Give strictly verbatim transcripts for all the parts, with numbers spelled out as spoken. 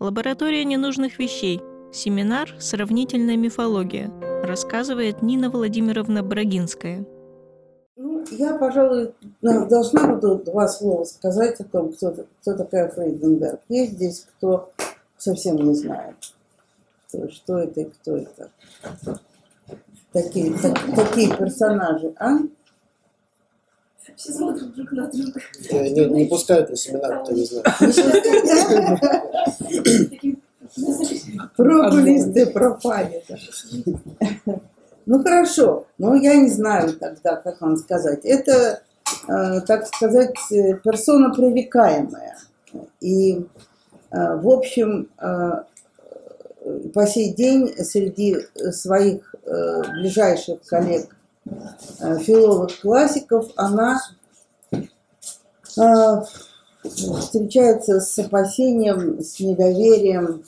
Лаборатория ненужных вещей. Семинар «Сравнительная мифология», рассказывает Нина Владимировна Брагинская. Ну, я, пожалуй, должна буду два слова сказать о том, кто, кто такая Фрейденберг. Есть здесь кто совсем не знает, кто, что это и кто это. Такие, так, такие персонажи, а? Все смотрят друг на друга. Не, не пускают на семинар, кто не знает. Пропулисты, пропали. Ну хорошо, но я не знаю тогда, как вам сказать. Это, э, так сказать, персона привлекаемая. И, э, в общем, э, по сей день среди своих э, ближайших коллег э, филолог-классиков она э, встречается с опасением, с недоверием,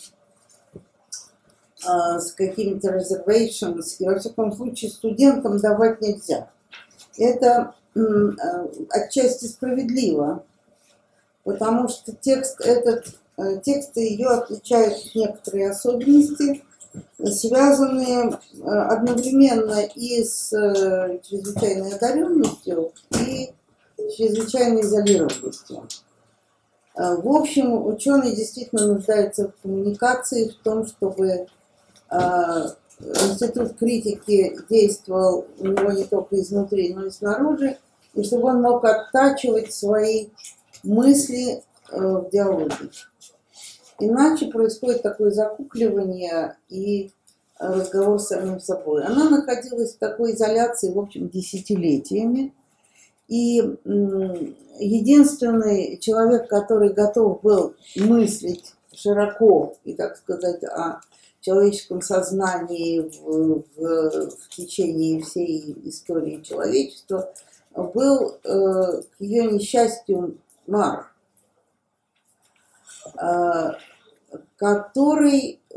с какими-то reservations, и во всяком случае студентам давать нельзя. Это отчасти справедливо, потому что текст этот, тексты ее отличают некоторые особенности, связанные одновременно и с чрезвычайной одаренностью, и чрезвычайной изолированностью. В общем, ученый действительно нуждается в коммуникации, в том, чтобы институт критики действовал у него не только изнутри, но и снаружи, и чтобы он мог оттачивать свои мысли в диалоге. Иначе происходит такое закукливание и разговор с самим собой. Она находилась в такой изоляции, в общем, десятилетиями. И единственный человек, который готов был мыслить широко и, так сказать, о человеческом сознании в, в, в течение всей истории человечества, был, э, к ее несчастью, Мар, э, который, э,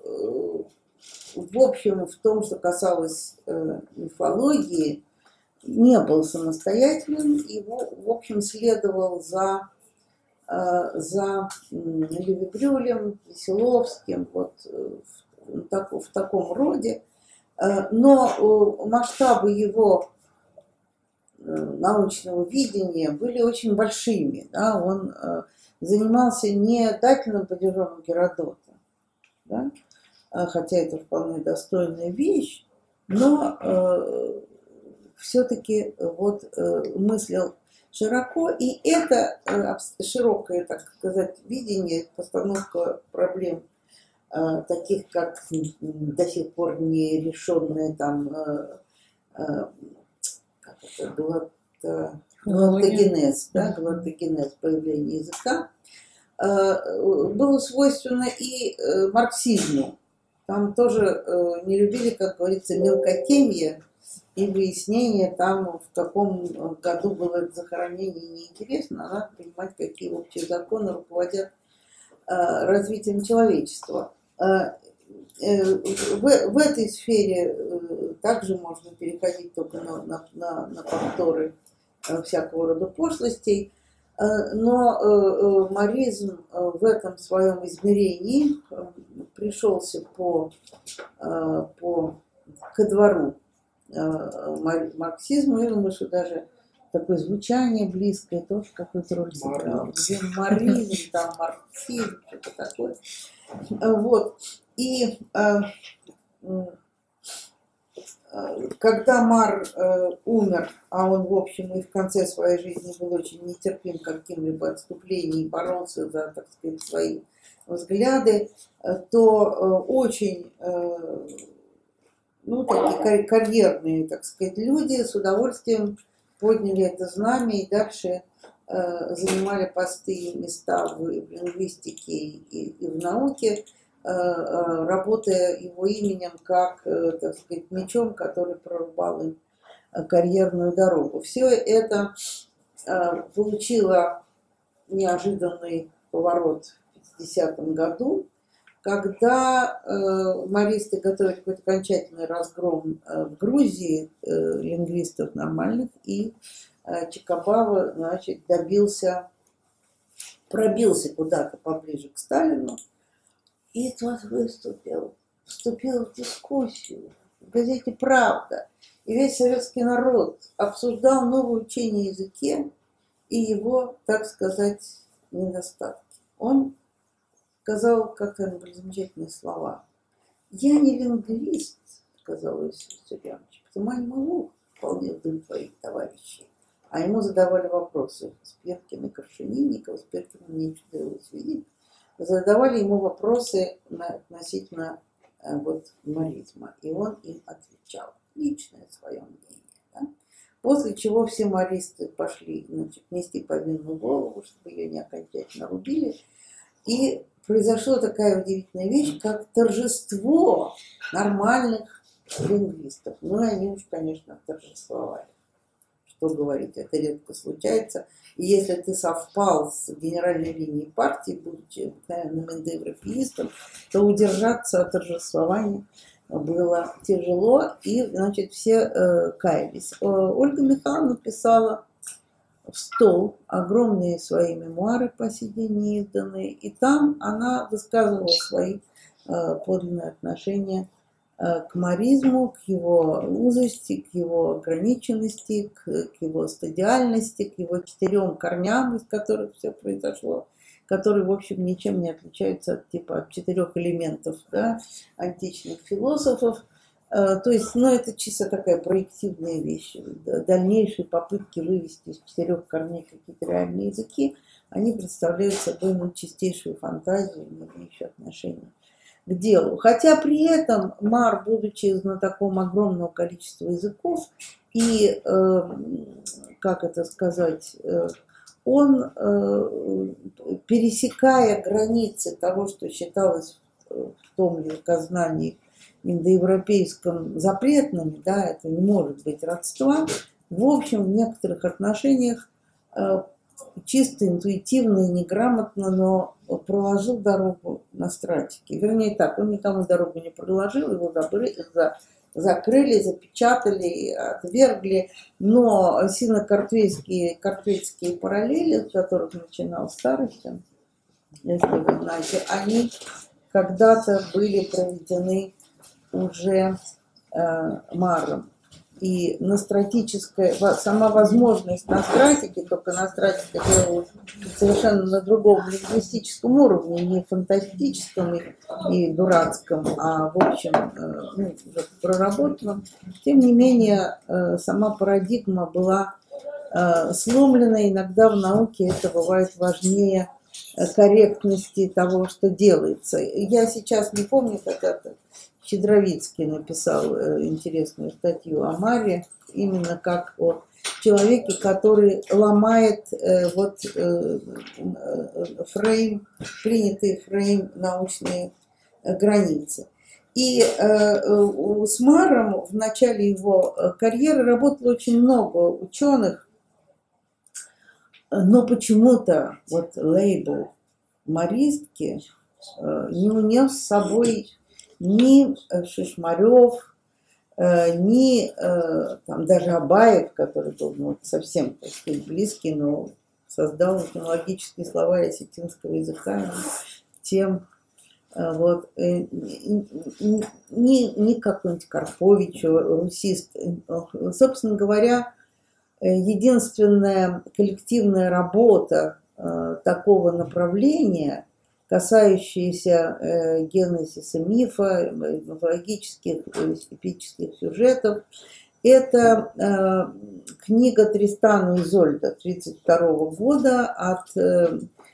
в общем, в том, что касалось э, мифологии, не был самостоятельным и, в общем, следовал за, за Леви Брюлем, Веселовским, вот в, так, в таком роде. Но масштабы его научного видения были очень большими. Да? Он занимался не дательным падежом Геродота, да? Хотя это вполне достойная вещь, но все-таки вот э, мыслил широко, и это э, широкое, так сказать, видение, постановка проблем, э, таких как до сих пор не решенные там э, э, как это, глотто, глоттогенез, да, глоттогенез, появление языка, э, было свойственно и э, марксизму. Там тоже э, не любили, как говорится, мелкотемье, и выяснение там, в каком году было это захоронение, неинтересно, а надо понимать, какие общие законы руководят э, развитием человечества. Э, э, в, в этой сфере э, также можно переходить только на, на, на, на повторы э, всякого рода пошлостей, э, но э, маризм э, в этом своем измерении э, пришелся по, э, по, ко двору марксизму, я думаю, что даже такое звучание близкое тоже какую-то роль сыграло. Где маризм, там марксизм, что-то такое. Вот. И когда Мар э, умер, а он, в общем, и в конце своей жизни был очень нетерпим к каким-либо отступлениям, боролся за, так сказать, свои взгляды, то э, очень э, ну, такие карьерные, так сказать, люди с удовольствием подняли это знамя и дальше э, занимали посты и места в, в лингвистике и, и в науке, э, э, работая его именем как, э, так сказать, мечом, который прорубал им карьерную дорогу. Все это э, получило неожиданный поворот в пятидесятом году, когда э, маристы готовили какой-то окончательный разгром э, в Грузии э, лингвистов нормальных, и э, Чикабава, значит, добился, пробился куда-то поближе к Сталину, И тут выступил, вступил в дискуссию в газете «Правда». И весь советский народ обсуждал новое учение о языке и его, так сказать, недостатки. Он сказал, как это были замечательные слова. «Я не лингвист», сказал Иисус Сирянович, «потому я не могу вполне удовлетворить товарищей». А ему задавали вопросы. Спиркин и Крашенинников, Спиркин мне чудилось видеть, задавали ему вопросы относительно э, вот, маризма. И он им отвечал. Личное свое мнение. Да? После чего все маристы пошли, значит, нести повинную голову, чтобы ее не окончательно рубили. И произошла такая удивительная вещь, как торжество нормальных лингвистов. Ну, и они уж, конечно, торжествовали. Что говорить, это редко случается. И если ты совпал с генеральной линией партии, будучи обыкновенным индоевропеистом, то удержаться от торжествования было тяжело, и, значит, все э, каялись. Ольга Михайловна писала в стол огромные свои мемуары, по сей день не изданные, и там она высказывала свои э, подлинные отношения э, к маризму, к его узости, к его ограниченности, к, к его стадиальности, к его четырем корням, из которых все произошло, которые, в общем, ничем не отличаются от, типа, от четырех элементов, да, античных философов. То есть, ну, это чисто такая проективная вещь. Дальнейшие попытки вывести из четырех корней какие-то реальные языки, они представляют собой, ну, чистейшую фантазию, не имеющую отношения к делу. Хотя при этом Мар, будучи знатоком огромного количества языков, и, э, как это сказать, э, он, э, пересекая границы того, что считалось в том языкознании индоевропейском запретным, да, это не может быть родства, в общем, в некоторых отношениях э, чисто интуитивно и неграмотно, но проложил дорогу на стратике. Вернее так, он никому дорогу не проложил, его забрали, за, закрыли, запечатали, отвергли, но сино-картвейские картвейские параллели, с которых начинал Старостин, если вы знаете, они когда-то были проведены уже э, Маром. И на стратическое, сама возможность на стратике, только на стратике делалась совершенно на другом лингвистическом уровне, не фантастическом и, и дурацком, а в общем э, ну, проработанном. Тем не менее, э, сама парадигма была э, сломлена. Иногда в науке это бывает важнее корректности того, что делается. Я сейчас не помню, как это Щедровицкий написал э, интересную статью о Маре, именно как о человеке, который ломает э, вот э, фрейм, принятый фрейм научные э, границы. И э, э, с Маром в начале его карьеры работало очень много ученых, но почему-то вот лейбл маристки э, не унес с собой ни Шишмарев, э, ни э, там, даже Абаев, который был ну, совсем, так сказать, близкий, но создал этимологический словарь осетинского языка, тем э, вот, э, ни, ни какой-нибудь Карпович, русист. Собственно говоря, единственная коллективная работа э, такого направления, касающаяся э, генезиса мифа, мифологических, эпических сюжетов, это э, книга Тристана и Изольда тридцать второго года от, э,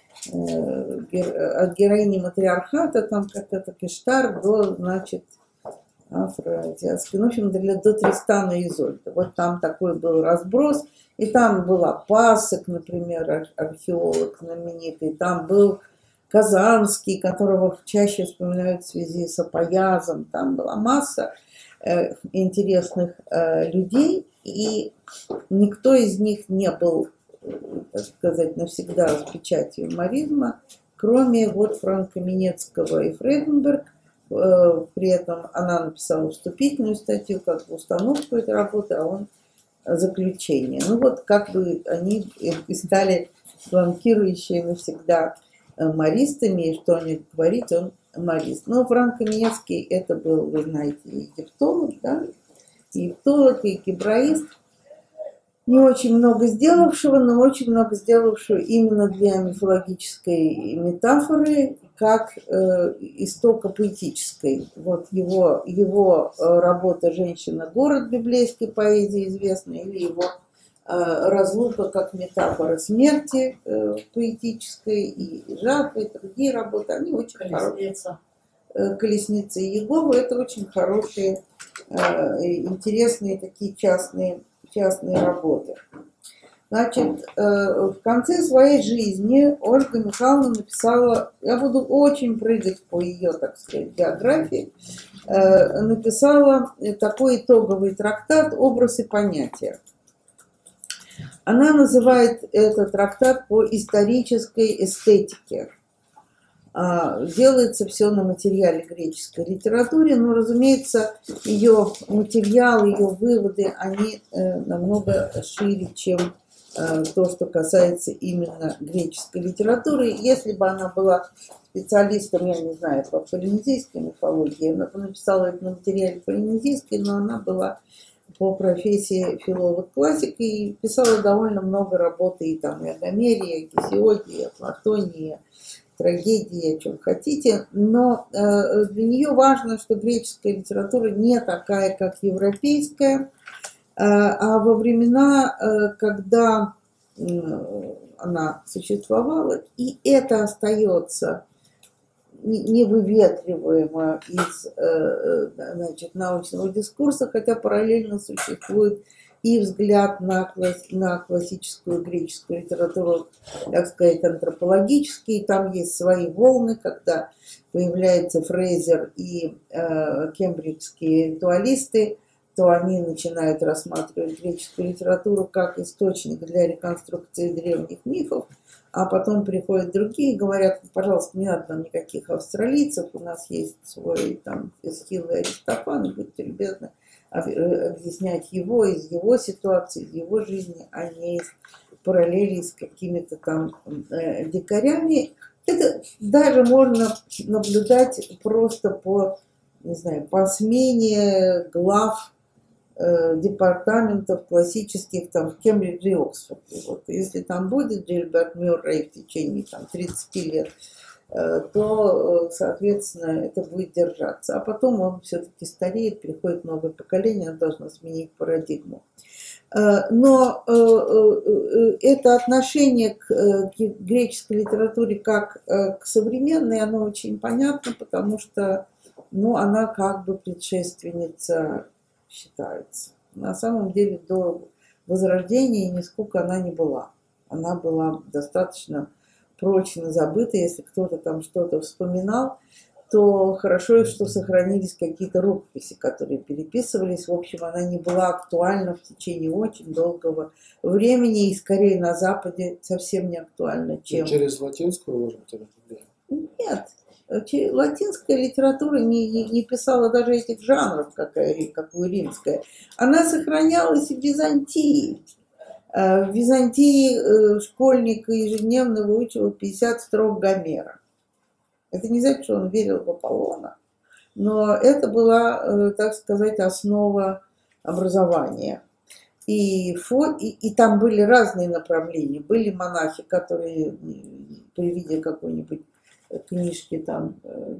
от героини матриархата, там как-то Иштар до, значит, афроазиатский, ну, в общем, до Тристана и Изольда. Вот там такой был разброс, и там была Пасек, например, археолог знаменитый, там был Казанский, которого чаще вспоминают в связи с Апоязом, там была масса э, интересных э, людей, и никто из них не был, так сказать, навсегда с печатью маризма, кроме вот Франка Минецкого и Фрейденберг. При этом она написала вступительную статью, как бы установку этой работы, а он заключение. Ну вот как бы они и стали фланкирующие навсегда маристами, и что о них говорить, он моралист. Но Франко Невский это был, вы знаете, египтолог, да, египтолог и гебраист, не очень много сделавшего, но очень много сделавшего именно для мифологической метафоры, как э, истока поэтической. Вот его, его работа «Женщина-город» библейской поэзии известна, или его э, «Разлука» как метафора смерти э, поэтической, и «Жатва», и другие работы, они очень хорошие. «Колесница» и «Иегова» — это очень хорошие, э, интересные такие частные частные работы. Значит, в конце своей жизни Ольга Михайловна написала, я буду очень прыгать по ее, так сказать, биографии, написала такой итоговый трактат «Образ и понятия». Она называет этот трактат по исторической эстетике. Делается все на материале греческой литературы, но, разумеется, ее материал, ее выводы, они намного шире, чем то, что касается именно греческой литературы. Если бы она была специалистом, я не знаю, по полинезийской мифологии, она бы написала это на материале полинезийской, но она была по профессии филолог-классик и писала довольно много работы и там и о Гомере, и о Гесиоде, и о Платоне, и о трагедии, о чем хотите, но э, для нее важно, что греческая литература не такая, как европейская, э, а во времена, э, когда э, она существовала, и это остается невыветриваемо из э, значит, научного дискурса, хотя параллельно существует и взгляд на, класс, на классическую греческую литературу, так сказать, антропологический. Там есть свои волны, когда появляются Фрейзер и э, кембриджские ритуалисты, то они начинают рассматривать греческую литературу как источник для реконструкции древних мифов, а потом приходят другие и говорят: пожалуйста, не надо нам никаких австралийцев, у нас есть свой там Эсхил и Аристофан, будьте любезны объяснять его из его ситуации, из его жизни, а не из параллелей с какими-то там э, дикарями. Это даже можно наблюдать просто по, не знаю, по смене глав э, департаментов классических там в Кембридже и Оксфорде. Вот, если там будет Джильберт Мюррей в течение там тридцати лет, то, соответственно, это будет держаться. А потом он все-таки стареет, приходит новое поколение, оно должно сменить парадигму. Но это отношение к греческой литературе как к современной, оно очень понятно, потому что, ну, она как бы предшественница считается. На самом деле до Возрождения нисколько она не была. Она была достаточно прочно забыто. Если кто-то там что-то вспоминал, то хорошо, что сохранились какие-то рукописи, которые переписывались. В общем, она не была актуальна в течение очень долгого времени, и скорее на Западе совсем не актуальна, чем... Через латинскую, может быть? Нет. Латинская литература не, не, не писала даже этих жанров, какая, какую римская. Она сохранялась в Византии. В Византии школьник ежедневно выучивал пятьдесят строк Гомера. Это не значит, что он верил в Аполлона, но это была, так сказать, основа образования. И, фо, и, и там были разные направления. Были монахи, которые при виде какой-нибудь книжки, там,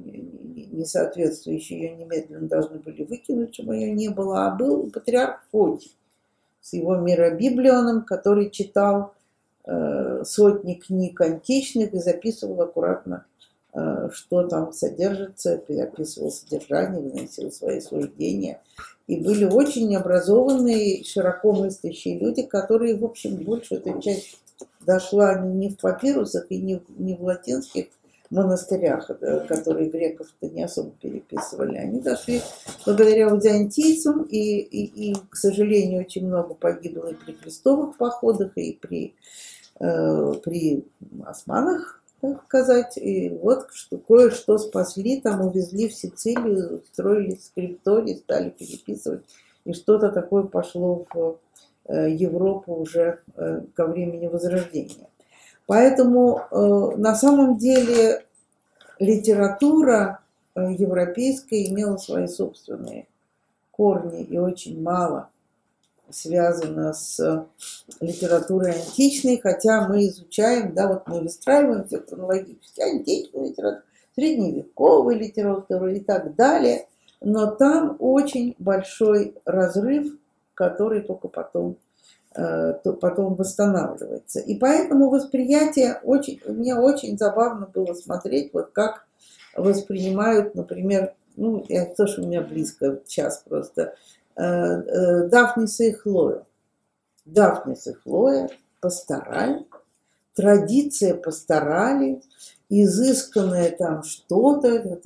не соответствующей ее, немедленно должны были выкинуть, чтобы ее не было. А был патриарх Фотий с его миробиблионом, который читал э, сотни книг античных и записывал аккуратно, э, что там содержится, описывал содержание, выносил свои суждения. И были очень образованные, широко мыслящие люди, которые, в общем, большую эту часть дошла не в папирусах и не в, не в латинских монастырях, которые греков-то не особо переписывали. Они дошли благодаря византийцам, и, и, и, к сожалению, очень много погибло и при крестовых походах, и при, э, при османах, так сказать. И вот что, кое-что спасли, там увезли в Сицилию, строили скрипторий, стали переписывать, и что-то такое пошло в э, Европу уже э, ко времени Возрождения. Поэтому э, на самом деле литература европейское имело свои собственные корни и очень мало связано с литературой античной, хотя мы изучаем, да, вот мы выстраиваем все хронологически, античную литературу, средневековую литературу и так далее, но там очень большой разрыв, который только потом, э, потом восстанавливается. И поэтому восприятие очень, мне очень забавно было смотреть, вот как воспринимают, например, ну, это то, что у меня близко сейчас просто, э, э, Дафниса и Хлоя. Дафнис и Хлоя, пастораль, традиция пасторали, изысканное там что-то.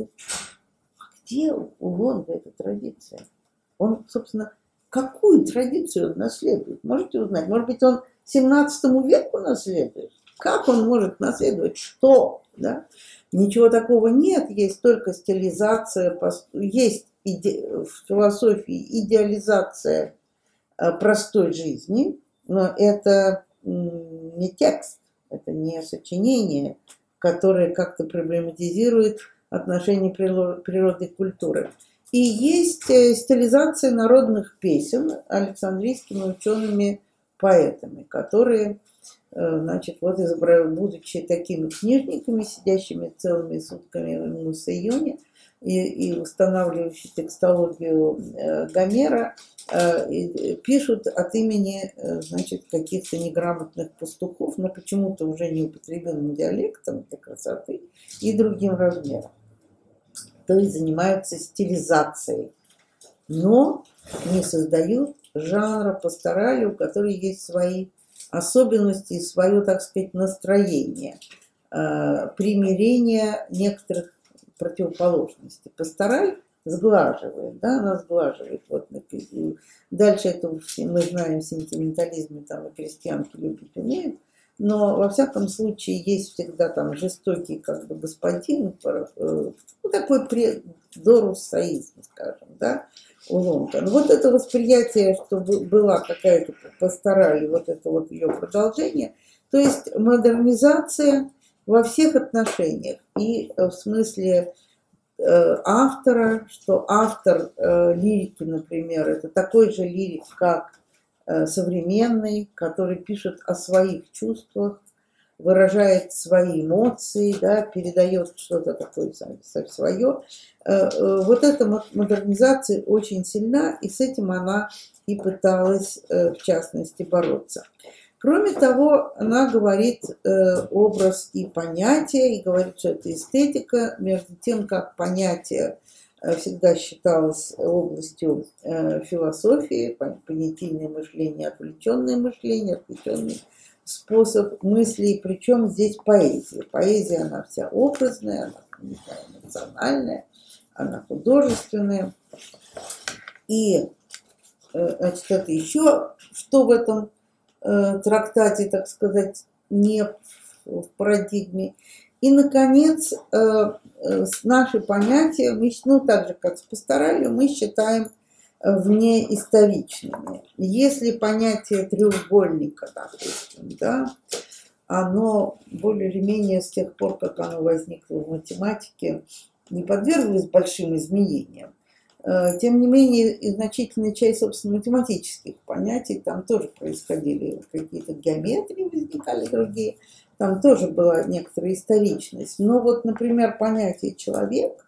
Где у Лонга эта традиция? Он, собственно, какую традицию он наследует? Можете узнать? Может быть, он семнадцатому веку наследует? Как он может наследовать? Что? Да? Ничего такого нет, есть только стилизация, есть иде... в философии идеализация простой жизни, но это не текст, это не сочинение, которое как-то проблематизирует отношения природы и культуры. И есть стилизация народных песен александрийскими учеными-поэтами, которые, значит, вот изображают, будучи такими книжниками, сидящими целыми сутками в Мусейоне и, и устанавливающими текстологию Гомера, пишут от имени, значит, каких-то неграмотных пастухов, но почему-то уже неупотребимым диалектом для красоты и другим размером. То есть занимаются стилизацией, но не создают жанра пасторали, у которой есть свои особенности и свое, так сказать, настроение, примирение некоторых противоположностей. Пастораль сглаживает, да, она сглаживает. Вот, дальше это мы знаем, сентиментализм там и крестьянки любят, умеют, но во всяком случае есть всегда там жестокий как бы господин, ну, такой дорусаизм, скажем, да, у Лонга. Но вот это восприятие, что была какая-то пастораль, вот это вот ее продолжение, то есть модернизация во всех отношениях, и в смысле автора, что автор э, лирики, например, это такой же лирик, как э, современный, который пишет о своих чувствах, выражает свои эмоции, да, передает что-то такое свое. Э, э, вот эта модернизация очень сильна, и с этим она и пыталась, э, в частности, бороться. Кроме того, она говорит э, образ и понятие, и говорит, что это эстетика, между тем, как понятие э, всегда считалось областью э, философии, понятийное мышление, отвлеченное мышление, отвлеченный способ мысли, причем здесь поэзия. Поэзия, она вся образная, она, не знаю, эмоциональная, она художественная. И, э, значит, это еще что в этом трактате, так сказать, не в парадигме. И, наконец, наши понятия, мы, ну, так же, как с пасторалью, мы считаем внеисторичными. Если понятие треугольника, допустим, да, оно более или менее с тех пор, как оно возникло в математике, не подверглось большим изменениям, тем не менее, и значительная часть, собственно, математических понятий, там тоже происходили какие-то геометрии, возникали другие, там тоже была некоторая историчность. Но вот, например, понятие «человек»,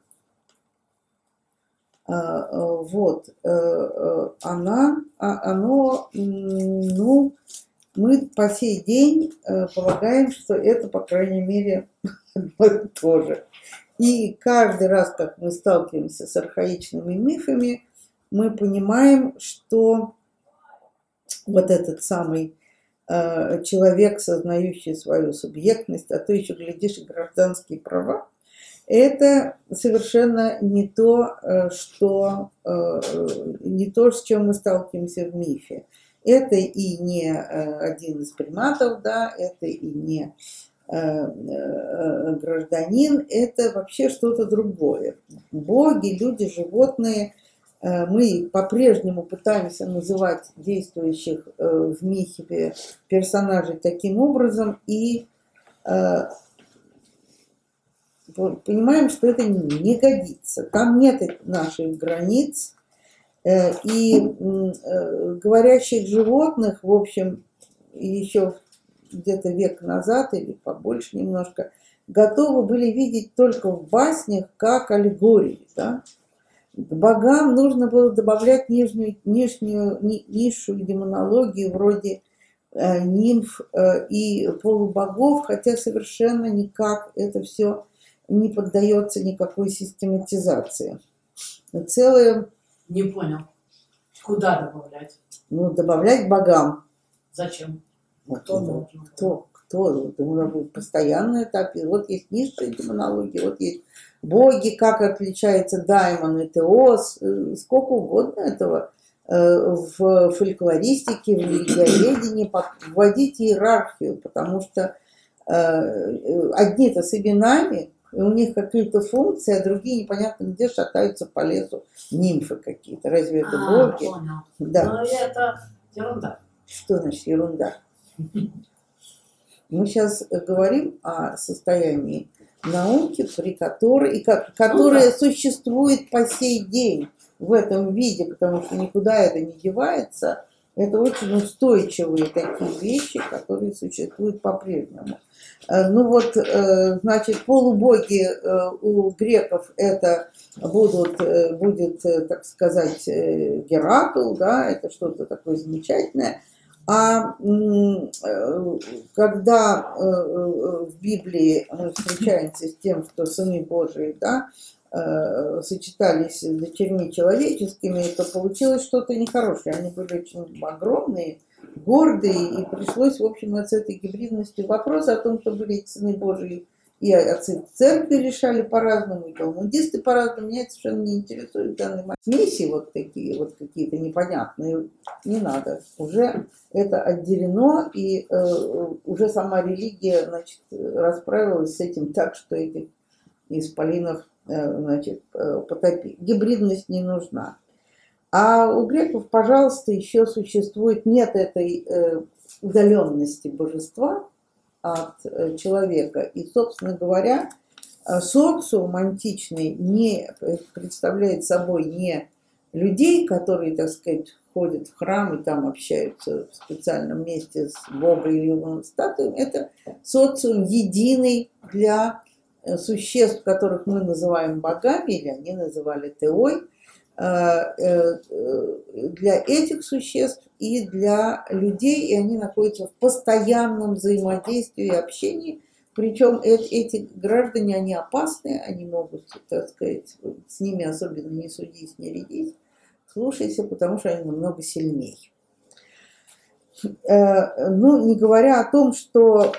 вот, она, оно, ну, мы по сей день полагаем, что это, по крайней мере, одно и то же. И каждый раз, как мы сталкиваемся с архаичными мифами, мы понимаем, что вот этот самый э, человек, сознающий свою субъектность, а то еще, глядишь, и гражданские права, это совершенно не то, что, э, не то, с чем мы сталкиваемся в мифе. Это и не э, один из приматов, да, это и не гражданин, это вообще что-то другое. Боги, люди, животные, мы по-прежнему пытаемся называть действующих в мифе персонажей таким образом, и понимаем, что это не годится. Там нет наших границ. И говорящих животных, в общем, еще где-то век назад или побольше немножко, готовы были видеть только в баснях как аллегории. Да? К богам нужно было добавлять нижнюю, нижнюю, ни, низшую демонологию вроде э, нимф э, и полубогов, хотя совершенно никак это все не поддается никакой систематизации. Целое... Не понял. Куда добавлять? Ну, добавлять богам. Зачем? Вот, Кто ну, должен? кто, кто, ну, постоянно этап. Вот есть низшая демонология, вот есть боги, как отличается Даймон и Теос, сколько угодно этого в фольклористике, в религиоведении, вводить иерархию, потому что одни-то с именами, и у них какие-то функции, а другие непонятно где шатаются по лесу, нимфы какие-то. Разве это А, боги? понял. Да. Но это ерунда. Что значит ерунда? Мы сейчас говорим о состоянии науки, при которой, и как, которая Ну, да. существует по сей день в этом виде, потому что никуда это не девается. Это очень устойчивые такие вещи, которые существуют по-прежнему. Ну вот, значит, полубоги у греков это будут, будет, так сказать, Геракл, да, это что-то такое замечательное. А когда в Библии мы встречаемся с тем, что сыны Божии, да, сочетались с дочерьми человеческими, то получилось что-то нехорошее. Они были очень огромные, гордые, и пришлось, в общем, с этой гибридностью вопрос о том, что были эти сыны Божии и отцы церкви решали по-разному, и талмудисты по-разному. Меня это совершенно не интересует в данный момент. Смеси вот такие вот какие-то непонятные не надо. Уже это отделено, и э, уже сама религия, значит, расправилась с этим так, что этих исполинов, э, значит, потопили. Гибридность не нужна. А у греков, пожалуйста, еще существует, нет этой э, удаленности божества от э, человека. И, собственно говоря, э, социум античный не представляет собой не людей, которые, так сказать, ходят в храм и там общаются в специальном месте с Богом или его статуей. Это социум единый для э, существ, которых мы называем богами, или они называли теой, для этих существ и для людей, и они находятся в постоянном взаимодействии и общении. Причем эти граждане, они опасны, они могут, так сказать, с ними особенно не судись, не рядись, слушайся, потому что они намного сильнее. Ну, не говоря о том, что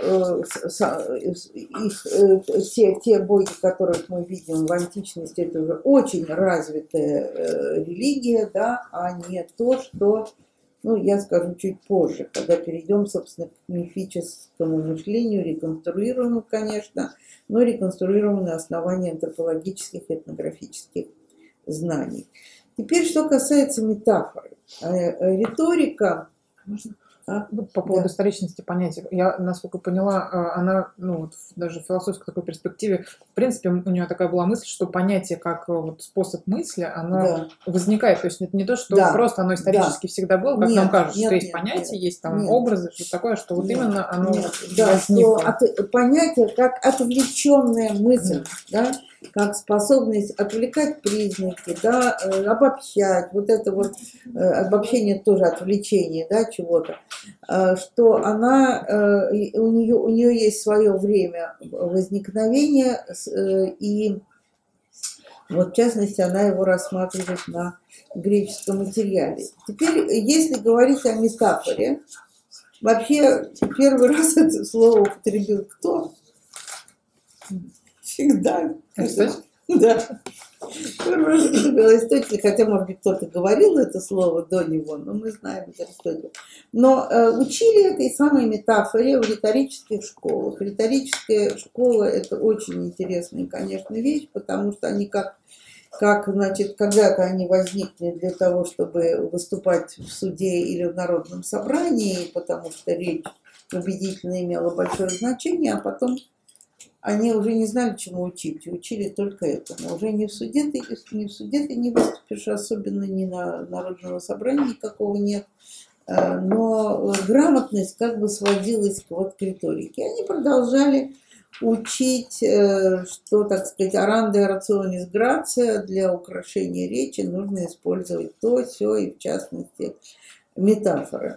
их, те, те боги, которых мы видим в античности, это уже очень развитая религия, да, а не то, что, ну, я скажу чуть позже, когда перейдем, собственно, к мифическому мышлению, реконструируемому, конечно, но реконструируемому на основании антропологических и этнографических знаний. Теперь, что касается метафоры. Риторика... А? По поводу да. историчности понятия. Я, насколько поняла, она, ну, вот, даже в философской такой перспективе, в принципе, у нее такая была мысль, что понятие как вот способ мысли, оно да. возникает. То есть это не то, что да. просто оно исторически да. всегда было, как нет, нам кажется, нет, что есть нет, понятие, нет, есть там нет. образы, что такое, что вот нет, именно оно нет. Да, возникло. что от, понятие как отвлеченная мысль, mm. да, как способность отвлекать признаки, да, обобщать, вот это вот обобщение тоже отвлечение, да, чего-то, что она, у нее, у нее есть свое время возникновения, и вот в частности она его рассматривает на греческом материале. Теперь, если говорить о метафоре, вообще первый раз это слово употребил кто? Всегда. Аристотель? Да. Первый раз это был Аристотель, хотя, может быть, кто-то говорил это слово до него, но мы знаем это Аристотель. Но э, учили этой самой метафоре в риторических школах. Риторическая школа – это очень интересная, конечно, вещь, потому что они как, как значит, когда-то они возникли для того, чтобы выступать в суде или в народном собрании, потому что речь убедительно имела большое значение, а потом они уже не знали, чему учить, и учили только этому. Уже не в суде ты, не в суде ты не выступишь, особенно ни на народного собрания никакого нет. Но грамотность как бы сводилась к, вот, к риторике. Они продолжали учить, что, так сказать, оранде рационис грация, для украшения речи нужно использовать то, сё, и в частности метафоры.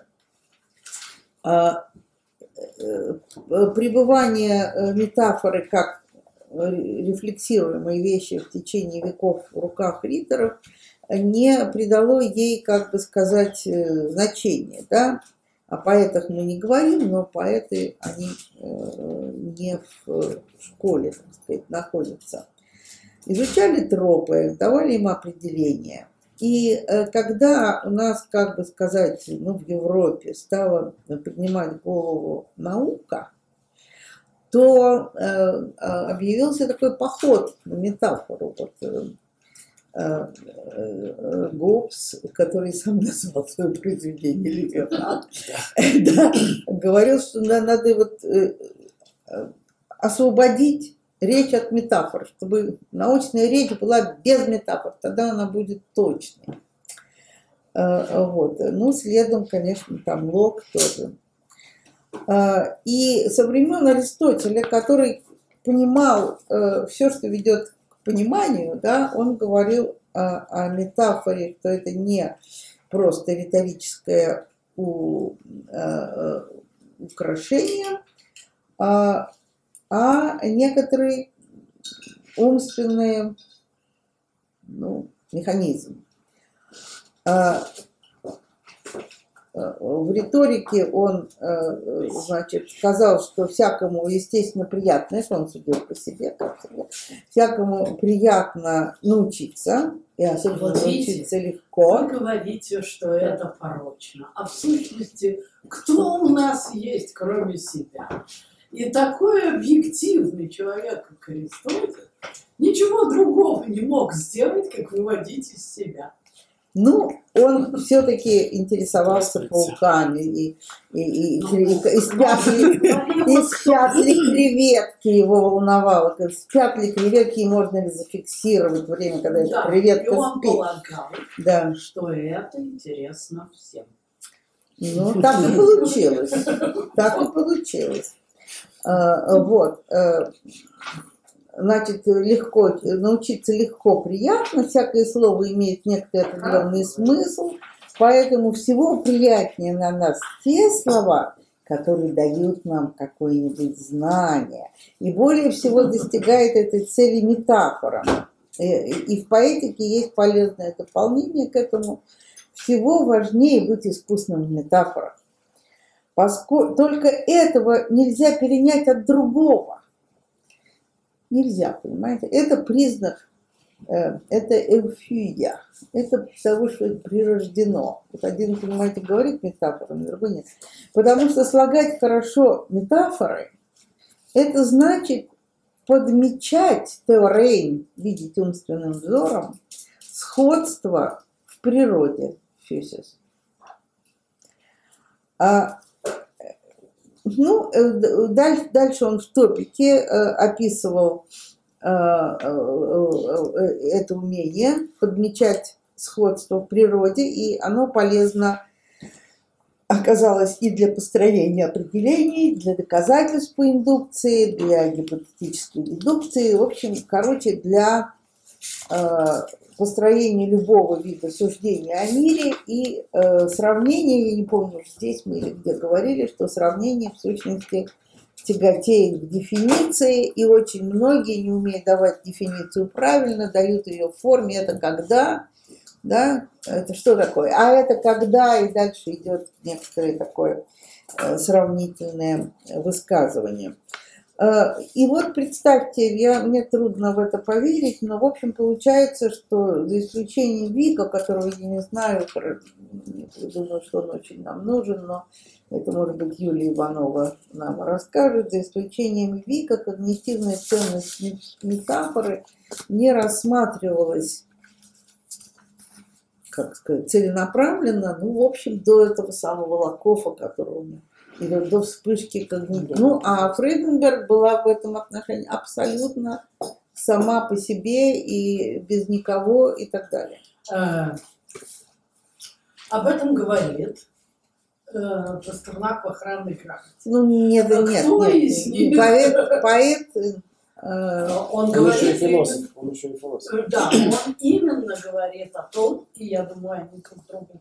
Пребывание метафоры как рефлексируемой вещи в течение веков в руках риторов не придало ей, как бы сказать, значения, да? О поэтах мы не говорим, но поэты, они не в школе, так сказать, находятся. Изучали тропы, давали им определения. И когда у нас, как бы сказать, ну, в Европе стала поднимать голову наука, то э, объявился такой поход на метафору. Вот, э, э, Гоббс, который сам назвал свое произведение «Левиафан», да, говорил, что надо вот, э, освободить речь от метафор, чтобы научная речь была без метафор, тогда она будет точной. Вот. Ну, следом, конечно, там Лок тоже. И со времен Аристотеля, который понимал все, что ведет к пониманию, да, он говорил о, о метафоре, что это не просто риторическое у, украшение, а а некоторый умственный, ну, механизм. В риторике он, значит, сказал, что всякому, естественно, приятно, это он судил по себе, как всегда, всякому приятно научиться, и особенно Вот видите, научиться легко. Вы говорите, что это порочно, а в сущности, кто у нас есть, кроме себя? И такой объективный человек, как Аристотель, ничего другого не мог сделать, как выводить из себя. Ну, он все-таки интересовался пауками, и, и, и, и, и спят ли, и спят ли креветки, его волновало, спят ли креветки, и можно ли зафиксировать время, когда эта Да, креветка и он спит. полагал, Да. что это интересно всем. Ну, так и получилось. Так и получилось. А, вот. Значит, легко, научиться легко, приятно. Всякое слово имеет некоторый определенный смысл. Поэтому всего приятнее на нас те слова, которые дают нам какое-нибудь знание. И более всего достигает этой цели метафора. И в поэтике есть полезное дополнение к этому. Всего важнее быть искусным в метафорах. Поскольку только этого нельзя перенять от другого. Нельзя, понимаете? Это признак, э, это эуфия. Это того, что это прирождено. Вот один, понимаете, говорит метафорами, другой нет. Потому что слагать хорошо метафоры, это значит подмечать теорейн, видеть умственным взором, сходство в природе, физис. А Ну, дальше, дальше он в топике описывал это умение подмечать сходство в природе, и оно полезно оказалось и для построения определений, для доказательств по индукции, для гипотетической дедукции, в общем, короче, для построение любого вида суждения о мире и э, сравнение, я не помню, здесь мы или где говорили, что сравнение в сущности тяготеет к дефиниции, и очень многие, не умея давать дефиницию правильно, дают ее в форме «это когда», да, это что такое? А это когда, и дальше идет некоторое такое э, сравнительное высказывание. И вот представьте, я, мне трудно в это поверить, но в общем получается, что за исключением Вика, которого я не знаю, я думаю, что он очень нам нужен, но это, может быть, Юлия Иванова нам расскажет, за исключением Вика когнитивная ценность метафоры не рассматривалась, как сказать, целенаправленно, ну, в общем, до этого самого Лакофа, которого мы и до, до вспышки когнитивной. Ну, а Фрейденберг была в этом отношении абсолютно сама по себе и без никого и так далее. Э, об этом говорит э, Пастернак в «Охранной грамоте». Ну, нет, А нет, кто нет. из них? Поэт, поэт э, Он Он говорит еще и именно- философ. Он еще и философ. Да, он именно говорит о том, и я думаю, они друг другу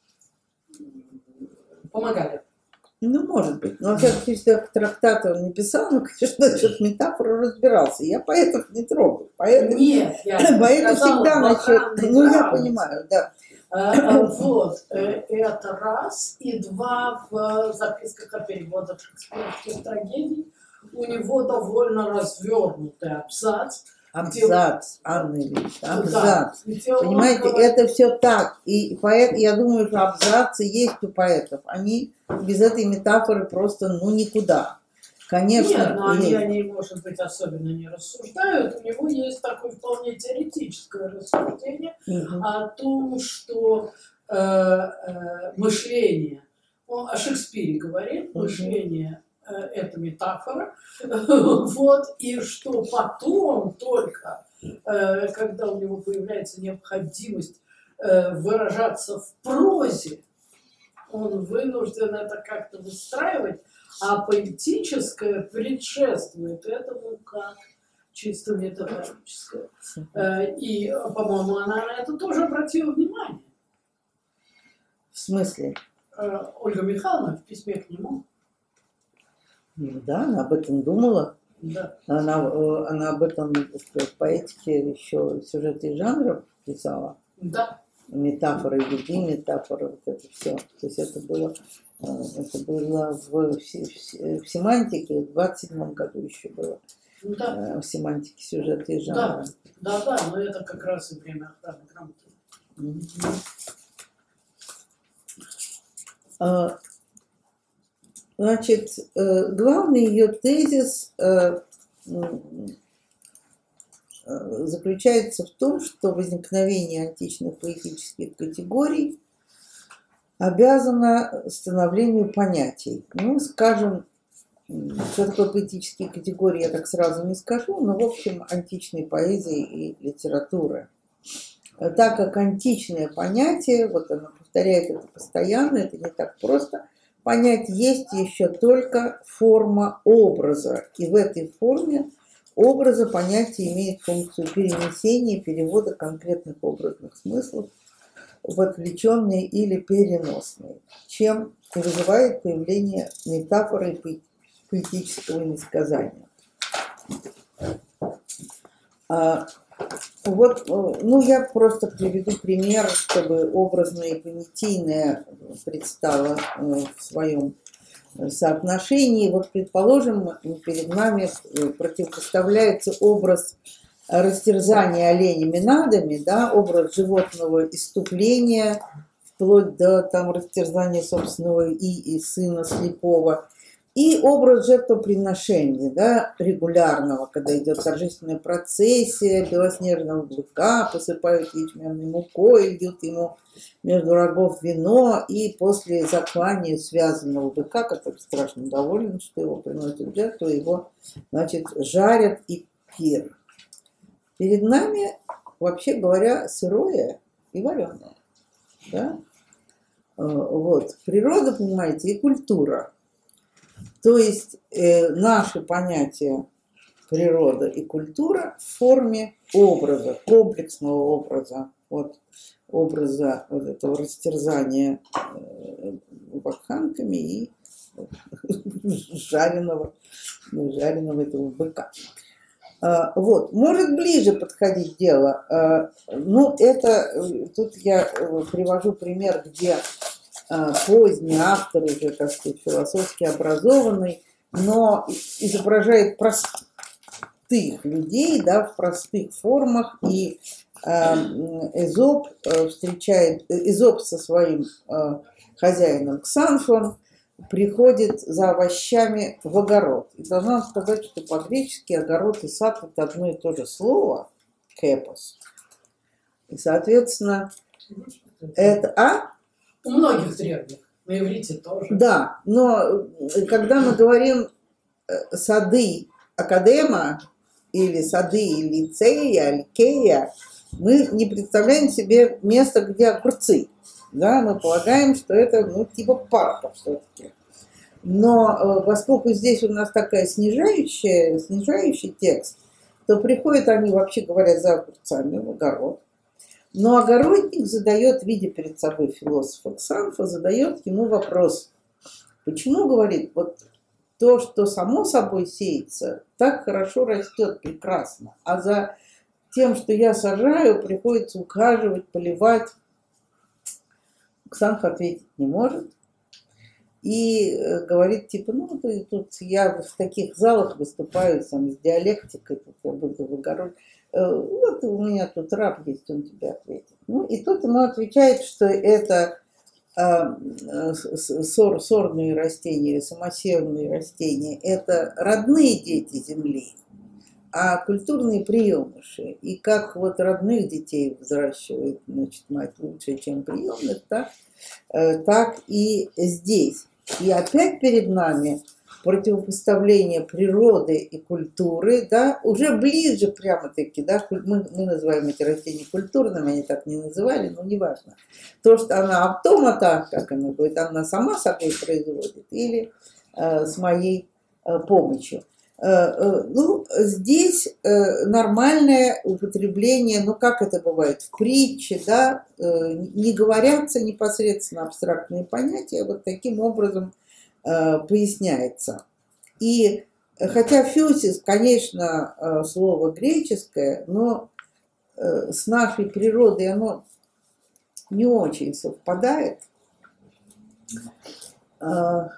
помогали. ну, может быть. Но, во всяком случае, трактат он не писал, но, конечно, насчет метафоры разбирался. Я поэтов не трогаю. Поэты, Нет, я поэты сказала, всегда в насчет... «Охранной Ну, я грамоте». понимаю, да. А, а, Вот, э, это раз. И два, в записках о переводах шекспировских трагедий у него довольно развернутый абзац. Абзац, Анна Ильич, Да, абзац. где он Понимаете, говорит- это все так. И поэт, я думаю, что абзацы есть у поэтов. Они без этой метафоры просто, ну, никуда. Конечно, Нет, но они есть. о ней, может быть, особенно не рассуждают. У него есть такое вполне теоретическое рассуждение Мгм. о том, что э, э, мышление, он о Шекспире говорит, Мгм. мышление э, это метафора, вот, и что потом только, э, когда у него появляется необходимость э, выражаться в прозе, он вынужден это как-то выстраивать, а поэтическое предшествует этому как чисто метафорическое. Э, И, по-моему, она на это тоже обратила внимание. В смысле? Э, Ольга Михайловна в письме к нему. Ну да, она об этом думала. Да. Она, э, она об этом в поэтике еще сюжеты и жанров писала. Да. Метафоры еды, метафоры, вот это все. То есть это было, э, это было в, в, в семантике, в двадцать седьмом году еще было. Да. э, В семантике сюжеты и жанры. Да, да, но это как раз и время охраны грамоты. Мгм. А, Значит, э, главный ее тезис э, м, э, заключается в том, что возникновение античных поэтических категорий обязано становлению понятий. Ну, скажем, м, что такое поэтические категории, я так сразу не скажу, но, в общем, античной поэзии и литературы. Э, Так как античное понятие, вот оно повторяет это постоянно, это не так просто, понять есть еще только форма образа. И в этой форме образа понятие имеет функцию перенесения, перевода конкретных образных смыслов в отвлеченные или переносные, чем и вызывает появление метафоры и поэтического иносказания. А, Вот, ну, я просто приведу пример, чтобы образное и понятийное предстало э, в своем соотношении. Вот, предположим, перед нами противопоставляется образ растерзания оленями надами, да, образ животного исступления, вплоть до там растерзания собственного и, и сына слепого, и образ жертвоприношения, да, регулярного, когда идет торжественная процессия белоснежного быка, посыпают ячменной мукой, льют ему между рогов вино, и после заклания связанного быка, который страшно доволен, что его приносят в жертву, его, значит, жарят и пир. Перед нами, вообще говоря, сырое и вареное. Да? Вот. Природа, понимаете, и культура. То есть э, наши понятия природа и культура в форме образа, комплексного образа, вот, образа вот этого растерзания э, вакханками и жареного, жареного этого быка. А, вот, может ближе подходить дело. А, ну, это, тут я привожу пример, где поздний автор, уже, так сказать, философски образованный, но изображает простых людей, да, в простых формах, и Эзоп встречает, Эзоп со своим хозяином Ксанфом приходит за овощами в огород. И должна вам сказать, что по-гречески огород и сад – это одно и то же слово, кепос. И, соответственно, это... А? У многих древних. На иврите тоже. Да, но когда мы говорим сады академа или сады лицея, ликея, мы не представляем себе место, где огурцы. Да, мы полагаем, что это ну, типа парка все-таки. Но поскольку здесь у нас такая снижающая, снижающий текст, то приходят они, вообще говоря, за огурцами в огород. Но огородник задает, видя перед собой философа Ксанфа, задает ему вопрос. Почему, говорит, вот то, что само собой сеется, так хорошо растет, прекрасно, а за тем, что я сажаю, приходится ухаживать, поливать. Ксанф ответить не может. И говорит, типа, ну, тут я в таких залах выступаю там, с диалектикой, тут я буду в огороде. Вот у меня тут раб есть, он тебе ответит. Ну, и тот ему отвечает, что это э, сор, сорные растения, самосевные растения, это родные дети земли, а культурные приемыши. И как вот родных детей взращивает, значит, мать лучше, чем приемных, так, э, так и здесь. И опять перед нами противопоставление природы и культуры, да, уже ближе прямо-таки, да, мы, мы называем эти растения культурными, они так не называли, но неважно. То, что она автомата, как она говорит, она сама собой производит, или э, с моей э, помощью. Э, э, ну, здесь э, нормальное употребление, ну, как это бывает, в притче, да, э, не говорятся непосредственно абстрактные понятия, вот таким образом поясняется. И хотя фюсис, конечно, слово греческое, но с нашей природой оно не очень совпадает. Я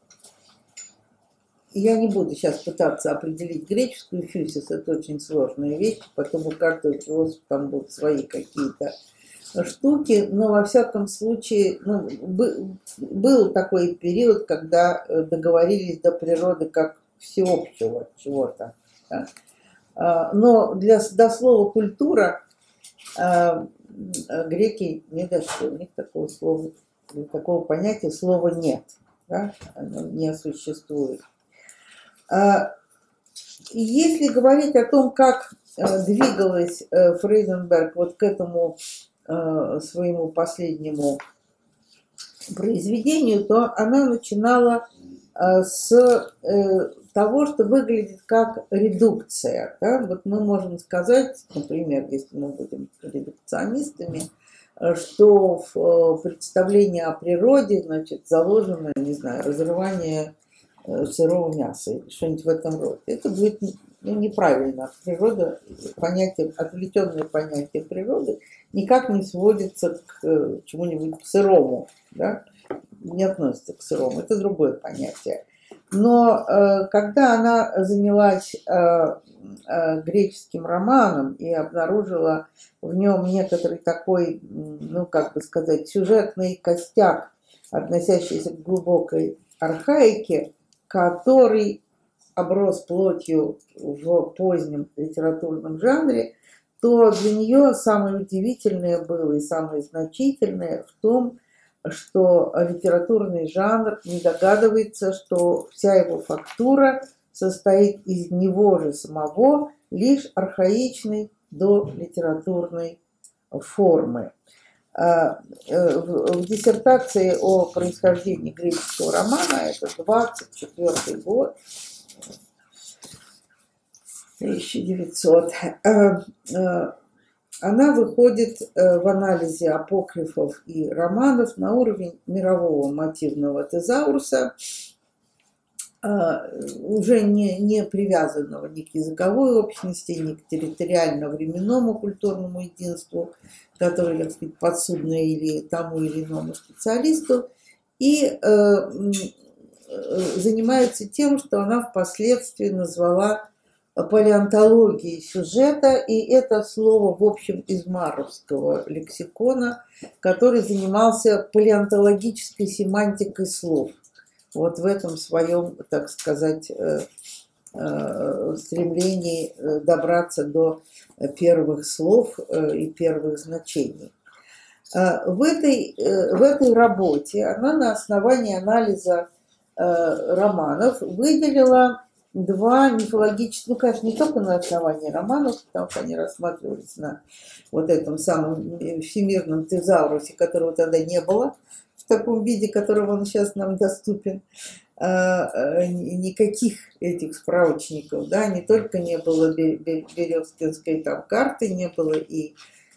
не буду сейчас пытаться определить греческую фюсис, это очень сложная вещь, потом у каждого философа там будут свои какие-то штуки, но во всяком случае ну, был такой период, когда договорились до природы как всеобщего чего-то. Да? Но для, до слова культура греки не дошли, у них такого слова, такого понятия слова нет, да? Оно не существует. Если говорить о том, как двигалась Фрейзенберг вот к этому своему последнему произведению, то она начинала с того, что выглядит как редукция. Да? Вот мы можем сказать, например, если мы будем редукционистами, что в представлении о природе, значит, заложено, не знаю, разрывание сырого мяса или что-нибудь в этом роде. Это будет ну, неправильно. Природа, понятие, отвлеченное понятие природы никак не сводится к чему-нибудь сырому, да? Не относится к сырому. Это другое понятие. Но э, когда она занялась э, э, греческим романом и обнаружила в нем некоторый такой, ну как бы сказать, сюжетный костяк, относящийся к глубокой архаике, который оброс плотью в позднем литературном жанре, то для нее самое удивительное было и самое значительное в том, что литературный жанр не догадывается, что вся его фактура состоит из него же самого, лишь архаичной долитературной формы. В диссертации о происхождении греческого романа, это двадцать четвёртый год, тысяча девятьсот, она выходит в анализе апокрифов и романов на уровень мирового мотивного тезаурса, уже не, не привязанного ни к языковой общности, ни к территориально-временному культурному единству, которое, так сказать, подсудно или тому или иному специалисту, и э, занимается тем, что она впоследствии назвала палеонтологией сюжета, и это слово, в общем, из Маровского лексикона, который занимался палеонтологической семантикой слов. Вот в этом своем, так сказать, стремлении добраться до первых слов и первых значений. Э, В этой, э, в этой работе она на основании анализа э, романов выделила два мифологических, ну, конечно, не только на основании романов, потому что они рассматривались на вот этом самом всемирном тезаурусе, которого тогда не было в таком виде, которого он сейчас нам доступен. А, никаких этих справочников, да, не только не было Березкинской там карты, не было и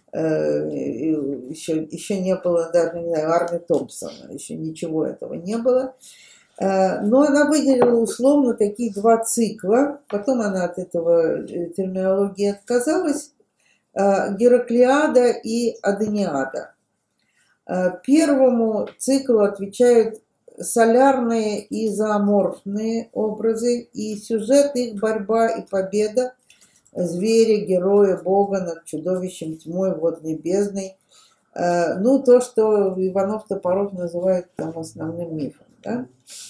еще, еще не было даже, не знаю, Арны Томпсона, еще ничего этого не было. Но она выделила условно такие два цикла, потом она от этого терминологии отказалась, Гераклиада и Адониада. Первому циклу отвечают солярные и зооморфные образы, и сюжет их борьба и победа зверя, героя, бога над чудовищем, тьмой, водной бездной. Ну, то, что Иванов Топоров называет там основным мифом. Да?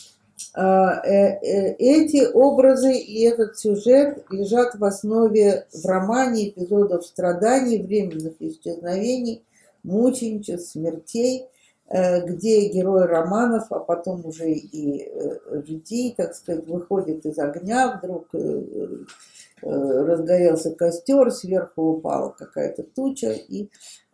Эти образы и этот сюжет лежат в основе в романе эпизодов страданий, временных исчезновений, мученичеств, смертей, где герой романов, а потом уже и житий, так сказать, выходит из огня, вдруг разгорелся костер, сверху упала какая-то туча, и,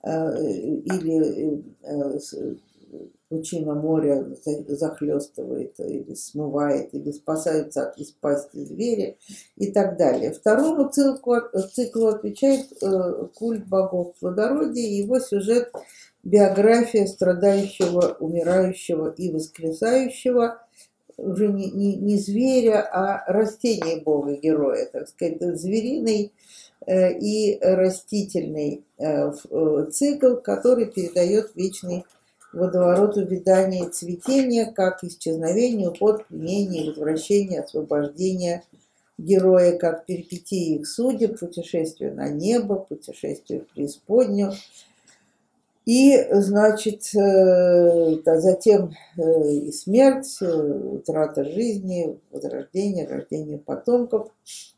или пучина моря захлестывает, или смывает, или спасаются от из пасти зверя и так далее. Второму циклу, циклу отвечает культ богов плодородия, и его сюжет – биография страдающего, умирающего и воскресающего, уже не, не, не зверя, а растения бога героя, так сказать, звериный э, и растительный э, э, цикл, который передает вечный водоворот увядания и цветения, как исчезновение, уход, пленение, возвращение, освобождение героя, как перипетии их судеб, путешествие на небо, путешествие в преисподнюю. И, значит, затем и смерть, утрата жизни, возрождение, рождение потомков.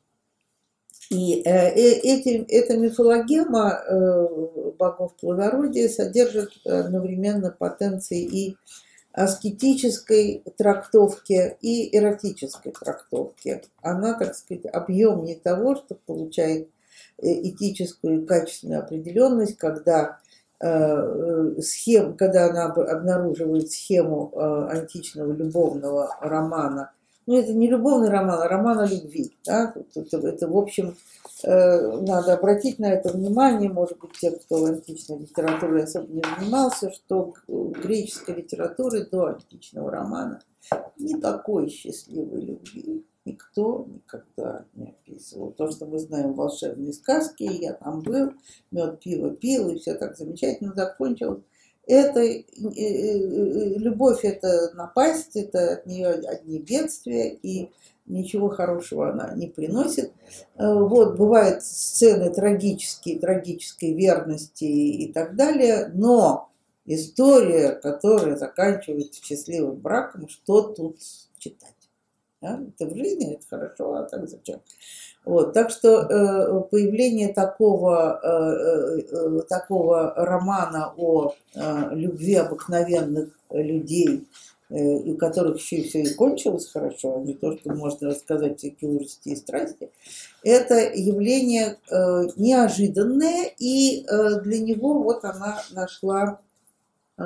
И эти, эта мифологема богов плодородия содержит одновременно потенции и аскетической трактовки, и эротической трактовки. Она, так сказать, объемнее того, что получает этическую и качественную определенность, когда схем, когда она обнаруживает схему античного любовного романа. Ну, это не любовный роман, а роман о любви. Да? Это, это, в общем, надо обратить на это внимание, может быть, те, кто античной литературой особо не занимался, что греческой литературы до античного романа никакой счастливой любви никто никогда не описывал. То, что мы знаем в волшебной сказке, я там был, мед, пиво пил, и все так замечательно закончилось. Это любовь, это напасть, это от нее одни бедствия, и ничего хорошего она не приносит. Вот, бывают сцены трагические, трагической верности и так далее, но история, которая заканчивается счастливым браком, что тут читать? Да? Это в жизни, это хорошо, а так зачем? Вот, так что э, появление такого, э, э, такого романа о э, любви обыкновенных людей, э, у которых еще и все и кончилось хорошо, а не то, что можно рассказать всякие ужасы и страсти, это явление э, неожиданное, и э, для него вот она нашла, э,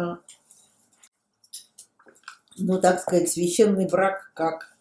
ну, так сказать, священный брак как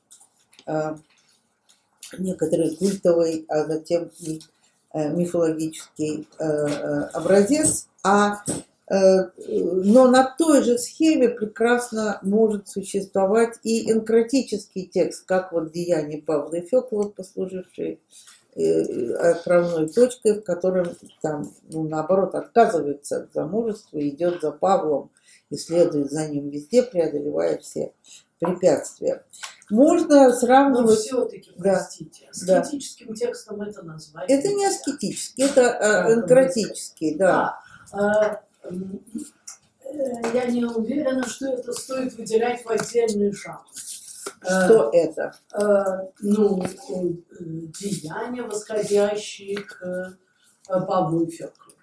некоторый культовый, а затем и мифологический образец, а, но на той же схеме прекрасно может существовать и энкратический текст, как вот «Деяния Павла и Фёкла», послужившие отправной точкой, в котором там, ну, наоборот, отказывается от замужества, идет за Павлом и следует за ним везде, преодолевая все препятствия. Можно сравнивать... Но все-таки, простите, да. аскетическим да. текстом это назвать это не аскетический, это энкратический, да. А, а, я не уверена, что это стоит выделять в отдельный жанр. Что а, это? А, ну, деяния, восходящие к Павлу и Фёклу.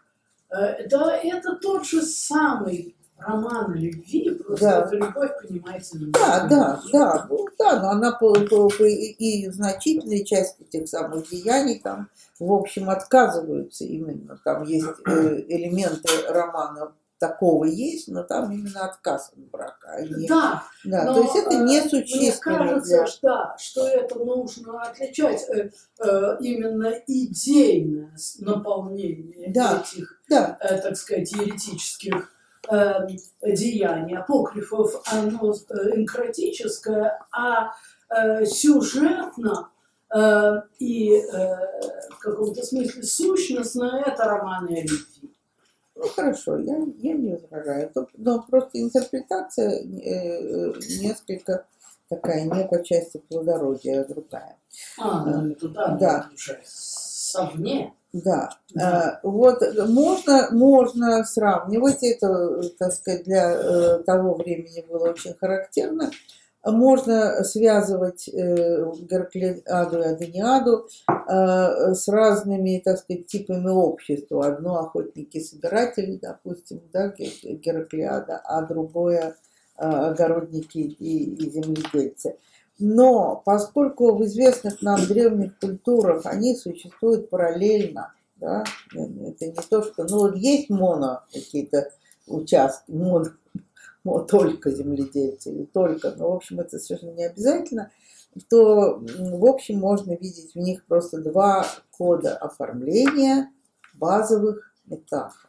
Э, Да, это тот же самый роман о любви, просто Да. эта любовь понимается немного Да, да, иначе. да, ну, да, но она по, по- по- и значительная часть этих самых деяний там, в общем, отказываются именно. Там есть э, элементы романа такого есть, но там именно отказ от брака. а не- Да, да, но, то есть это э, не мне существенно кажется, для... что, да, что это нужно отличать э, э, именно идейное с- наполнение Да. этих, Да, э, так сказать, еретических э, деяний, апокрифов, оно э, энкратическое, а э, сюжетно э, и э, в каком-то смысле сущностно это романы о любви. ну хорошо, я, я не возражаю. То- Но просто интерпретация э, несколько такая не по части плодородия, а другая. А, ну это да, Да. ну, уже совне. Да, Да. э, вот можно, можно сравнивать, это, так сказать, для э, того времени было очень характерно. Можно связывать э, Гераклиаду и Адониаду э, с разными, так сказать, типами общества. Одно охотники-собиратели, допустим, да, Ге- Гераклиада, а другое э, огородники и, и земледельцы. Но поскольку в известных нам древних культурах они существуют параллельно, да, это не то, что, ну вот есть моно какие-то участки, моно, мо- только земледельцы или только, но в общем это совершенно не обязательно, то м, в общем можно видеть в них просто два кода оформления базовых метафор.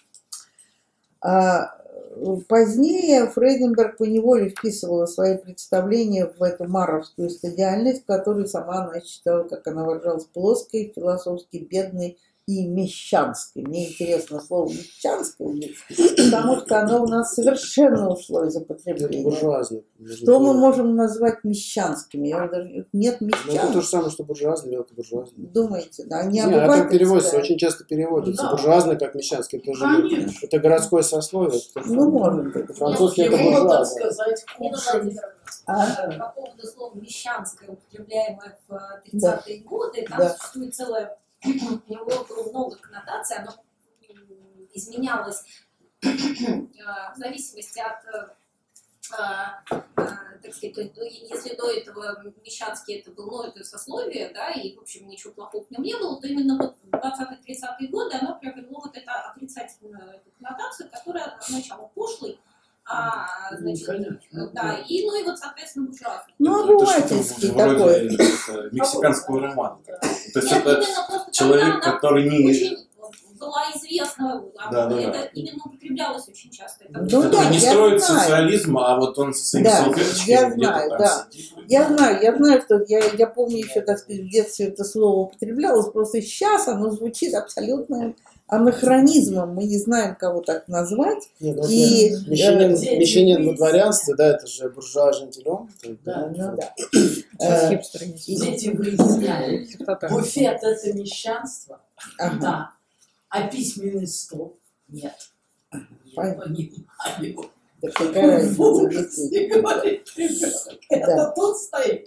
А позднее Фрейденберг поневоле вписывала свои представления в эту маровскую стадиальность, которую сама она считала, как она выражалась, плоской, философски бедной и мещанской. Мне интересно слово мещанское, потому что оно у нас совершенно ушло из Это употребления. буржуазно. Что мы можем назвать мещанскими? Я даже... Нет Ну, это то мещан. же самое, что буржуазный, мелкобуржуазный. Думаете, да? Не Не, это переводится, обывательское. очень часто переводится. Да. Буржуазный, как мещанский. Это, же, Конечно. это городское сословие. Это то же Ну, самое. может быть. Французский это Его, так буржуазный. сказать, Нина кушаем. Владимировна, А? по поводу слова «мещанское», употребляемое в тридцатые годы, там Да. существует целое, у него было много коннотаций, оно м, изменялось э, в зависимости от, э, э, так сказать, то- то если до этого мещанский это был, ну, это сословие, да, и, в общем, ничего плохого в нем не было, то именно вот в двадцатые-тридцатые годы оно приобрело вот эту отрицательную эту коннотацию, которая сначала пошлый, а, значит, Конечно. да, и, ну, и вот, соответственно, буржуазный. Ну, Это что-то обывательский вроде такой. это, мексиканского романа. То есть Нет, это именно просто человек, тогда она который не... очень была известна, а Да, да, это да. именно употреблялось очень часто. Это Ну было- да, который не я строит знаю. социализм, а вот он со своими Да, салфеточками я где-то знаю, там да. сидит. Я знаю, я знаю, что я, я помню еще, так сказать, в детстве это слово употреблялось, просто сейчас оно звучит абсолютным анахронизмом. Мы не знаем, кого так назвать. Не, ну, И, вот мещанин, э, мещанин во дворянстве, да, это же буржуа жентилен. Да. Ну да. Сейчас Э, хипстеры есть. Дети выясняют. Хипстотары. Буфет – это мещанство? Ага. Да. А письменный стол? Нет. Не Понятно. понимаю. Так какая разница, В ужасе, действительно. говорит ребенок. Да. Это тут стоит.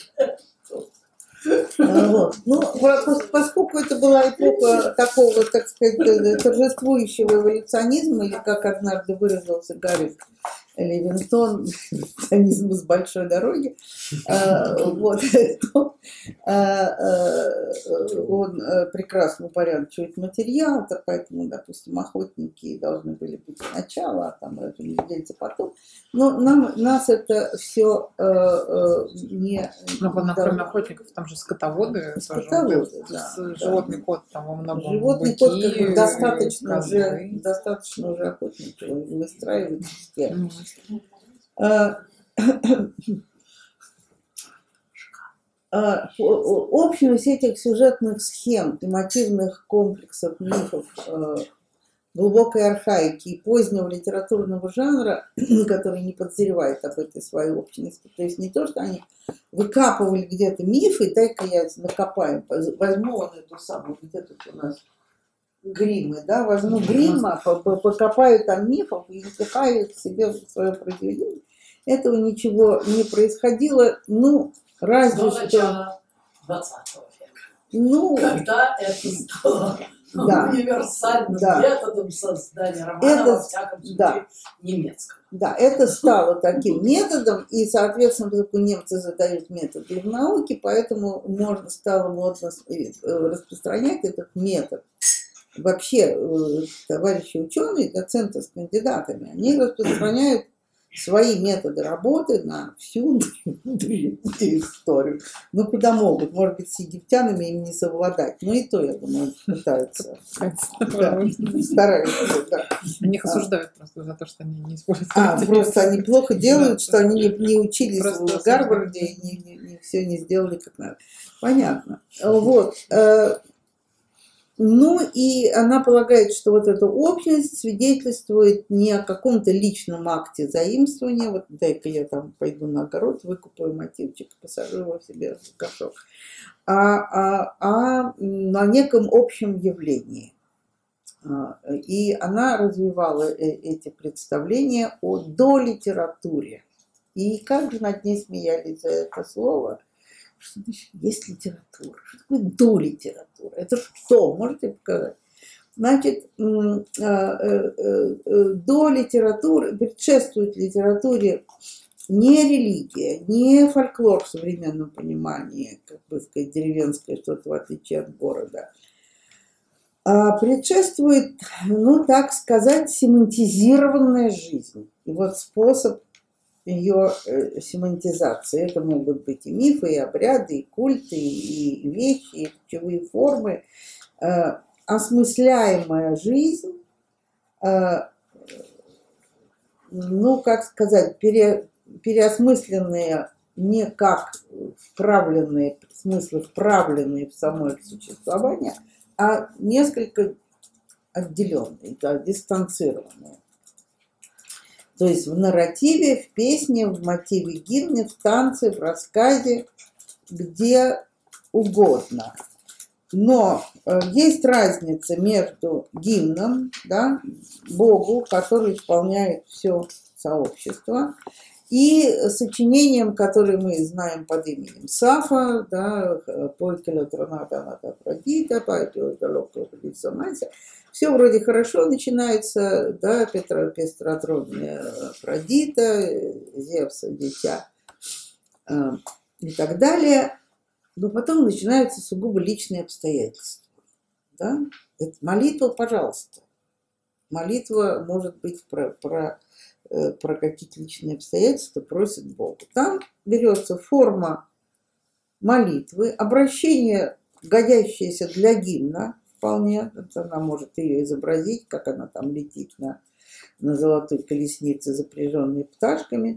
А, вот. Ну, пос- поскольку это была эпоха такого, так сказать, э, торжествующего эволюционизма, или как однажды выразился Гарри Левинсон, эволюционизм с большой дороги, а, вот, то, а, а, он а, прекрасно упорядочивает материал, то поэтому, допустим, охотники должны были быть сначала, а там земледельцы потом. Но нам, нас это все не... Ну, ладно, не кроме должно- охотников, там же скотоводы. Скотоводы, тоже. да, С- да. Животный кот там во многом. Животный кот быки, как бы достаточно козы. уже, достаточно уже охотники выстраивают систему. Ну, А, а, о- общность этих сюжетных схем, темативных комплексов, мифов, э, глубокой архаики и позднего литературного жанра, который не подозревает об этой своей общности. То есть не то, что они выкапывали где-то мифы, дай-ка я накопаю, возьму он эту самую, где тут у нас гриммы, да, возьму гримма, по- по- покопаю там мифов и запихаю к себе в свое произведение. Этого ничего не происходило, ну, разве До что, начала двадцатого века. ну, Когда это стало Да. универсальным Да. методом создания романа, Это- во всяком случае, да. немецкого. Да, это стало таким методом, и, соответственно, поскольку немцы задают методы в науке, поэтому можно, стало модно э, распространять этот метод. Вообще, э, товарищи ученые, доценты с кандидатами, они распространяют свои методы работы на всю историю. Ну, куда могут. Может быть, с египтянами им не совладать. Но и то, я думаю, пытаются. Да, стараются, да. Они их осуждают просто за то, что они не используют. А, эти просто методы. они плохо делают, что они не, не учились Просто в Гарварде и не, не, не все не сделали как надо. Понятно. Вот. э, Ну и она полагает, что вот эта общность свидетельствует не о каком-то личном акте заимствования, вот дай-ка я там пойду на огород, выкупаю мотивчик, посажу его себе в горшок, а, а, а на неком общем явлении. А, И она развивала э- эти представления о долитературе. И как же над ней смеялись за это слово. Что значит есть литература? Что такое долитература? Это что? Можете показать? Значит, м, э, э, э, до литературы, предшествует литературе не религия, не фольклор в современном понимании, как бы сказать, деревенское что-то в отличие от города, а предшествует, ну так сказать, семантизированная жизнь. И вот способ ее э, семантизации. Это могут быть и мифы, и обряды, и культы, и, и вещи, и ключевые формы. Э, осмысляемая жизнь, э, ну, как сказать, пере, переосмысленные не как вправленные, смыслы вправленные в самое существование, а несколько отделенные, да, дистанцированные. То есть в нарративе, в песне, в мотиве гимне, в танце, в рассказе, где угодно. Но э, есть разница между гимном, да, Богу, который исполняет все сообщество, и сочинением, которое мы знаем под именем Сафа, да, «Пойкеля троната Афродита», «Пайпио далоко Лисомася». Все вроде хорошо начинается, да, Петра, пестротронная Афродита, Зевса, дитя э, и так далее. Но потом начинаются сугубо личные обстоятельства. Да? Это молитва, пожалуйста. Молитва может быть про, про, э, про какие-то личные обстоятельства, просит Богу. Там берется форма молитвы, обращение, годящееся для гимна, вполне, она может ее изобразить, как она там летит на, на золотой колеснице, запряженной пташками.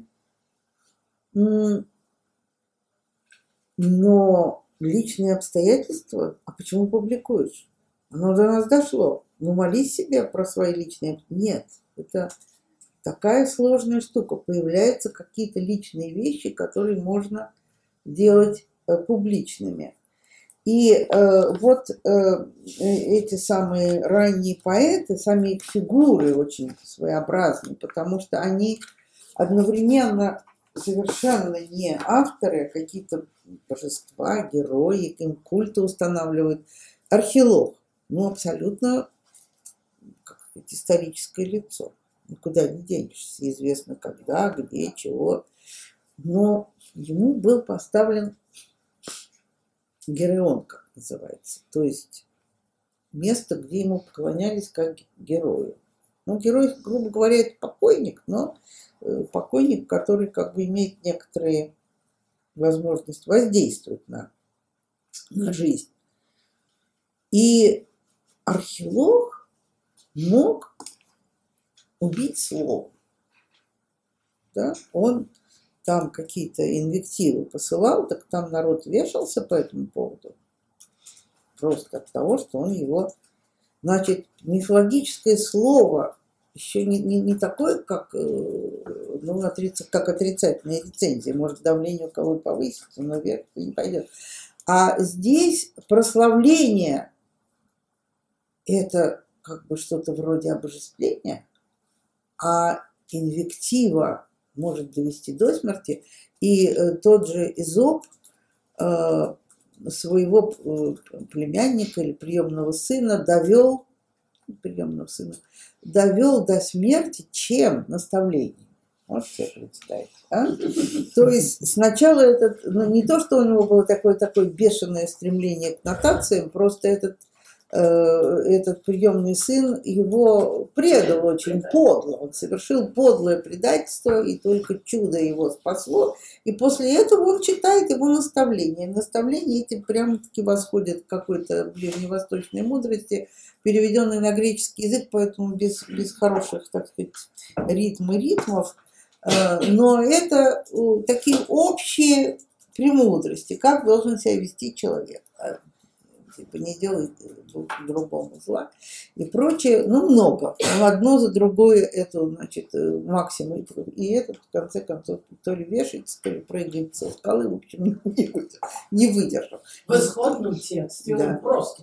Но личные обстоятельства, а почему публикуешь? Оно до нас дошло. Ну, молись себе про свои личные... Нет, это такая сложная штука. Появляются какие-то личные вещи, которые можно делать э, публичными. И э, вот э, эти самые ранние поэты, сами их фигуры очень своеобразны, потому что они одновременно совершенно не авторы, а какие-то божества, герои, им культы устанавливают. Архилог, ну, абсолютно как сказать, историческое лицо. Никуда не денешься, известно когда, где, чего. Но ему был поставлен Гереон, как называется. То есть место, где ему поклонялись как герою. Ну, герой, грубо говоря, это покойник, но покойник, который как бы имеет некоторые возможности воздействовать на, на жизнь. И археолог мог убить словом. Да? Он там какие-то инвективы посылал, так там народ вешался по этому поводу. Просто от того, что он его... Значит, мифологическое слово еще не, не, не такое, как, ну, отрица, как отрицательная рецензия. Может, давление у кого-то повысится, но вверх не пойдет. А здесь прославление – это как бы что-то вроде обожествления, а инвектива может довести до смерти. И э, тот же Эзоп, э, своего э, племянника или приемного сына довел, приемного сына, довел до смерти чем? Наставлением. Можете себе представить, а? То есть сначала этот, ну не то, что у него было такое, такое бешеное стремление к нотациям, просто этот, э, этот приемный сын его предал очень подло, он совершил подлое предательство, и только чудо его спасло, и после этого он читает его наставления. Наставления эти прямо-таки восходят к какой-то ближневосточной мудрости, переведенной на греческий язык, поэтому без, без хороших, так сказать, ритм и ритмов. Но это такие общие премудрости, как должен себя вести человек. Типа не делай другому зла и прочее. Ну, много. Одно за другое это, значит, максимум. И это, в конце концов, то ли вешается, то ли прыгает со скалы. В общем, не выдержал. В исходном тексте да. он просто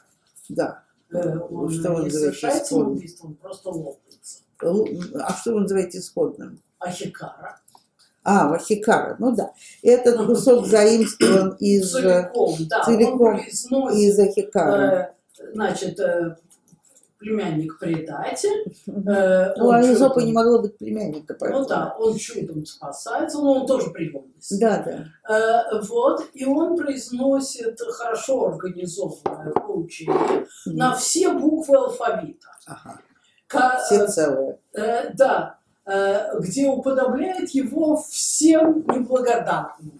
да. Он что вы не называете совершает исходным? самоубийство, он просто лопается. А что вы называете исходным? Ахикара. А, Вахикара, ну да. Этот кусок заимствован из, Целиком, да. целиком Он произносит, из Ахикара. э, значит, э, племянник-предатель. Э, Ну, он а Эзопа чудом- не могло быть племянника, поэтому. Ну да, он чудом спасается, но он тоже приемный сын. Да, да. Э, вот, и он произносит хорошо организованное поучение на все буквы алфавита. Ага. Ка- Все целые. э, да, э, где уподобляет его всем неблагодарным.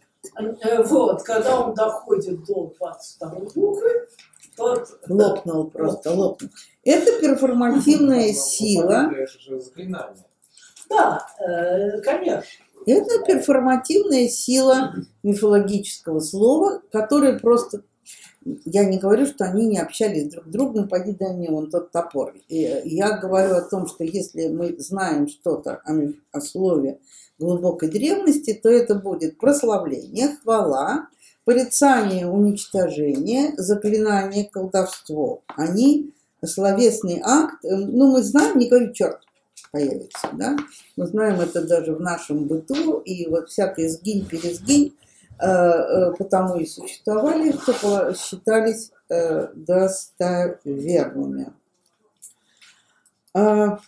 Э, вот, когда он доходит до двадцать второй буквы, тот Лопнул просто, лопнул. Это перформативная сила. Это же заклинание. да, э, конечно. Это перформативная сила мифологического слова, которое просто... Я не говорю, что они не общались друг с другом, поди дай мне вон тот топор. И я говорю о том, что если мы знаем что-то о, миф- о слове глубокой древности, то это будет прославление, хвала, порицание, уничтожение, заклинание, колдовство. Они словесный акт, э, ну мы знаем, не говорю, черт появится, да? Мы знаем это даже в нашем быту, и вот всякое сгинь-пересгинь, э, э, потому и существовали, что по- считались э, достоверными. А,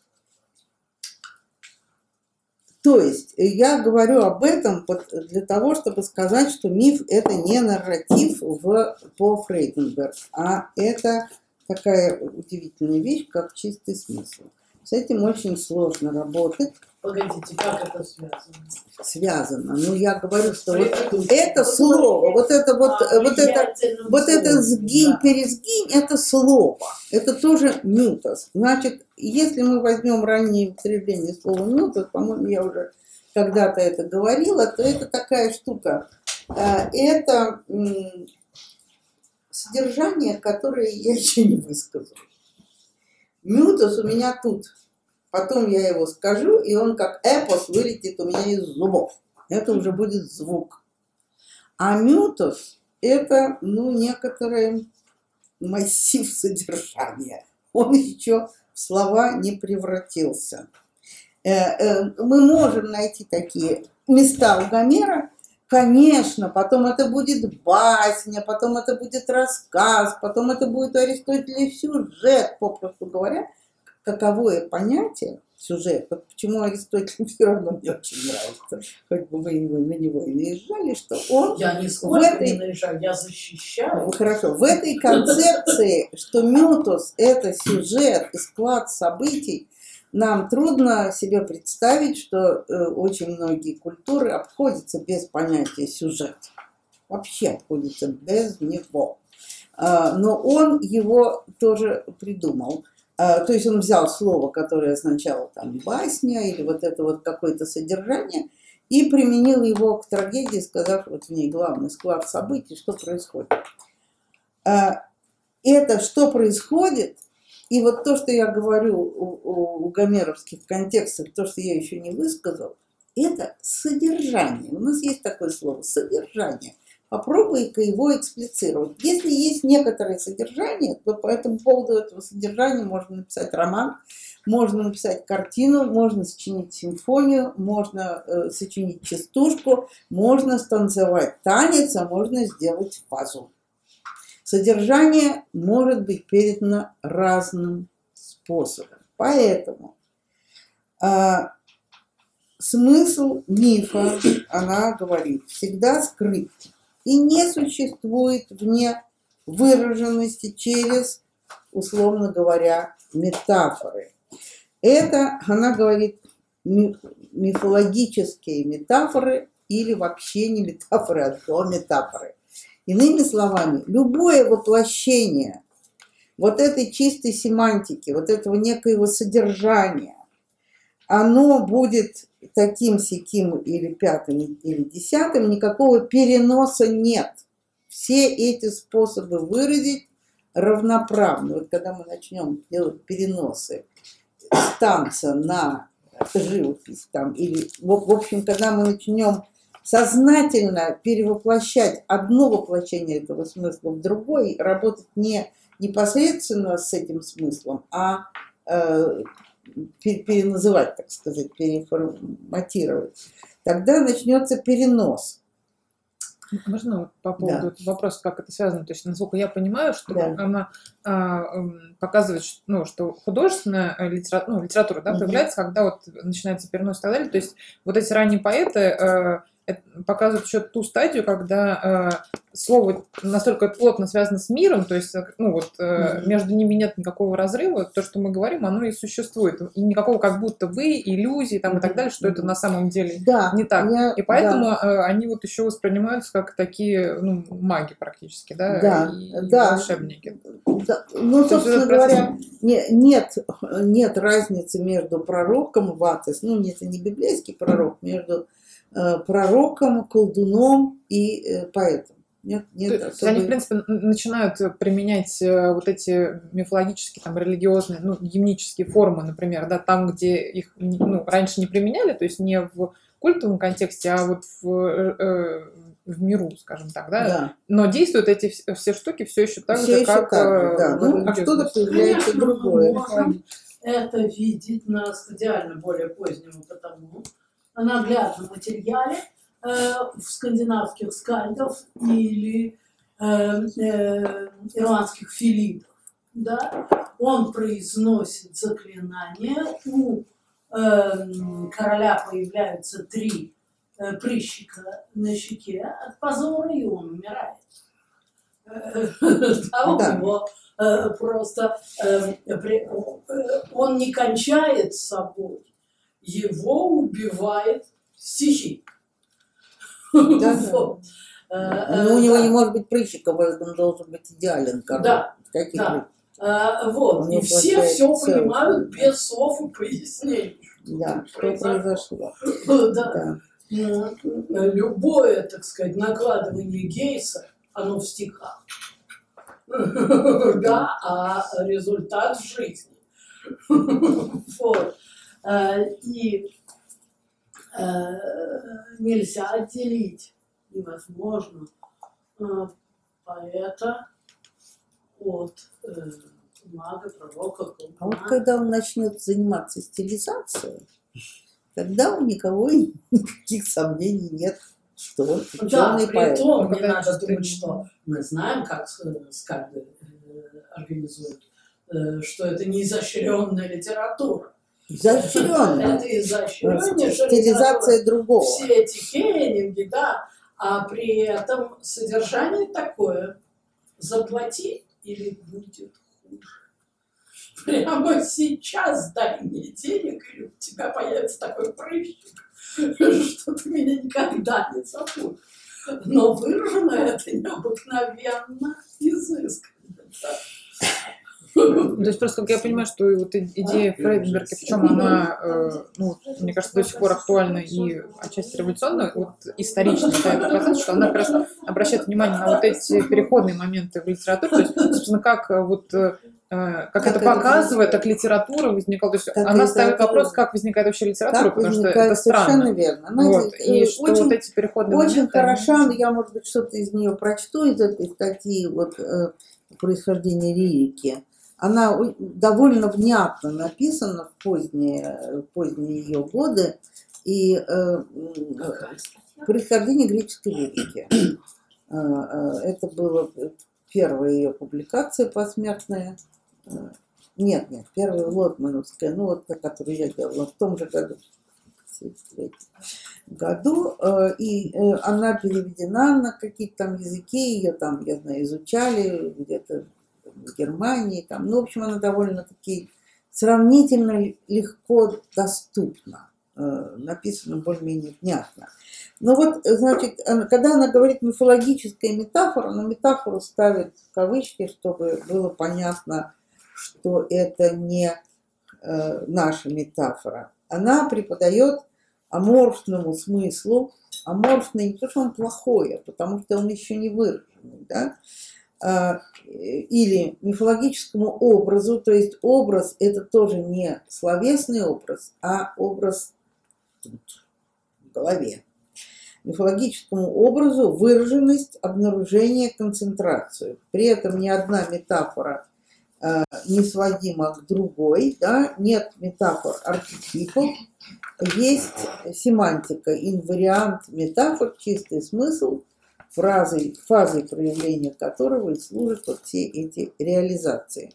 то есть я говорю об этом под- для того, чтобы сказать, что миф это не нарратив в, по Фрейденберг, а это такая удивительная вещь, как чистый смысл. С этим очень сложно работать, Погодите, как это связано? связано. Ну, я говорю, что вот Предыдущее. это слово, вот это вот, А, вот это, влиятельным вот это словом, сгинь, да. пересгинь, это слово. Это тоже мютос. Значит, если мы возьмем раннее употребление слова мютос, по-моему, я уже когда-то это говорила, то это такая штука. Э, Это м, содержание, которое я еще не высказала. Мютос у меня тут. Потом я его скажу, и он как эпос вылетит у меня из зубов. Это уже будет звук. А мютос – это, ну, некоторый массив содержания. Он еще в слова не превратился. Э, э, Мы можем найти такие места у Гомера. Конечно, потом это будет басня, потом это будет рассказ, потом это будет у Аристотеля сюжет, попросту говоря. Каковое понятие сюжет, вот почему Аристотель все равно мне очень нравится, хоть бы вы его- на него и наезжали, что он, Я нисколько в этой- не наезжаю, я защищаю. хорошо, в этой концепции, что мютос – это сюжет и склад событий, нам трудно себе представить, что э, очень многие культуры обходятся без понятия сюжет. Вообще обходятся без него. А, но он его тоже придумал. А, то есть он взял слово, которое означало там басня или вот это вот какое-то содержание, и применил его к трагедии, сказав, вот в ней главный склад событий, что происходит. А, это что происходит, и вот то, что я говорю у, у- у гомеровских контекстах, то, что я еще не высказал, это содержание. У нас есть такое слово – содержание. попробуй-ка его эксплицировать. Если есть некоторое содержание, то по этому поводу этого содержания можно написать роман, можно написать картину, можно сочинить симфонию, можно э, сочинить частушку, можно станцевать танец, а можно сделать вазу. Содержание может быть передано разным способом. Поэтому э, смысл мифа, она говорит, всегда скрыт и не существует вне выраженности через, условно говоря, метафоры. Это, она говорит, мифологические метафоры или вообще не метафоры, а до метафоры. Иными словами, любое воплощение вот этой чистой семантики, вот этого некоего содержания, оно будет таким-сяким или пятым, или десятым, никакого переноса нет. Все эти способы выразить равноправны. Вот когда мы начнем делать переносы с танца на живопись, там, или, в, в общем, когда мы начнем сознательно перевоплощать одно воплощение этого смысла в другой, работать не непосредственно с этим смыслом, а э, переназывать, так сказать, переформатировать, тогда начнется перенос. Можно вот по поводу Да. вопроса, как это связано? То есть, насколько я понимаю, что Да. она а, м, показывает, что, ну, что художественная литература, ну, литература да, Мгм. появляется, когда вот начинается перенос и так далее. То есть вот эти ранние поэты э, это показывают еще ту стадию, когда э, слово настолько плотно связано с миром, то есть ну, вот, э, Мгм. между ними нет никакого разрыва, то, что мы говорим, оно и существует. И никакого как будто бы иллюзий там, и так далее, что это на самом деле Да, не так. я- И поэтому да. э, они вот еще воспринимаются как такие, ну, маги практически, да, Да, и, и да. волшебники. Да, ну, есть собственно этот процесс- говоря, не- нет, нет разницы между пророком Ватес, ну, это не библейский пророк, между э, пророком, колдуном и э, поэтом. Нет, нет То есть они, в особой- принципе, н- начинают применять э, вот эти мифологические, там, религиозные, ну, гимнические формы, например, да, там, где их не- ну, раньше не применяли, то есть не в культовом контексте, а вот в, э, э, в миру, скажем так, да? Да. Но действуют эти вс- все штуки все еще так Всё же, еще как... так же, э, да. в Ну, а религиозных что-то появляется Конечно, другое. мы можем это видеть на стадиально более позднем, потому наглядном материале э, в скандинавских скальдов или э, э, ирландских филиппов. Да? Он произносит заклинание, у э, короля появляются три э, прыщика на щеке от позора, и он умирает. Э, Да, у Да. него э, просто э, при- э, он не кончает с собой, его убивает стихи. Да, Вот. Э, э, Ну, у него да. не может быть прыщиков, он должен быть идеален. король. Да, Каких да. прыщиков? Э, Вот. Он И все воплощает все целое. понимают без слов и пояснений. Да, что произошло. произошло. Да. Да. Ну, любое, так сказать, накладывание гейса, оно в стихах. Да, а результат в жизни. Вот. Э, И э, нельзя отделить, невозможно э, поэта от э, мага, пророка, А вот колдуна. когда он начнет заниматься стилизацией, тогда у никого никаких сомнений нет, что он Да, ученый при поэт. том Ну, не когда надо чисто- думать, что мы знаем, как э, скальды э, организуют, э, что это не изощренная литература. Изощренная. Это изощреннейшая литература. Стилизация другого. Все эти хеннинги, да, а при этом содержание такое. Заплати или будет хуже. Прямо сейчас дай мне денег, или у тебя появится такой прыщик, что ты меня никогда не забудешь. Но выражено это необыкновенно изысканно. То есть просто, как я понимаю, что вот и- идея Фрейденберга, в чем она, э, ну, мне кажется, до сих пор актуальна и отчасти революционна, вот исторично, да, это показать, что она как раз обращает внимание на вот эти переходные моменты в литературе, то есть, собственно, как э, вот э, как, Как это это показывает, возникает? как литература возникала. То есть Как она ставит литература- вопрос, как возникает вообще литература, Как потому что возникает, это совершенно странно. верно. Она Вот. э, И что очень, вот эти переходные очень моменты, они- хороша, но я, может быть, что-то из нее прочту, из этой статьи вот, э, происхождения лирики. Она о- довольно внятно написана в поздние, в поздние ее годы. И э, м, происхождение греческой лирики. Э, э, Это была первая ее публикация посмертная. Э, Нет, нет, первая Лотмановская, ну вот та, которую я делала в том же году, в семьдесят третьем году. Э, И э, она переведена на какие-то там языки, ее там, я знаю, изучали где-то в Германии. Там. Ну, в общем, она довольно-таки сравнительно легко доступна, э, написана более-менее внятно. Но вот, значит, она- когда она говорит мифологическая метафора, она метафору ставит в кавычки, чтобы было понятно, что это не э, наша метафора. Она преподает аморфному смыслу, аморфный не то, что он плохой, а потому что он еще не выраженный, да, а, или мифологическому образу, то есть образ это тоже не словесный образ, а образ тут, в голове. Мифологическому образу выраженность, обнаружение, концентрацию. При этом ни одна метафора э, не сводима к другой, да? Нет метафор архетипов, есть семантика, инвариант метафор, чистый смысл, фразой, фазой проявления которого и служат вот все эти реализации.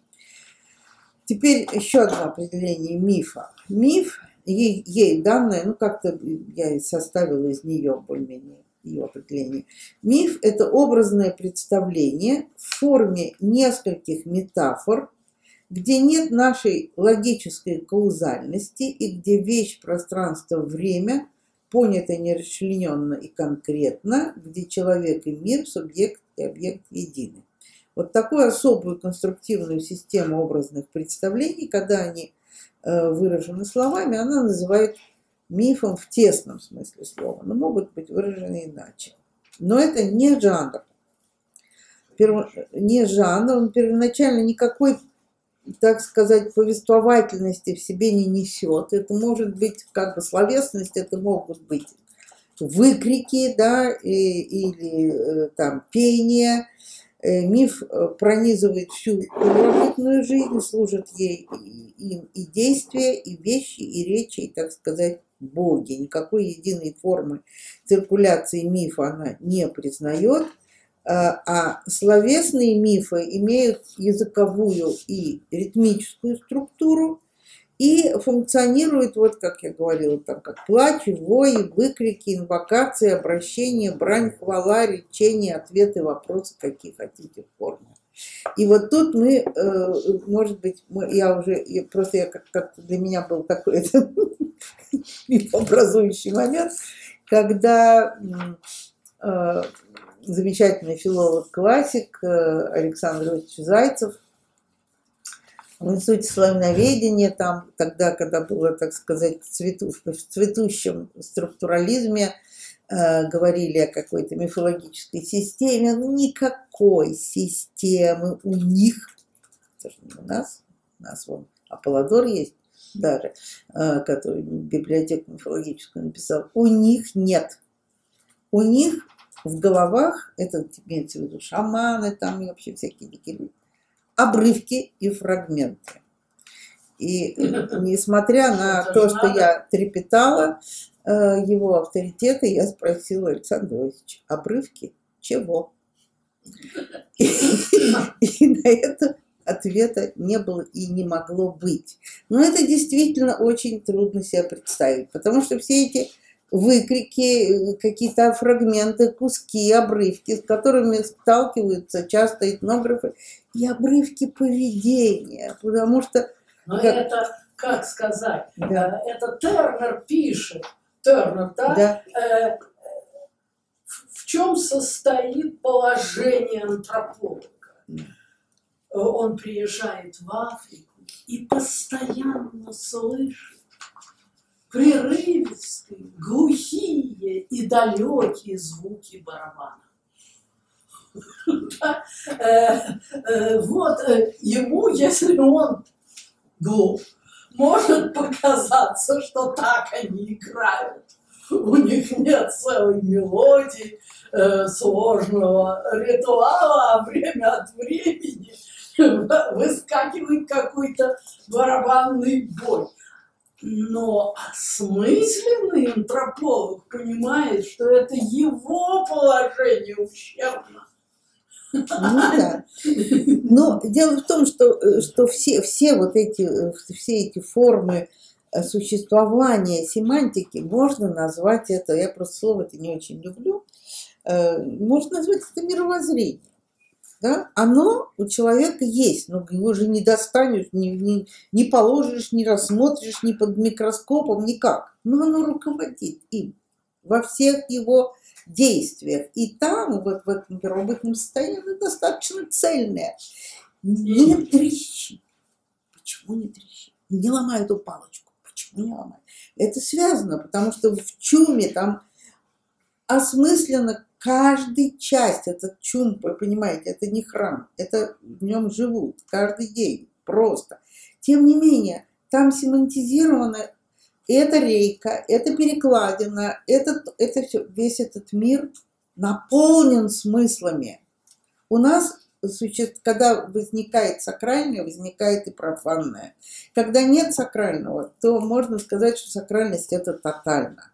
Теперь еще одно определение мифа. Миф, ей, ей данное, ну как-то я составила из нее более-менее ее определение. Миф – это образное представление в форме нескольких метафор, где нет нашей логической каузальности и где вещь, пространство, время понято нерасчлененно и конкретно, где человек и мир, субъект и объект едины. Вот такую особую конструктивную систему образных представлений, когда они э, выражены словами, она называет мифом в тесном смысле слова, но могут быть выражены иначе. Но это не жанр. Перво, не жанр, он первоначально никакой, так сказать, повествовательности в себе не несет. Это может быть как бы словесность, это могут быть выкрики, да, и, или там пение. Миф пронизывает всю первобытную жизнь, служит ей им и действия, и вещи, и речи, и, так сказать, боги. Никакой единой формы циркуляции мифа она не признает, а словесные мифы имеют языковую и ритмическую структуру и функционируют, вот как я говорила, там, как плач, вой, выкрики, инвокации, обращения, брань, хвала, речения, ответы, вопросы, какие хотите формы. И вот тут мы, может быть, мы, я уже, я, просто я как, как для меня был такой мифообразующий момент, когда э, замечательный филолог-классик Александр Ильич Зайцев в Институте славяноведения, там, тогда, когда было, так сказать, в, цвету, в цветущем структурализме, э, говорили о какой-то мифологической системе, ну, никакой системы у них, это же не у нас, у нас вон Аполлодор есть даже, э, который библиотеку мифологическую написал, у них нет. У них в головах, это имеется в виду шаманы, там и вообще всякие дикие люди, обрывки и фрагменты. И несмотря на то, что я трепетала его авторитета, я спросила Александра Иосифовича, обрывки чего? И, и на это ответа не было и не могло быть. Но это действительно очень трудно себе представить, потому что все эти выкрики, какие-то фрагменты, куски, обрывки, с которыми сталкиваются часто этнографы, и обрывки поведения, потому что... Но как... это, как сказать, да. это Тернер пишет, Тернер, да, да. Э, в чем состоит положение антрополога? он приезжает в Африку и постоянно слышит прерывистые, глухие и далекие звуки барабана. Да, э, э, вот э, ему, если он глуп, может показаться, что так они играют. У них нет целой мелодии, э, сложного ритуала, а время от времени выскакивает какой-то барабанный бой. Но осмысленный антрополог понимает, что это его положение ущербно. Ну да. Но дело в том, что, что все, все вот эти, все эти формы существования семантики можно назвать это, я просто слово это не очень люблю, можно назвать это мировоззрение. Да? Оно у человека есть, но его же не достанешь, не, не, не положишь, не рассмотришь, ни под микроскопом, никак. Но оно руководит им во всех его действиях. И там, вот в этом первобытном состоянии, достаточно цельное. Не трещи. Почему не трещи? Не ломай эту палочку. Почему не ломай? Это связано, потому что в чуме там осмысленно каждая часть, этот чум, вы понимаете, это не храм, это в нем живут каждый день, просто. Тем не менее, там семантизировано это рейка, это перекладина, это, это все, весь этот мир наполнен смыслами. У нас, когда возникает сакральное, возникает и профанное. Когда нет сакрального, то можно сказать, что сакральность это тотально.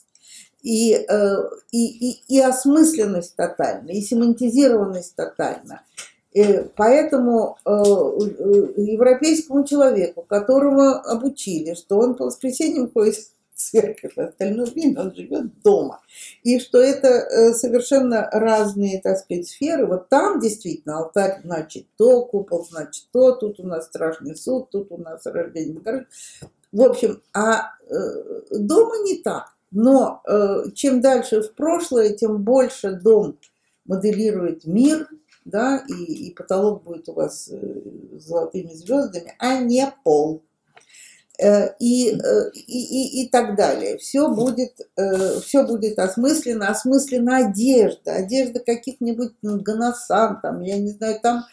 И, и, и, и осмысленность тотальна, и семантизированность тотальна. И поэтому э, европейскому человеку, которого обучили, что он по воскресеньям ходит в церковь, а остальное время он живет дома, и что это э, совершенно разные, так сказать, сферы, вот там действительно алтарь значит то, купол значит то, тут у нас страшный суд, тут у нас рождение. В общем, а э, дома не так. Но э, чем дальше в прошлое, тем больше дом моделирует мир, да, и, и потолок будет у вас э, с золотыми звездами, а не пол. Э, и, э, и, и, и так далее. Все будет, э, все будет осмысленно, осмыслена одежда, одежда каких-нибудь ганасан, там, я не знаю, там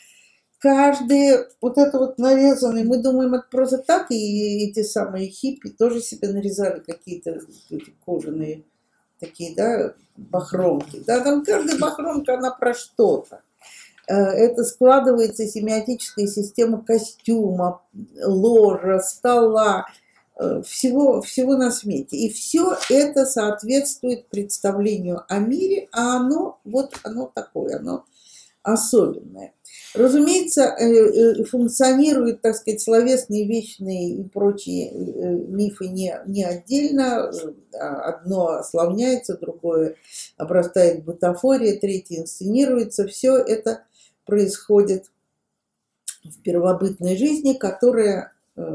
каждый вот это вот нарезанный, мы думаем, это просто так, и эти самые хиппи тоже себе нарезали какие-то эти кожаные такие, да, бахромки. Да, там каждая бахромка, она про что-то. Это складывается семиотическая система костюма, ложа, стола, всего, всего на свете. И все это соответствует представлению о мире, а оно, вот оно такое, оно особенное. Разумеется, функционируют, так сказать, словесные, вечные и прочие мифы не, не отдельно. Одно ославняется, другое обрастает бутафорией, третье инсценируется. Все это происходит в первобытной жизни, которая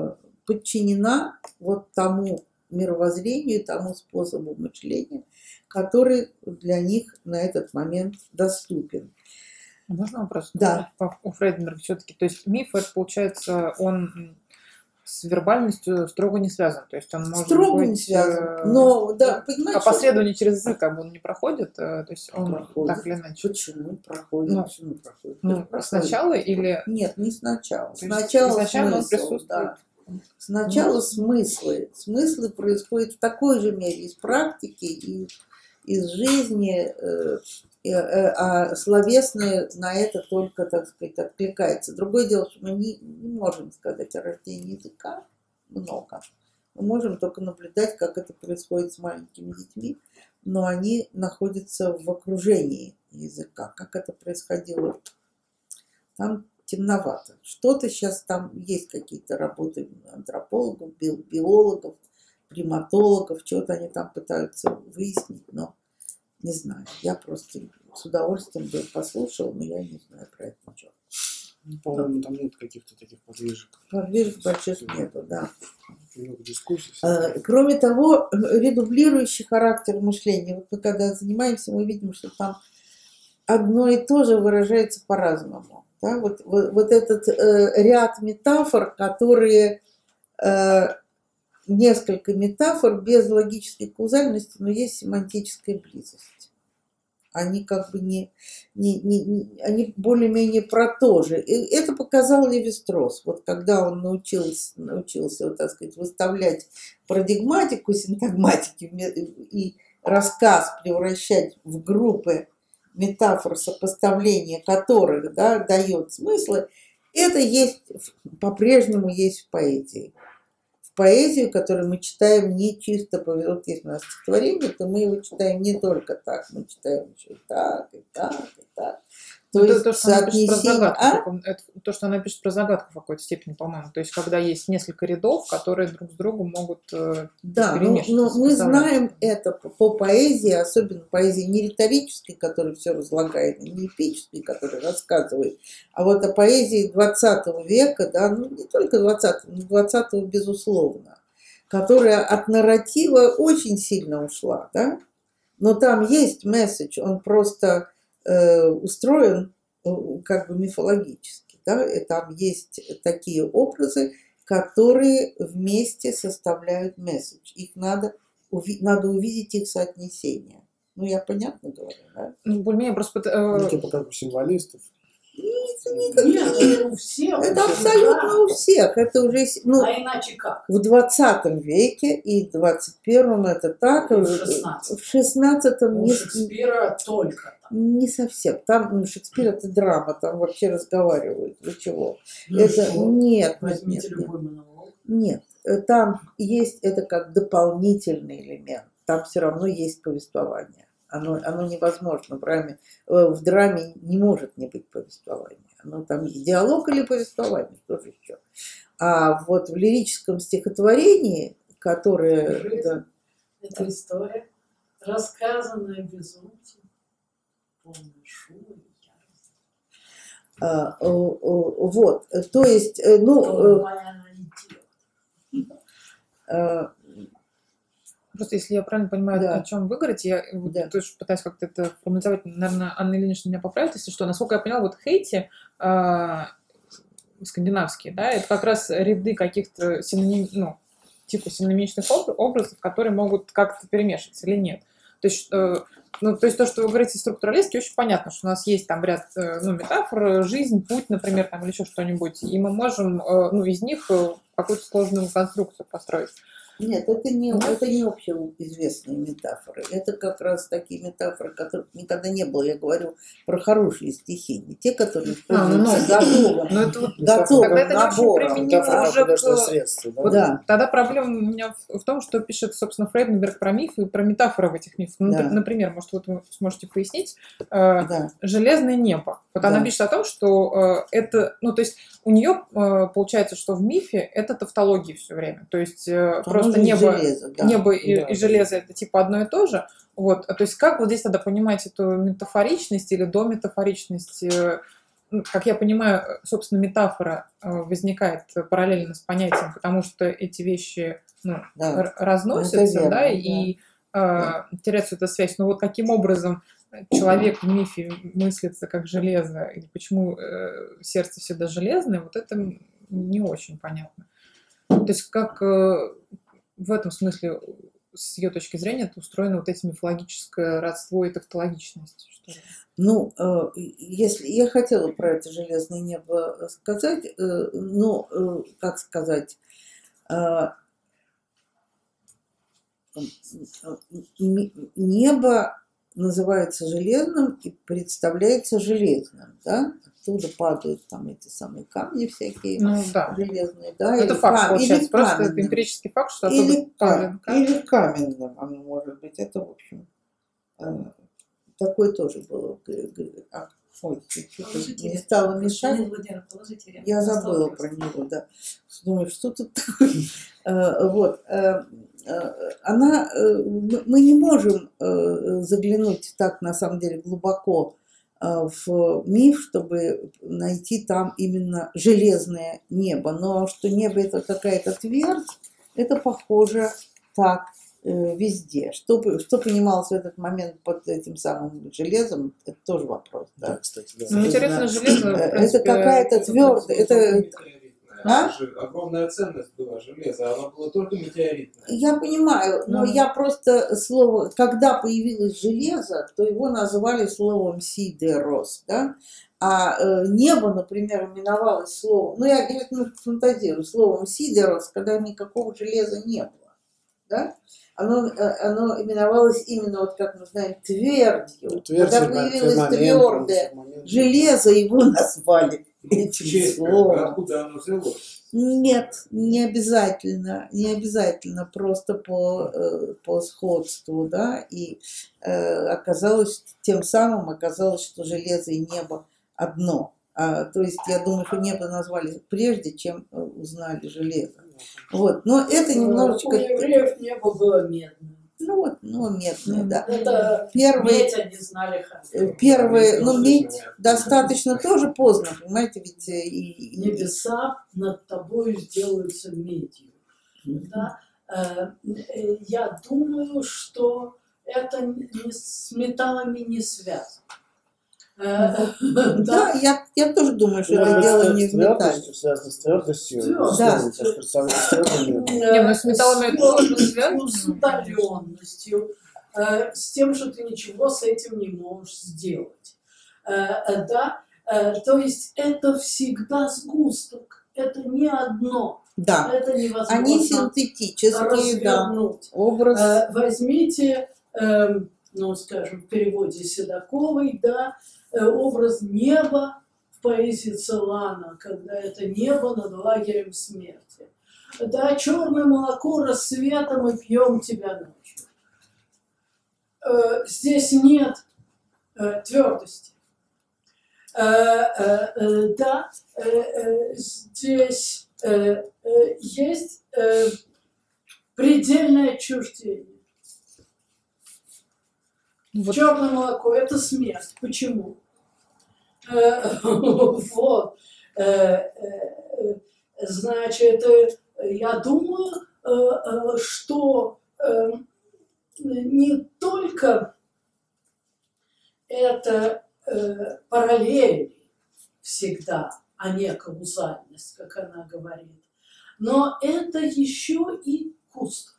подчинена вот тому мировоззрению, тому способу мышления, который для них на этот момент доступен. Можно вопрос? Да. У Фрейденберга все-таки, то есть миф, это получается, он с вербальностью строго не связан, то есть он может строго быть, не связан, но, да, понимаете, опосредование через язык как бы он не проходит, то есть он проходит. так или иначе. Почему проходит? Ну, Почему проходит? Ну, проходит. Сначала или... Нет, не сначала. То есть Сначала изначально он смысл, присутствует. да. Сначала Ну. смыслы. Смыслы происходят в такой же мере из практики, и из жизни, а словесное на это только, так сказать, откликается. Другое дело, что мы не, не можем сказать о рождении языка много. Мы можем только наблюдать, как это происходит с маленькими детьми, но они находятся в окружении языка. Как это происходило? Там темновато. Что-то сейчас там есть, какие-то работы антропологов, биологов, приматологов, что-то они там пытаются выяснить, но не знаю. Я просто с удовольствием бы послушала, но я не знаю про это ничего. По-моему, там нет каких-то таких подвижек. Подвижек больших нету, да. Много дискуссий. Кроме того, редублирующий характер мышления. Вот мы когда занимаемся, мы видим, что там одно и то же выражается по-разному. Да? Вот, вот, вот этот э, ряд метафор, которые э, несколько метафор без логической каузальности, но есть семантическая близость. Они как бы не, не, не, не они более-менее про то же. И это показал Леви-Стросс. Вот когда он научился, научился вот, так сказать, выставлять парадигматику синтагматики и рассказ превращать в группы метафор, сопоставление которых, да, дает смыслы, это есть, по-прежнему есть в поэзии. В поэзию, которую мы читаем не чисто, по- вот есть у нас стихотворение, то мы его читаем не только так, мы читаем еще и так, и так, и так. То Ну, то, есть то, что она пишет про соотнесение... загадку, А? как он- это то, что она пишет про загадку в какой-то степени, по-моему. То есть, когда есть несколько рядов, которые друг с другом могут э, Да, но, перемешиваться, но мы сопоставляться. знаем это по, по поэзии, особенно поэзии не риторической, которая все разлагает, и не эпической, которая рассказывает, а вот о поэзии двадцатого века, да, ну не только двадцатого, но двадцатого безусловно, которая от нарратива очень сильно ушла, да, но там есть месседж, он просто э, устроен э, как бы мифологически, да, и там есть такие образы, которые вместе составляют месседж. Их надо, уви- надо увидеть их соотнесение. Ну, я понятно говорю, да? Ну, более-менее просто... пыт- Ну, э, типа как у символистов. Нет, это у всех. Это у абсолютно у всех. Это уже, с- ну, А иначе как? в двадцатом веке и в двадцать первом это так. И в В шестнадцатом. в шестнадцатом У не, Шекспира только там. не совсем. Там ну, Шекспир это драма, там вообще разговаривают. Вы чего? Ну это что? нет, нет, нет, Возьмите нет. любой монолог. Нет, э, там есть это как дополнительный элемент. Там все равно есть повествование. Оно, оно невозможно. В драме, э, в драме не может не быть повествования. Оно там есть диалог или повествование, что же еще. А вот в лирическом стихотворении, которое... Жизнь. Да, Это история, рассказанная безумцем, полная шума и ярости. а, э, э, вот, э, то есть, э, ну, э, Моя аналитика. э, Просто если я правильно понимаю, Да. о чем вы говорите, я вот Да. тоже пытаюсь как-то это формализовать, наверное, Анна Ильинична меня поправит, если что. Насколько я поняла, вот Хейти э, скандинавские, да, это как раз ряды каких-то синоним, ну, типа синонимичных об- образов, которые могут как-то перемешиваться или нет. То есть, э, ну, то есть то, что вы говорите структуралистски, очень понятно, что у нас есть там ряд э, ну, метафор, жизнь, путь, например, там, или еще что-нибудь, и мы можем э, ну, из них э, какую-то сложную конструкцию построить. нет, это не, Нет? это не общеизвестные метафоры. Это как раз такие метафоры, которых никогда не было. Я говорю про хорошие стихи, не те, которые А, ну, используются готовым. Но это вот Готовым тогда это не очень набором. применимо Метафора уже художественного к... средства, да? Вот Да. тогда проблема у меня в в том, что пишет, собственно, Фрейденберг про мифы и про метафоры в этих мифах. Ну, Да. нап- Например, может, вот вы сможете пояснить, э, Да. «Железное небо». Вот Да. она пишет о том, что э, это, ну, то есть у нее э, получается, что в мифе это тавтология все время. То есть э, Оно просто же из небо, железа, да. небо и, Да, и да. железо это типа одно и то же. Вот. А То есть как вот здесь тогда понимать эту метафоричность или дометафоричность? э, ну, Как я понимаю, э, собственно, метафора э, возникает параллельно с понятием, потому что эти вещи ну, Да. р- разносятся, Это верно, да, да. и э, Да. теряется эта связь. Но вот каким образом человек в мифе мыслится как железо, и почему э, сердце всегда железное, вот это не очень понятно. То есть как э, в этом смысле с ее точки зрения это устроено вот этим мифологическое родство и тавтологичность, что ли? Ну, э, если я хотела про это железное небо сказать, э, но, э, как сказать, э, м- небо называется железным и представляется железным, да? Оттуда падают там эти самые камни всякие Ну да. железные, да? Это или факт, кам- или получается. Просто это каменным. эмпирический факт, что Или, оттуда падает кам- камень. или каменным оно может быть. Это, в общем, э, такое тоже было. Г- г- а, ой, чуть-чуть Положите не стало мешать. Леонид Владимирович, положите рядом. Я на стол забыла просто. про него, да. Думаю, что тут такое? Э, Вот. э, э, Она, э, мы мы не можем э, заглянуть так, на самом деле, глубоко э, в миф, чтобы найти там именно железное небо. Но что небо это какая-то твердь, это похоже так. э, везде. Что, п- что понималось в этот момент под этим самым железом, это тоже вопрос. Да, Да? кстати, да. Ну, интересно, железо, в Это принципе, какая-то твердая, это, а? Же огромная ценность была железа, оно было только метеоритное. Я понимаю, но Мгм. я просто слово, когда появилось железо, то его называли словом сидерос, да? А э, небо, например, именовалось словом, ну я, я немножко фантазирую, словом сидерос, когда никакого железа не было, да? Оно, э, оно именовалось именно, вот как мы знаем, твердью. Ну, Когда твердь, появилось фермамент, твердое фермамент. железо, его назвали В этим честь, как бы, словом. откуда оно взялось? Нет, не обязательно, не обязательно, просто по, э, по сходству, да, и э, оказалось, тем самым оказалось, что железо и небо одно. А, то есть я думаю, что небо назвали прежде, чем э, узнали железо. Вот, но это У немножечко, евреев небо было медное. ну вот, ну медное, да. Это Первые, медь они знали э, хорошо. первые, ну медь достаточно тоже поздно, понимаете, ведь э, и, и- Небеса над тобою сделаются медью. Да? Э, э, Я думаю, что это не с металлами не связано. Э, Да, Да, я, я тоже думаю, что Может это быть, дело с не в металле. твердостью, связано с твердостью. Твердость. Да. С твердостью, с твердостью. Не, ну с металлами это сложно с связано. с удаленностью, э, с тем, что ты ничего с этим не можешь сделать. Э, э, Да, Э, то есть это всегда сгусток, это не одно, Да, это они невозможно синтетические, да. развернуть. Образ. Э, Возьмите, эм, ну, скажем, в переводе Седоковой, да, э, образ неба в поэзии Целана, когда это небо над лагерем смерти. Да, черное молоко рассветом мы пьем тебя ночью. Э, Здесь нет э, твердости. Э, э, э, Да, э, э, здесь э, э, есть э, предельное отчуждение. Вот. Черное молоко – это смерть. Почему? Э, Вот. Э, э, э, Значит, э, я думаю, э, э, что э, не только это э, параллель всегда, а не каузальность, как она говорит, но это еще и куст.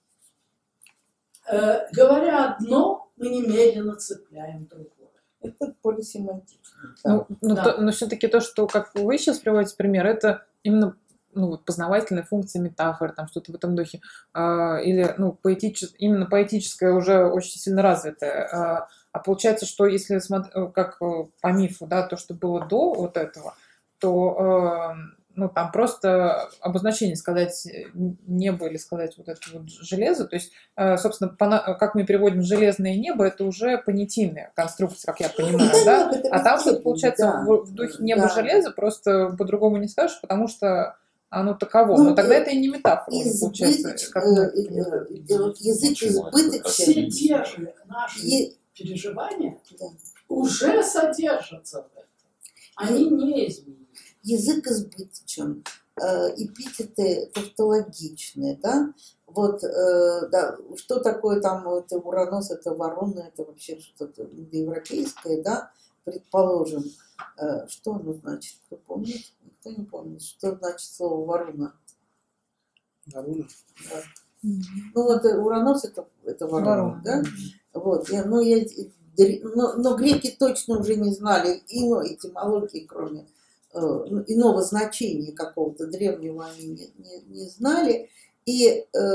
Э, Говоря одно, мы немедленно цепляем другое. Это полисемантично. Да. Ну, ну, Да. то- но все-таки то, что, как вы сейчас приводите пример, это именно ну, вот, познавательная функция метафоры, там что-то в этом духе. А, или ну, поэтичес- именно поэтическое уже очень сильно развитое. А, а получается, что если смотреть, как э, по мифу, да, то, что было до вот этого, то э, ну, там просто обозначение сказать небо или сказать вот это вот железо. То есть, э, собственно, по на- как мы переводим железное небо, это уже понятийная конструкция, как я понимаю, да? нет, это А там везде что-то получается да. в, в духе неба Да. железа, просто по-другому не скажешь, потому что оно таково. Ну, Но тогда э, это и не метафора уже получается. Избыточ- Как мы э, это э, понимаем. э, вот язык Ничего, это избыточен. Все те же наши Е- переживания да. уже содержатся в этом. Они не изменились. Язык избыточен, э, эпитеты тавтологичные, да, вот, э, да, что такое там, это уранос, это ворона, это вообще что-то индоевропейское, да, предположим, э, что оно значит, кто помнит? Никто не помнит, что значит слово ворона. Варуна. Да. Ну вот э, уранос это, это ворона, Ворона. да, вот, я, ну, я, дре- но, но греки точно уже не знали иной этимологии, кроме э, ну, иного значения какого-то древнего они не, не, не знали. И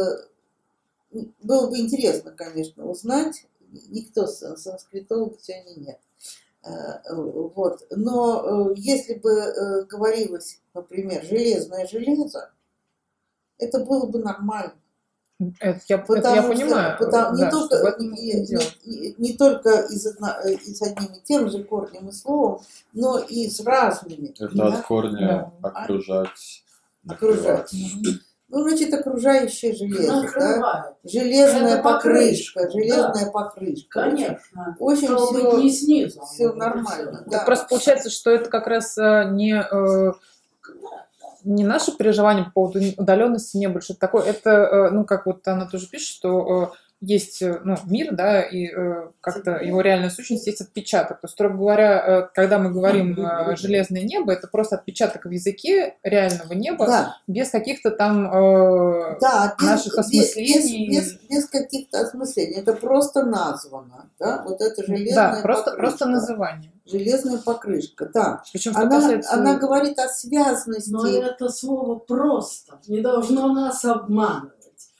э, было бы интересно, конечно, узнать, никто сан- санскритологов сегодня нет. Э, вот. Но э, если бы э, говорилось, например, железное железо, это было бы нормально. Это я, это Потому я что- понимаю. потому- не, да, только, что в этом не, и дело. не- не- не только и с, одно- и с одним и тем же корнем и словом, но и с разными. Это да, от корня Да. окружать. окружать. Ну, значит, окружающее железо, да? Накрывают. Железная Это покрышка, покрышка, железная покрышка. Конечно. В общем, Стало быть, все, не снизу. все оно будет нормально. всё. Да. Так просто получается, что это как раз э, не, э, не наши переживания по поводу удаленности неба, что-то такое. Это, э, ну, как вот она тоже пишет, что э, есть э, ну, мир, да, и э, как-то его реальная сущность есть отпечаток. То есть, строго говоря, э, когда мы говорим э, «железное небо», это просто отпечаток в языке реального неба, Да, без каких-то там э, да, без, наших без, осмыслений. без, без, без каких-то осмыслений. Это просто названо, да, вот это железная Да, просто, покрышка. просто называние. Железная покрышка, да. Причем, что Она, касается... она говорит о связности. Но это слово «просто» не должно нас обманывать.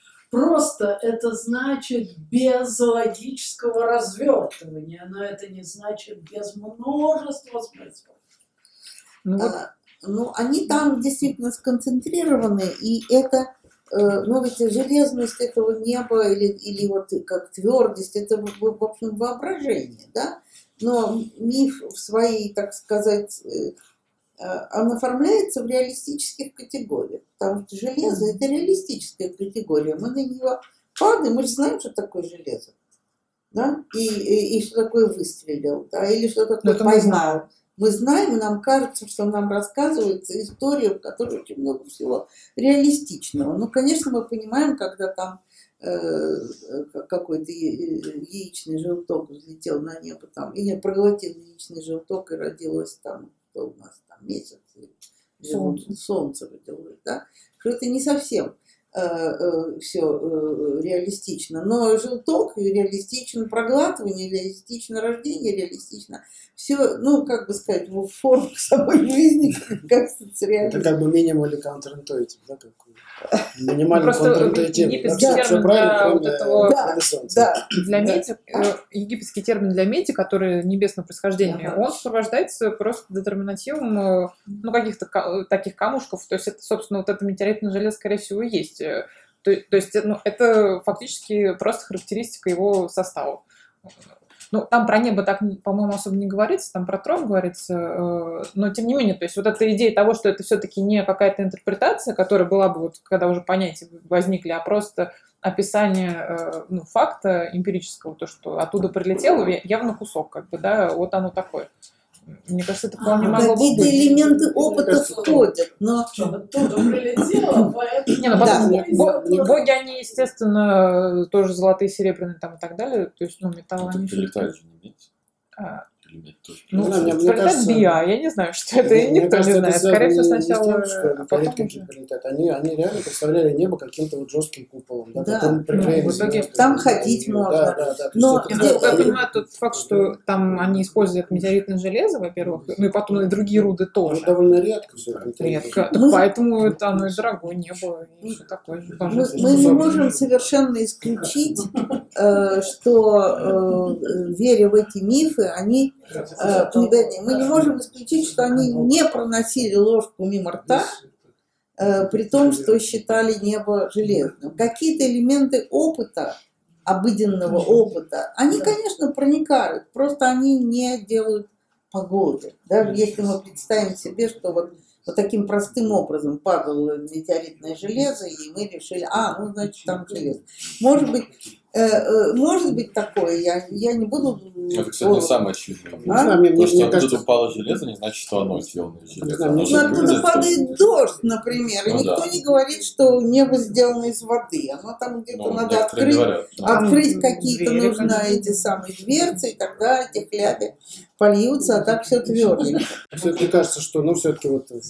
Просто это значит без логического развертывания, но это не значит без множества смыслов. Ну, вот, А, ну, они там действительно сконцентрированы, и это, э, ну, ведь железность этого неба или, или вот как твердость, это, в, в общем, воображение, да? Но миф в своей, так сказать, э, он оформляется в реалистических категориях, потому что железо – это реалистическая категория. Мы на нее падаем, мы же знаем, что такое железо, да? И, и, и что такое выстрелил, да? Или что такое это мы поймал. знаем. Мы знаем, и нам кажется, что нам рассказывается история, в которой очень много всего реалистичного. Ну, конечно, мы понимаем, когда там э, какой-то яичный желток взлетел на небо, там, или проглотил яичный желток и родилось там, что у нас там месяц, и Солнце. солнце родилось, да? Что это не совсем э, э, все э, реалистично. Но желток реалистичен, проглатывание реалистично, рождение реалистично. Все, ну, как бы сказать, в форму самой жизни, как социально. Это как бы минимум или counter-intuitive, да, как минимально Просто контринтуитивно. египетский Да, термин все правильно, для кроме вот этого- Да, солнца. Да, Для Да. меди, э, египетский термин для меди, который небесного происхождения, Ага. он сопровождается просто детерминативом э, ну, каких-то ка- таких камушков. То есть это, собственно, вот это метеоритное железо, скорее всего, и есть. Э, То, то есть э, ну, это фактически просто характеристика его состава. Ну, там про небо так, по-моему, особо не говорится, там про трон говорится, э, но тем не менее, то есть вот эта идея того, что это все-таки не какая-то интерпретация, которая была бы, вот, когда уже понятия возникли, а просто описание э, ну, факта эмпирического, то, что оттуда прилетело, явно кусок, как бы, да, вот оно такое. Мне кажется, это вполне А, могло бы какие-то быть. элементы опыта входят, но Оттуда прилетело, поэтому... Не, ну потом Да. бо- боги, они, естественно, тоже золотые, серебряные там и так далее, то есть, ну, металл они... Прилетает же не медь. А, Или медь тоже. Ну, Не знаю, мне- мне прилетает кажется- биа, я не знаю, что это, и Мне никто кажется, не это знает. Скорее всего, связано не с сначала, тем, что а метеорит потом какие уже. прилетают. Они, они реально представляли небо каким-то вот жестким куполом, да, Да. которым приклеили Ну, в итоге звезды. там ходить Да, можно. Да, да, да. То Но есть это Я, где- я такое- понимаю тот факт, что там они используют метеоритное железо, во-первых, ну и потом и другие руды Ну, тоже. довольно редко все это. Редко. Так Мы- поэтому это оно и дорогое небо, и все такое. мы, божественное. мы не можем совершенно исключить, э, что, э, веря в эти мифы, они, э, вернее, мы не можем исключить, что они не проносили ложку мимо рта, э, при том, что считали небо железным. Какие-то элементы опыта, обыденного опыта, они, конечно, проникают, просто они не делают погоды. Даже если мы представим себе, что вот, вот таким простым образом падало метеоритное железо, и мы решили, а, ну, значит, там железо. Может быть, э, э, может быть такое, я, я не буду... Это, кстати, не самое очевидное. Не знаю, мне, То, мне, что мне оттуда кажется, упало железо, не значит, что оно сделано из железа. знаю, Оно мне же Ну, кажется, оттуда выглядит, падает дождь, например, и Ну никто да. не говорит, что небо сделано из воды. Оно там где-то ну, надо некоторые открыть, говорят. ну, Там открыть какие-то двери, нужно конечно. эти самые дверцы, и тогда эти хляби польются, а так все тверденько. все-таки кажется, что, ну, все-таки вот в,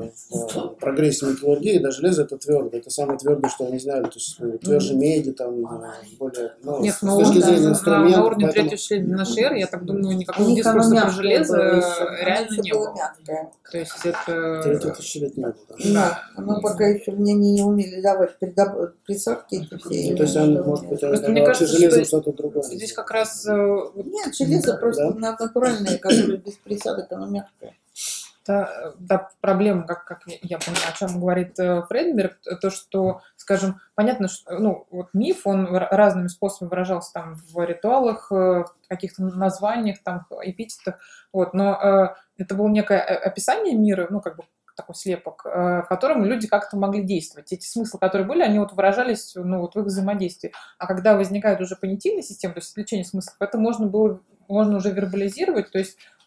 в прогрессе металлургии, да, железо это твердое, это самое твердое, что они знали, то есть ну, тверже меди, там, э, более, ну, Нет, с но точки он, зрения на, на инструментов, уровне поэтому- третьего тысячелетия нашей эры, я так думаю, У никакого них оно дискурса про мягкое железо было еще, оно реально еще не было было. мягкое. То есть Третье это... тысячелетие не было. Да, оно пока еще мне не умели давать предо- присадки эти все. Ну, то есть, он, может быть, они Просто мне вообще кажется, железом что что-то другое. здесь как раз э, вот Нет, железо просто Да. натуральное, которое без присадок, оно мягкое. та, та проблема, как, как я, я понимаю, о чем говорит э, Фрейденберг, то, что, скажем, понятно, что ну, вот миф, он р- разными способами выражался там в ритуалах, э, в каких-то названиях, там, эпитетах, вот, но э, это было некое описание мира, ну, как бы такой слепок, э, в котором люди как-то могли действовать. Эти смыслы, которые были, они вот выражались ну, вот в их взаимодействии. А когда возникает уже понятийная система, то есть извлечение смыслов, это можно было можно уже вербализировать, то есть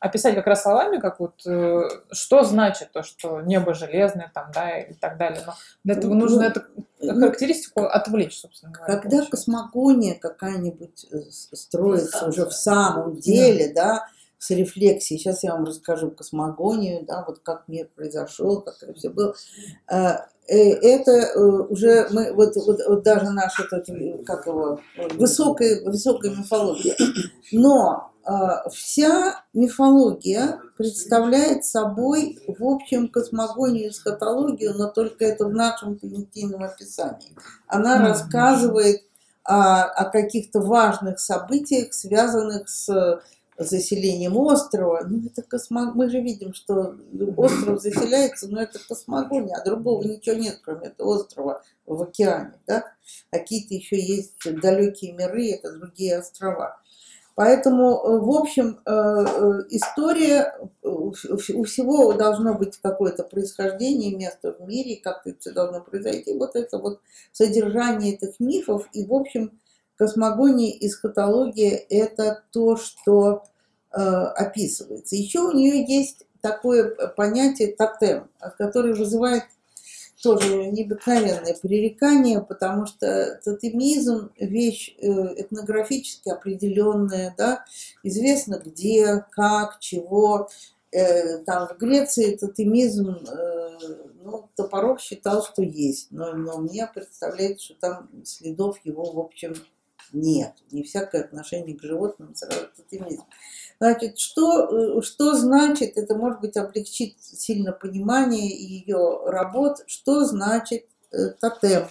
описать как раз словами, как вот, э, что значит то, что небо железное, там, да, и так далее. Но для этого нужно Ну, эту ну, характеристику отвлечь, собственно говоря. Когда получается. космогония какая-нибудь э, с- строится Инстанция. уже в самом деле, да, с рефлексией, сейчас я вам расскажу космогонию, да, вот как мир произошел, как это все было. Э, э, Это э, уже мы, вот, вот, вот даже наша, вот, э, как его, высокая, высокая мифология. Но э, вся мифология представляет собой, в общем, космогонию и эсхатологию, но только это в нашем понятийном описании. Она Мгм. рассказывает о, о каких-то важных событиях, связанных с заселением острова. Ну, это космо... Мы же видим, что остров заселяется, но это космогония, а другого ничего нет, кроме этого острова в океане. Да? Какие-то еще есть далекие миры, это другие острова. Поэтому, э, в общем, э, э, история, э, у вс- у всего должно быть какое-то происхождение, место в мире, как это все должно произойти. Вот это вот содержание этих мифов. И, в общем, космогония и эсхатология – это то, что э, описывается. Еще у нее есть такое понятие тотем, которое вызывает тоже необыкновенное пререкание, потому что тотемизм – вещь э, этнографически определенная, да, известно где, как, чего. Э, Там в Греции тотемизм, э, ну, Топоров считал, что есть, но, но мне представляется, что там следов его, в общем, нет. Не всякое отношение к животным, сразу тотемизм. Значит, что, э, что значит, это, может быть, облегчит сильно понимание ее работ, что значит э, тотем.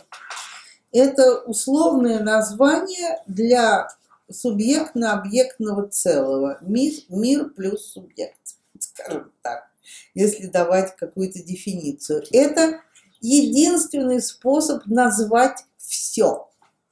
Это условное название для субъектно-объектного целого. Мир, мир плюс субъект, скажем так, если давать какую-то дефиницию. Это единственный способ назвать все.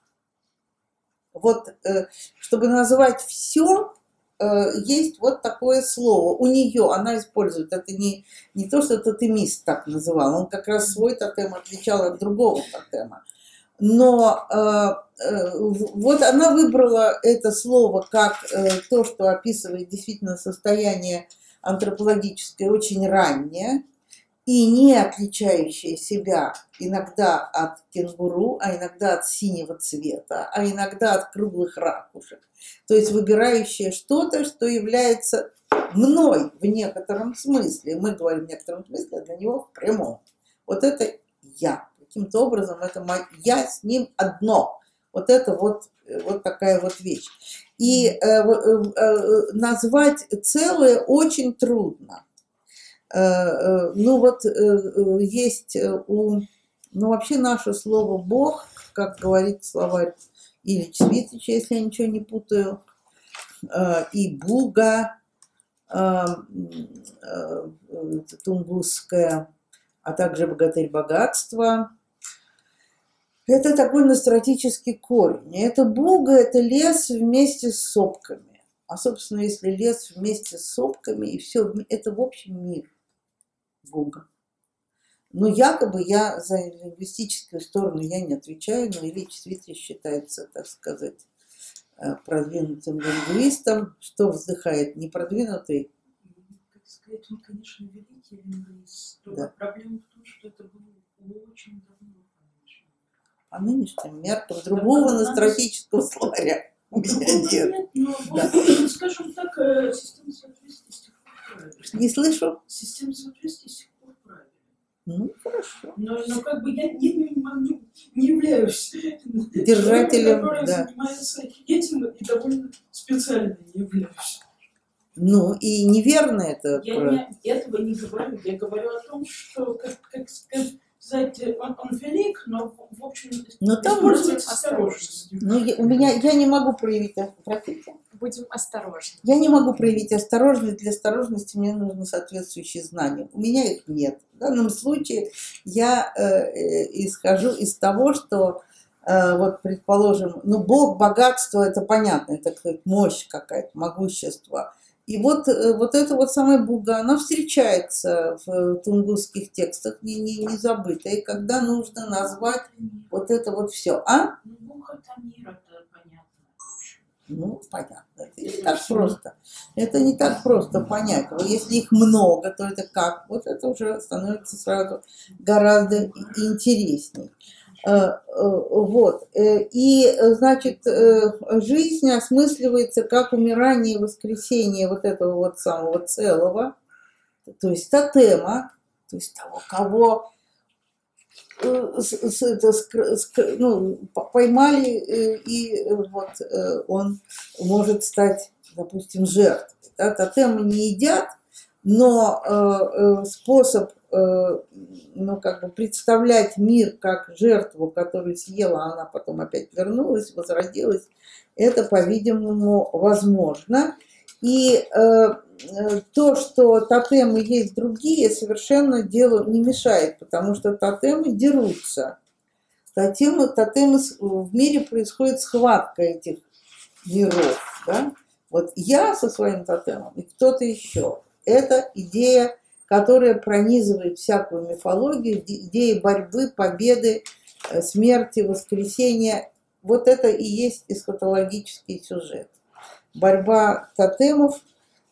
Вот, э, чтобы назвать все, есть вот такое слово. У нее, она использует, это не, не то, что тотемист так называл, он как раз свой тотем отличал от другого тотема. Но э, э, вот она выбрала это слово как э, то, что описывает действительно состояние антропологическое очень раннее и не отличающее себя иногда от кенгуру, а иногда от синего цвета, а иногда от круглых ракушек. То есть выбирающее что-то, что является мной в некотором смысле. Мы говорим в некотором смысле, а для него в прямом. Вот это я. Каким-то образом это мой, я с ним одно. Вот это вот, вот такая вот вещь. И э, э, назвать целое очень трудно. Э, э, ну вот э, есть у... Ну вообще наше слово «бог», как говорит словарь Ильич Свитыч, если я ничего не путаю, э, и «буга», э, э, тунгусская, а также «богатырь богатства». Это такой настратический корень. И это буга, это лес вместе с сопками. А, собственно, если лес вместе с сопками, и все, это в общем мир буга. Но якобы я за лингвистическую сторону я не отвечаю, но Ильич Свитыч считается, так сказать, продвинутым лингвистом. Что вздыхает непродвинутый? Как сказать, он, конечно, великий лингвист. Да. Проблема в том, что это было очень давно. По нынешним меркам другого настратического словаря у меня нет. Но, Да. вот, скажем так, система соответствия с тех пор правильная. Не слышу? Система соответствия с тех пор правильная. Ну, хорошо. Но, но как бы я, я не, не, не являюсь Держателем, человеком, который да. занимается этим и довольно специально не являюсь. Ну, и неверно это. Я про- не, этого не говорю. Я говорю о том, что, как, как сказать, он, он велик, но, в общем, Но там нужно может быть быть осторожным. Ну, я, у меня, я не могу проявить, простите, Будем осторожны. я не могу проявить осторожность. Для осторожности мне нужны соответствующие знания. У меня их нет. В данном случае я э, э, исхожу из того, что, э, вот, предположим, ну, Бог, богатство, это понятно, это как мощь какая-то, могущество. И вот, э, вот это вот самая буга, она встречается в тунгусских текстах, не, не, не забытая, когда нужно назвать вот это вот все. А? Ну, Бог это мир, это понятно. Ну, понятно. Это не так просто. Это не так просто понять. Вот если их много, то это как? Вот это уже становится сразу гораздо интересней. Вот. И, значит, жизнь осмысливается как умирание и воскресение вот этого вот самого целого, то есть тотема, то есть того, кого ну, поймали, и вот он может стать, допустим, жертвой. Да? Тотемы не едят, но способ, ну, как бы представлять мир как жертву, которую съела, она потом опять вернулась, возродилась, это, по-видимому, возможно. И э, то, что тотемы есть другие, совершенно делу не мешает, потому что тотемы дерутся. Тотемы, тотемы, в мире происходит схватка этих миров. Да? Вот я со своим тотемом и кто-то еще. Это идея, которая пронизывает всякую мифологию, идея борьбы, победы, смерти, воскресения. Вот это и есть эсхатологический сюжет. Борьба тотемов,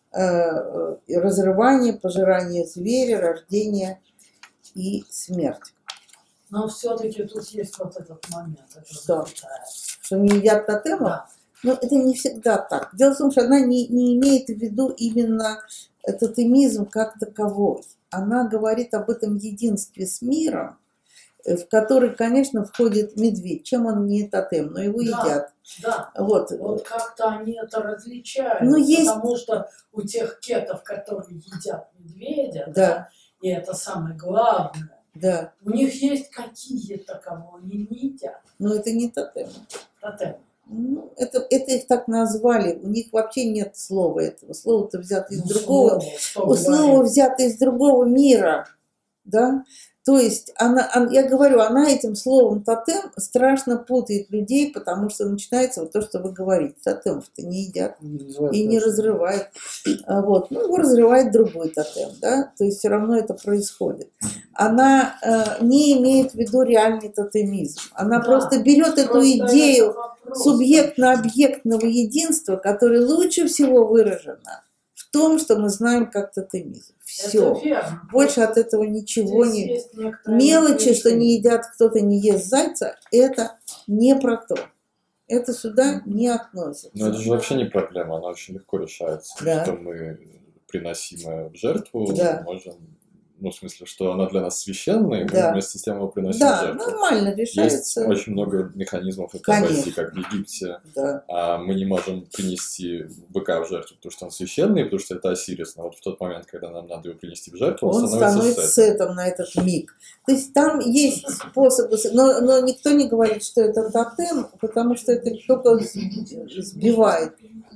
э, разрывание, пожирание зверя, рождение и смерть. Но все-таки тут есть вот этот момент. Что? Что не едят тотемов? Да. Но это не всегда так. Дело в том, что она не, не имеет в виду именно тотемизм как таковой. Она говорит об этом единстве с миром, в который, конечно, входит медведь. Чем он не тотем, но его Да. едят. Да, Вот. вот как-то они это различают, Ну, есть- потому что у тех кетов, которые едят медведя, да, Да, и это самое главное, да. у них есть какие-то, кого они не едят, Но это не тотем. тотемы. Ну, это, это их так назвали. У них вообще нет слова этого. Слово-то взято из Ну, другого. слово, что У слова говорить. взято из другого мира. Да? То есть, она, она- я говорю, она этим словом тотем страшно путает людей, потому что начинается вот то, что вы говорите. Тотемов-то не едят и не разрывают. А Вот. Ну, его разрывает другой тотем. Да? То есть, все равно это происходит. Она э, не имеет в виду реальный тотемизм. Она Да. просто берет эту Просто идею это вопрос. субъектно-объектного единства, которое лучше всего выражено в том, что мы знаем как тотемизм. Все. Это верно. Больше от этого ничего Здесь не... есть некоторые Мелочи, что не различия. едят, кто-то не ест зайца, это не про то. Это сюда не относится. Но это же вообще не проблема, она очень легко решается. Да. Что мы приносимое в жертву Да. можем, ну, в смысле, что она для нас священная, и мы Да. вместе с тем его приносим в Да, жертву. нормально Есть решается. очень много механизмов это Конечно. обойти, как в Египте. Да. А мы не можем принести быка в жертву, потому что он священный, потому что это Осирис. Но вот в тот момент, когда нам надо его принести в жертву, он, Он становится, становится сетом. сетом на этот миг. То есть там есть способы, но, но никто не говорит, что это тотем, потому что это только сбивает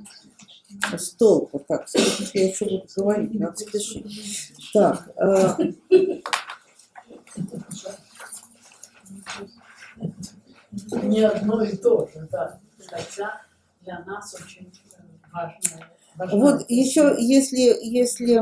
с толку. Так, сколько я еще буду говорить, надо спешить. Так, э, Не одно и то же, да. Хотя для нас очень э, важно. важна вот эта еще, связь. если, если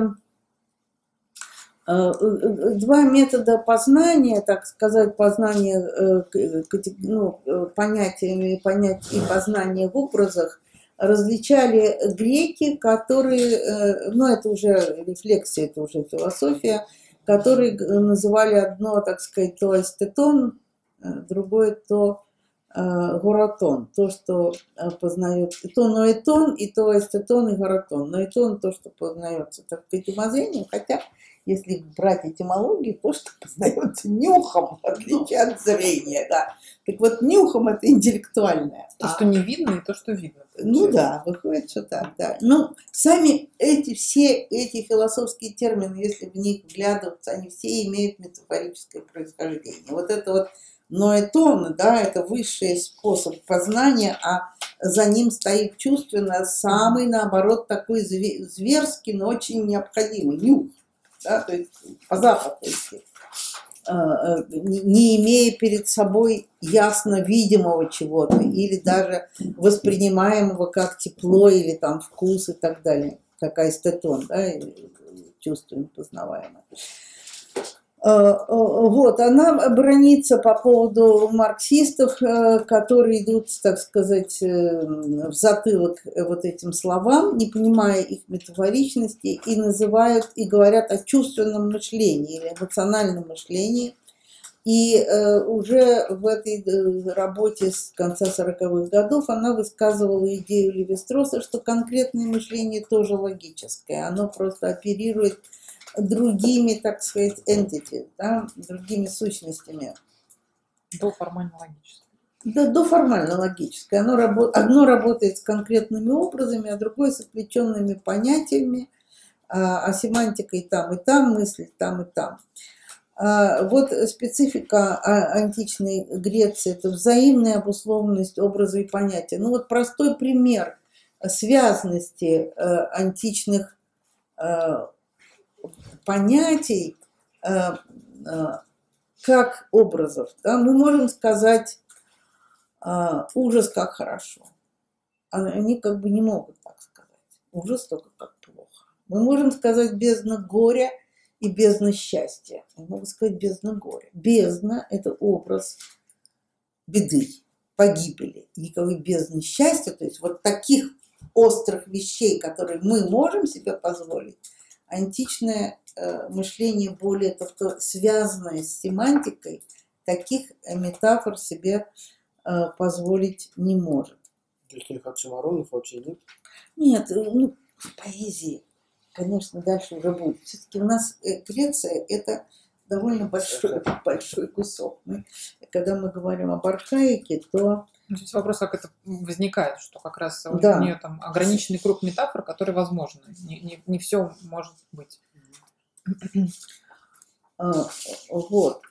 э, э, два метода познания, так сказать, познания э, к- кате- ну, э, понятиями и понять и познания в образах, различали греки, которые, э, ну это уже рефлексия, это уже философия, которые г- называли одно, так сказать, то эстетон, э, другое то э, горотон, то, что э, познает, и то ноэтон, и то эстетон, и горотон. Ноэтон то, что познается, так сказать, умозрением, хотя, если брать этимологию, то, что познается нюхом, в отличие от зрения, да. Так вот, нюхом это интеллектуальное. То, а что не видно, и то, что видно. ну да, выходит, что так, да. Но сами эти все эти философские термины, если в них вглядываться, они все имеют метафорическое происхождение. Вот это вот ноэтон, да, это высший способ познания, а за ним стоит чувственно самый, наоборот, такой зве- зверский, но очень необходимый нюх, да, то есть по запаху идти. А, а, не не имея перед собой ясно видимого чего-то или даже воспринимаемого как тепло или там вкус и так далее, как эстетон, да, и чувствуем познаваемое. Вот, она бронится по поводу марксистов, которые идут, так сказать, в затылок вот этим словам, не понимая их метафоричности, и называют, и говорят о чувственном мышлении или эмоциональном мышлении. И уже в этой работе с конца сороковых годов она высказывала идею Левистроса, что конкретное мышление тоже логическое, оно просто оперирует другими, так сказать, entity, да, другими сущностями. До формально-логического. Да, до формально-логическое. Оно, рабо- одно работает с конкретными образами, а другое с отвлеченными понятиями, а, а семантикой там и там, мысли там и там. А, вот специфика а, античной Греции – это взаимная обусловленность образа и понятия. Ну вот простой пример связности а, античных а, понятий э, э, как образов. Да? Мы можем сказать э, ужас как хорошо. Они как бы не могут так сказать. Ужас только как плохо. Мы можем сказать бездна горя и бездна счастья. Они могут сказать бездна горя. Бездна – это образ беды, погибели. Никакой бездны счастья, то есть вот таких острых вещей, которые мы можем себе позволить, античное э, мышление, более того, связанное с семантикой, таких метафор себе э, позволить не может. Таких оксюморонов вообще нет? Нет, ну, в поэзии, конечно, дальше уже будет. Все-таки у нас Греция – это довольно большой, большой кусок. Мы, когда мы говорим об архаике, то… Здесь вопрос, как это возникает, что как раз Да. у нее там ограниченный круг метафор, которые возможны. Не, не, не все может быть. А, вот.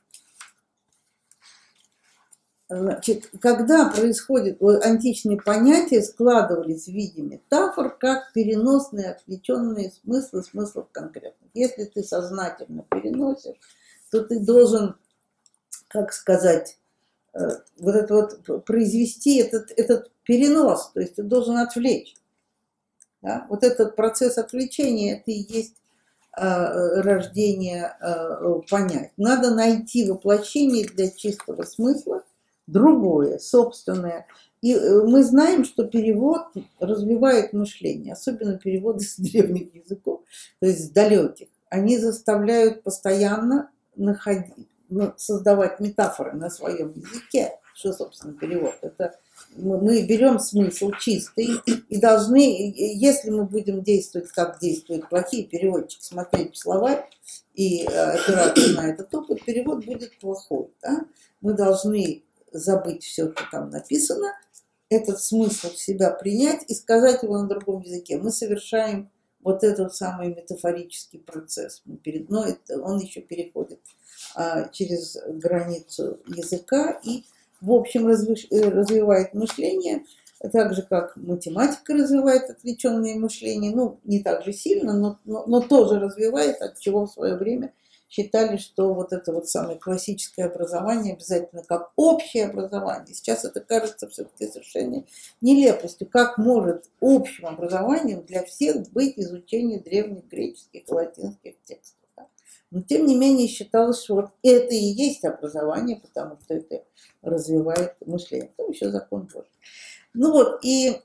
Значит, когда происходит, вот, античные понятия складывались в виде метафор, как переносные, отвлеченные смыслы, смыслов конкретных. Если ты сознательно переносишь, то ты должен, как сказать, вот это вот произвести этот, этот перенос, то есть ты должен отвлечь. Да? Вот этот процесс отвлечения, это и есть э, рождение э, понятий. Надо найти воплощение для чистого смысла, другое, собственное. И мы знаем, что перевод развивает мышление, особенно переводы с древних языков, то есть с далеких. Они заставляют постоянно находить, создавать метафоры на своем языке. Что, собственно, перевод? Это мы берем смысл чистый и должны, если мы будем действовать, как действуют плохие переводчики, смотреть в словарь и опираться на этот опыт, перевод будет плохой. Да? Мы должны забыть все, что там написано, этот смысл в себя принять и сказать его на другом языке. Мы совершаем вот этот самый метафорический процесс. Мы перед, но это, он еще переходит а, через границу языка и, в общем, разви, развивает мышление, так же, как математика развивает отвлеченное мышление, ну, не так же сильно, но, но, но тоже развивает, от чего в свое время считали, что вот это вот самое классическое образование обязательно как общее образование. Сейчас это кажется все-таки совершенно нелепостью. Как может общим образованием для всех быть изучение древних греческих и латинских текстов? Да? Но тем не менее считалось, что вот это и есть образование, потому что это развивает мышление. Потом еще закон Божий. Ну вот, и...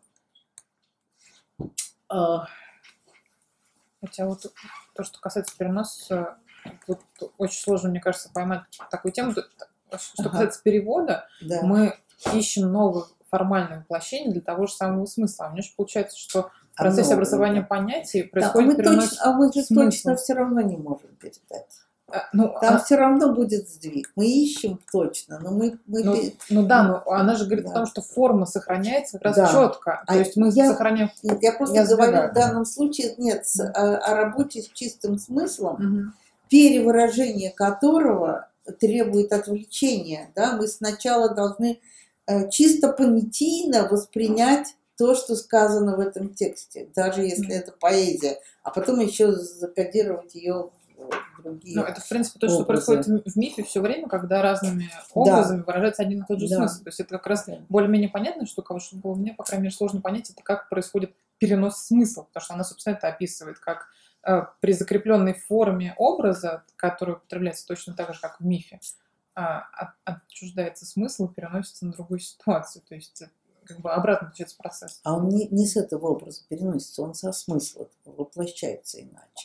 А, Хотя вот то, что касается переноса, вот очень сложно, мне кажется, поймать такую тему. Что ага. касается перевода, да. мы ищем новые формальные воплощения для того же самого смысла. А у меня же получается, что в процессе новое, образования да. понятий Да, происходит а, мы перенос точно, а мы же смысла. точно все равно не можем передать. А, ну, Там а, все равно будет сдвиг. Мы ищем точно, но мы... мы ну, перед... ну да, но она же говорит да. о том, что форма сохраняется как раз Да. четко. А То есть мы я- сохраняем... Нет, я просто Я говорю сбегаю. в данном случае нет, с- о, о работе с чистым смыслом, Мгм. перевыражение которого требует отвлечения. Да? Мы сначала должны э, чисто понятийно воспринять то, что сказано в этом тексте, даже если это поэзия, а потом еще закодировать ее в другие. Ну, это, в принципе, то, что образы. происходит в в мифе все время, когда разными образами выражается один и тот же Да. смысл. То есть это как раз Да. более-менее понятная штука, что было мне, по крайней мере, сложно понять, это как происходит перенос смысла, потому что она, собственно, это описывает, как э, при закрепленной форме образа, который употребляется точно так же, как в мифе, а, от- отчуждается смысл и переносится на другую ситуацию. То есть э, как бы обратно получается процесс. А он не, не с этого образа переносится, он со смысла воплощается иначе.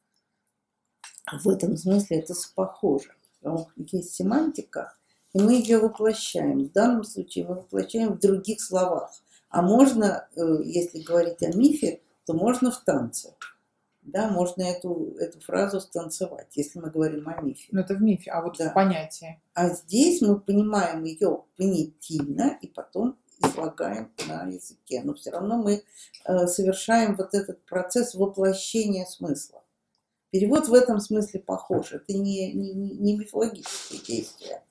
В этом смысле это похоже. Есть семантика, и мы ее воплощаем. В данном случае мы воплощаем в других словах. А можно, если говорить о мифе, то можно в танце. Да, можно эту, эту фразу станцевать, если мы говорим о мифе. Но это в мифе, а вот Да. в понятии. А здесь мы понимаем ее понятийно и потом излагаем на языке. Но все равно мы э, совершаем вот этот процесс воплощения смысла. Перевод в этом смысле похож. Это не, не, не мифологические действия.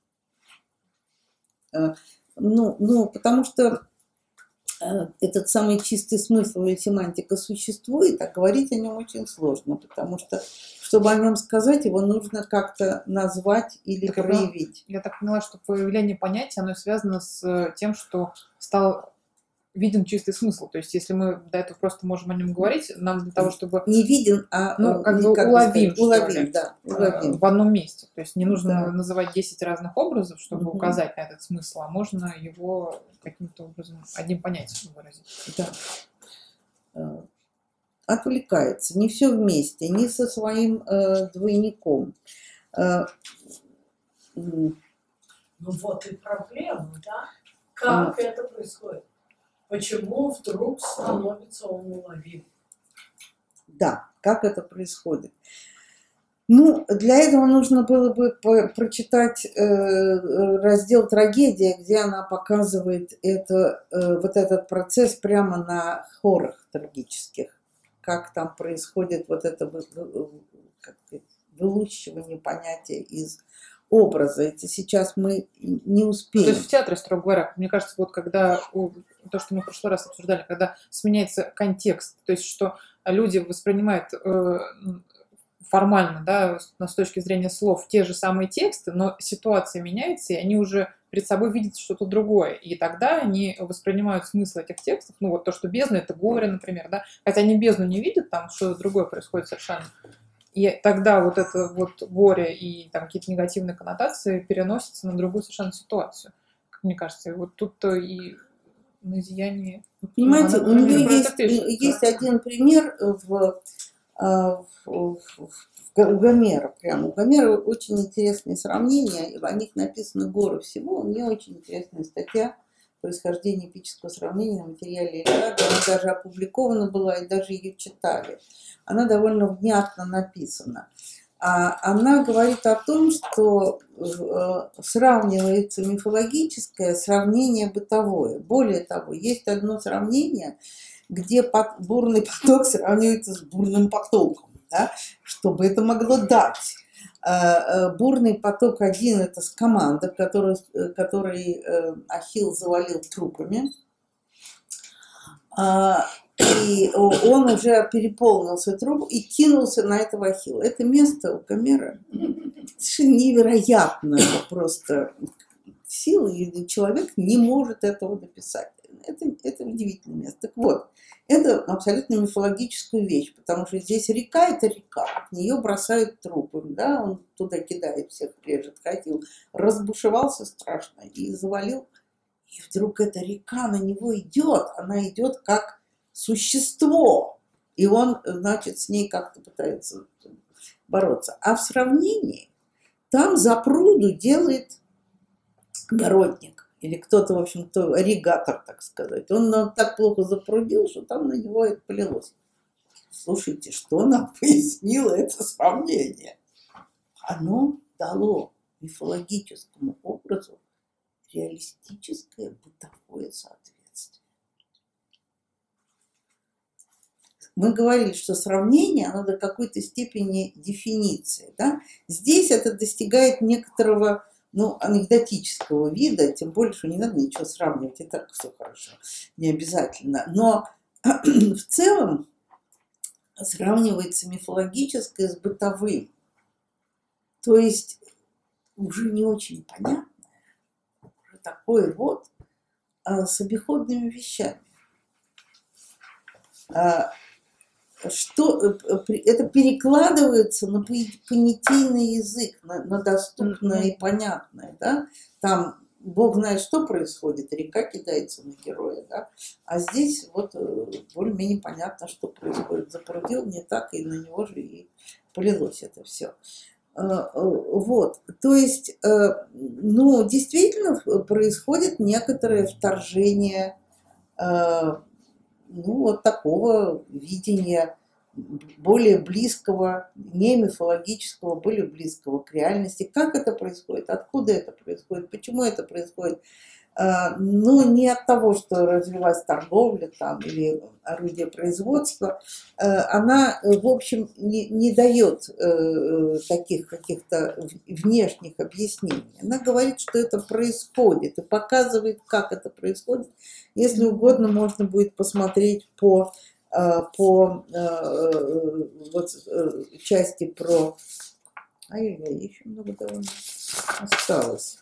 Э, ну, ну, потому что э, этот самый чистый смысл или семантика существует, а говорить о нем очень сложно, потому что, чтобы о нем сказать, его нужно как-то назвать или Так, проявить. Я так поняла, что появление понятия, оно связано с э, тем, что стал виден чистый смысл. То есть, если мы до этого просто можем о нем говорить, нам для того, чтобы Не виден, а ну, как э, бы как бы уловим, сказать, что уловим, ли, да, э, уловим. в одном месте. То есть не нужно Да. называть десять разных образов, чтобы Мгм. указать на этот смысл, а можно его каким-то образом одним понятием выразить. Да. Э, Отвлекается, не все вместе, не со своим э, двойником. Э, м, Ну вот и проблема, да? Как это происходит? Почему вдруг становится он уловим? Да, как это происходит? Ну, для этого нужно было бы по- прочитать э, раздел «Трагедия», где она показывает это, э, вот этот процесс прямо на хорах трагических, как там происходит вот это вы- вы- как сказать, вылущивание понятия из образа. Это сейчас мы не То успеем. есть в театре, строго говоря, мне кажется, вот когда у- то, что мы в прошлый раз обсуждали, когда сменяется контекст, то есть что люди воспринимают э, формально, да, с с точки зрения слов, те же самые тексты, но ситуация меняется, и они уже перед собой видят что-то другое. И тогда они воспринимают смысл этих текстов, ну вот то, что бездна, это горе, например, да, хотя они бездну не видят, там что-то другое происходит совершенно. И тогда вот это вот горе и там какие-то негативные коннотации переносятся на другую совершенно ситуацию, как мне кажется. И вот тут-то и на зиянии... Вы понимаете, Она, у нее например, про есть, это пишет, есть да. один пример в, а, в, в- в- у Гомера. Прям. У Гомера очень интересные сравнения, и о них написано горы всего. У нее очень интересная статья «Происхождение эпического сравнения» на материале Илиады. Она даже опубликована была, и даже ее читали. Она довольно внятно написана. А она говорит о том, что э, сравнивается мифологическое сравнение бытовое. Более того, есть одно сравнение, где пот- бурный поток сравнивается с бурным потоком, да, чтобы это могло дать. Э, э, Бурный поток один – это команда, которую, который э, Ахилл завалил трупами. А, И он уже переполнился труп и кинулся на этого Ахилла. Это место у Гомера совершенно невероятно просто сила, и человек не может этого написать. Это, это удивительное место. Так вот, это абсолютно мифологическая вещь, потому что здесь река – это река, в нее бросают трупы, да, он туда кидает всех, режет, ходил, разбушевался страшно и завалил. И вдруг эта река на него идет, она идет как существо, и он, значит, с ней как-то пытается бороться. А в сравнении там запруду делает городник, или кто-то, в общем, кто ирригатор, так сказать. Он нам так плохо запрудил, что там на него это полилось. Слушайте, что нам пояснило это сравнение? Оно дало мифологическому образу реалистическое бытовое соответствие. Мы говорили, что сравнение, оно до какой-то степени дефиниции. Да? Здесь это достигает некоторого, ну, анекдотического вида, тем более, что не надо ничего сравнивать, и так все хорошо, не обязательно. Но в целом сравнивается мифологическое с бытовым. То есть уже не очень понятно, такое вот а, с обиходными вещами. А, что это перекладывается на понятийный язык, на, на доступное и понятное, да? Там Бог знает, что происходит, река кидается на героя, да? А здесь вот более-менее понятно, что происходит. Запрудил не так, и на него же и полилось это все. Вот, то есть, ну, действительно происходит некоторое вторжение, ну, вот такого видения более близкого, не мифологического, более близкого к реальности. Как это происходит? Откуда это происходит? Почему это происходит? Ну, не от того, что развилась торговля там, или орудие производства. Она, в общем, не, не дает таких каких-то внешних объяснений. Она говорит, что это происходит, и показывает, как это происходит. Если угодно, можно будет посмотреть по, по вот, части про... Ай-яй-яй, еще много довольно осталось.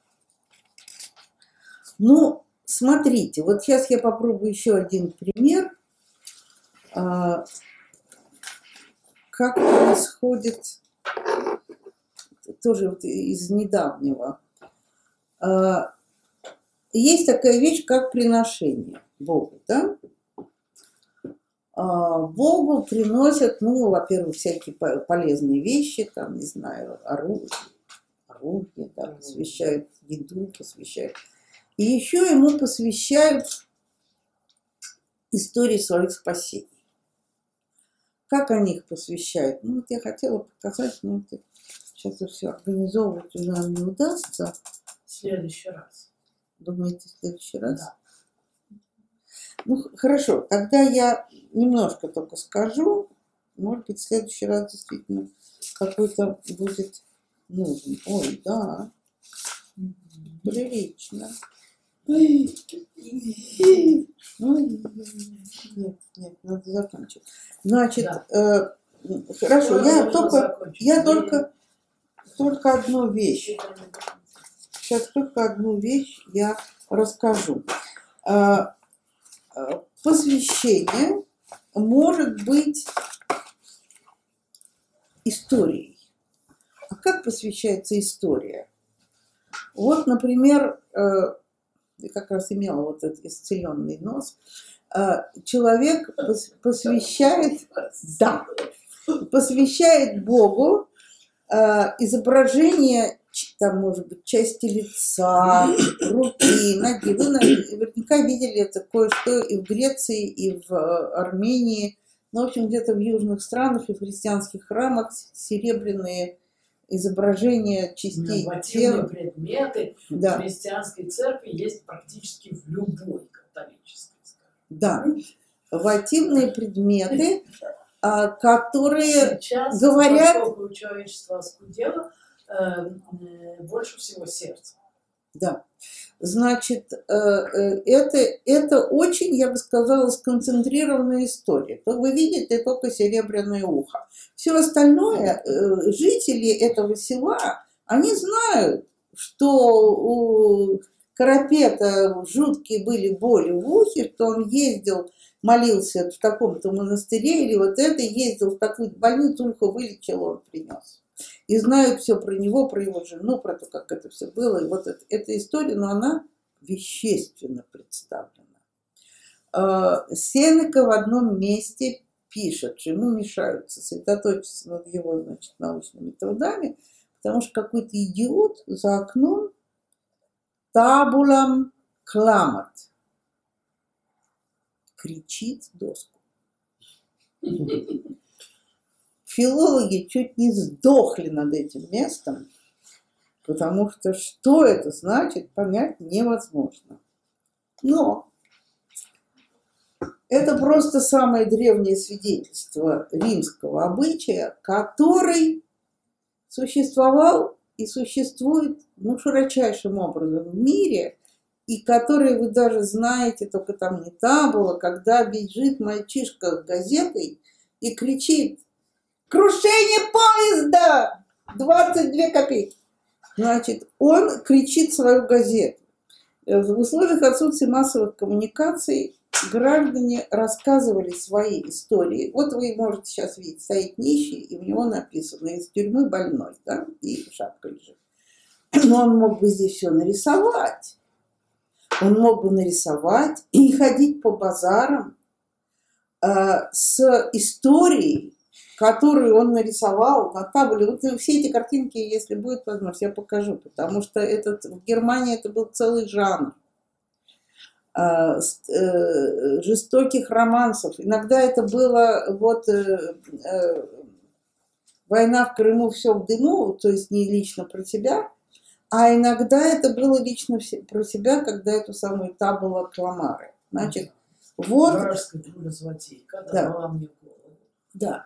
Ну, смотрите, вот сейчас я попробую еще один пример, как происходит, тоже вот из недавнего. Есть такая вещь, как приношение Богу, да? Богу приносят, ну, во-первых, всякие полезные вещи, там, не знаю, оружие, оружие, да, посвящают еду, посвящают... И еще ему посвящают истории своих спасений. Как они их посвящают? Ну, вот я хотела показать, но это сейчас все организовывать уже нам не удастся. В следующий раз. Думаете, в следующий раз? Да. Ну, хорошо, тогда я немножко только скажу. Может быть, в следующий раз действительно какой-то будет нужен. Ой, да. Прилично. Ой, нет, нет, надо заканчивать. Значит, да. э, хорошо, ну, я только, я только, только одну вещь. Сейчас только одну вещь я расскажу. Э, посвящение может быть историей. А как посвящается история? Вот, например, э, я как раз имела вот этот исцеленный нос. Человек посвящает, да, посвящает Богу изображение, там, может быть, части лица, руки, ноги. Вы наверняка видели это кое-что и в Греции, и в Армении. Ну, в общем, где-то в южных странах и в христианских храмах серебряные изображения частей тела. Предметы да. в христианской церкви есть практически в любой католической церкви. Да, вативные предметы, которые сейчас, говорят... поскольку у человечества оскудело, больше всего сердце. Да, значит, это, это очень, я бы сказала, сконцентрированная история. То вы видите только серебряное ухо. Все остальное, жители этого села, они знают, что у Карапета жуткие были боли в ухе, что он ездил, молился в таком-то монастыре, или вот это, ездил в такую больницу, ухо вылечил, он принес. И знают все про него, про его жену, про то, как это все было. И вот это, эта история, но она вещественно представлена. Сенека в одном месте пишет, что ему мешают сосредоточиться над его, значит, научными трудами, потому что какой-то идиот за окном табулам кламат кричит в доску. Филологи чуть не сдохли над этим местом, потому что что это значит, понять невозможно. Но это просто самое древнее свидетельство римского обычая, который существовал и существует, ну, широчайшим образом в мире, и который вы даже знаете, только там не табула, когда бежит мальчишка с газетой и кричит: «Крушение поезда! двадцать две копейки!» Значит, он кричит свою газету. В условиях отсутствия массовых коммуникаций граждане рассказывали свои истории. Вот вы можете сейчас видеть, стоит нищий, и у него написано «Из тюрьмы больной», да, и шапка лежит. Но он мог бы здесь все нарисовать. Он мог бы нарисовать и ходить по базарам э, с историей, которую он нарисовал на табле. Вот все эти картинки, если будет возможность, я покажу, потому что этот, в Германии это был целый жанр э, э, жестоких романсов. Иногда это было вот э, э, «Война в Крыму, все в дыму», то есть не лично про себя, а иногда это было лично про себя, когда эту самую табула Кламары. Значит, вот... Вражеская злодейка дала мне голову. Да.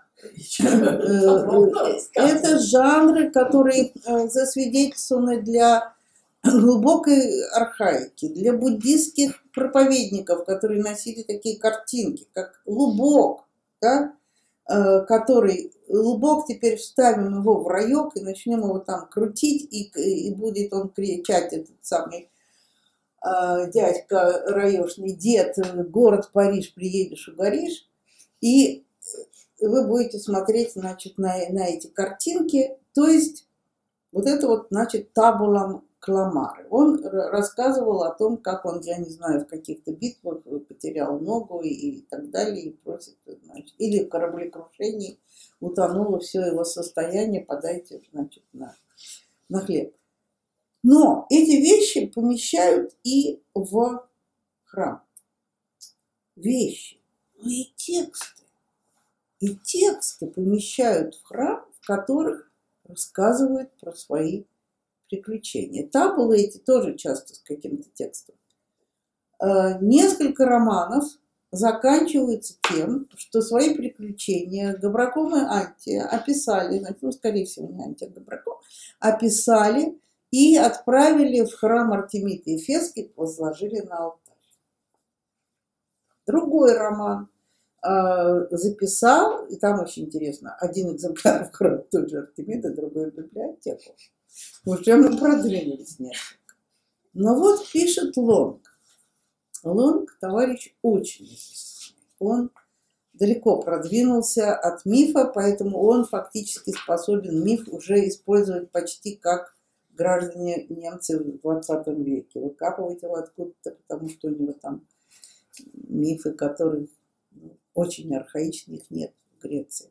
Это жанры, которые засвидетельствованы для глубокой архаики, для буддистских проповедников, которые носили такие картинки, как Лубок, да, который Лубок, теперь вставим его в райок и начнем его там крутить, и, и будет он кричать, этот самый э, дядька раешный, дед, город Париж, приедешь, угоришь, и вы будете смотреть, значит, на, на эти картинки, то есть вот это вот, значит, табула Кламары. Он рассказывал о том, как он, я не знаю, в каких-то битвах потерял ногу и, и так далее, и просит, значит, или в кораблекрушении утонуло все его состояние, подайте, значит, на, на хлеб. Но эти вещи помещают и в храм. Вещи, но и тексты. И тексты помещают в храм, в которых рассказывают про свои приключения. Табулы эти тоже часто с каким-то текстом. Несколько романов заканчиваются тем, что свои приключения Габраком и Антия описали, ну, скорее всего, не Антия, а Габраком, описали и отправили в храм Артемиды Эфесской, возложили на алтарь. Другой роман э, записал, и там очень интересно, один экземпляр в храм той же Артемиды, другой в библиотеку. Уже мы продвинулись несколько. Но вот пишет Лонг. Лонг товарищ очень известный. Он далеко продвинулся от мифа, поэтому он фактически способен миф уже использовать почти как граждане немцы в двадцатом веке. Выкапывать его откуда-то, потому что у него там мифы, которые ну, очень архаичны, их нет в Греции.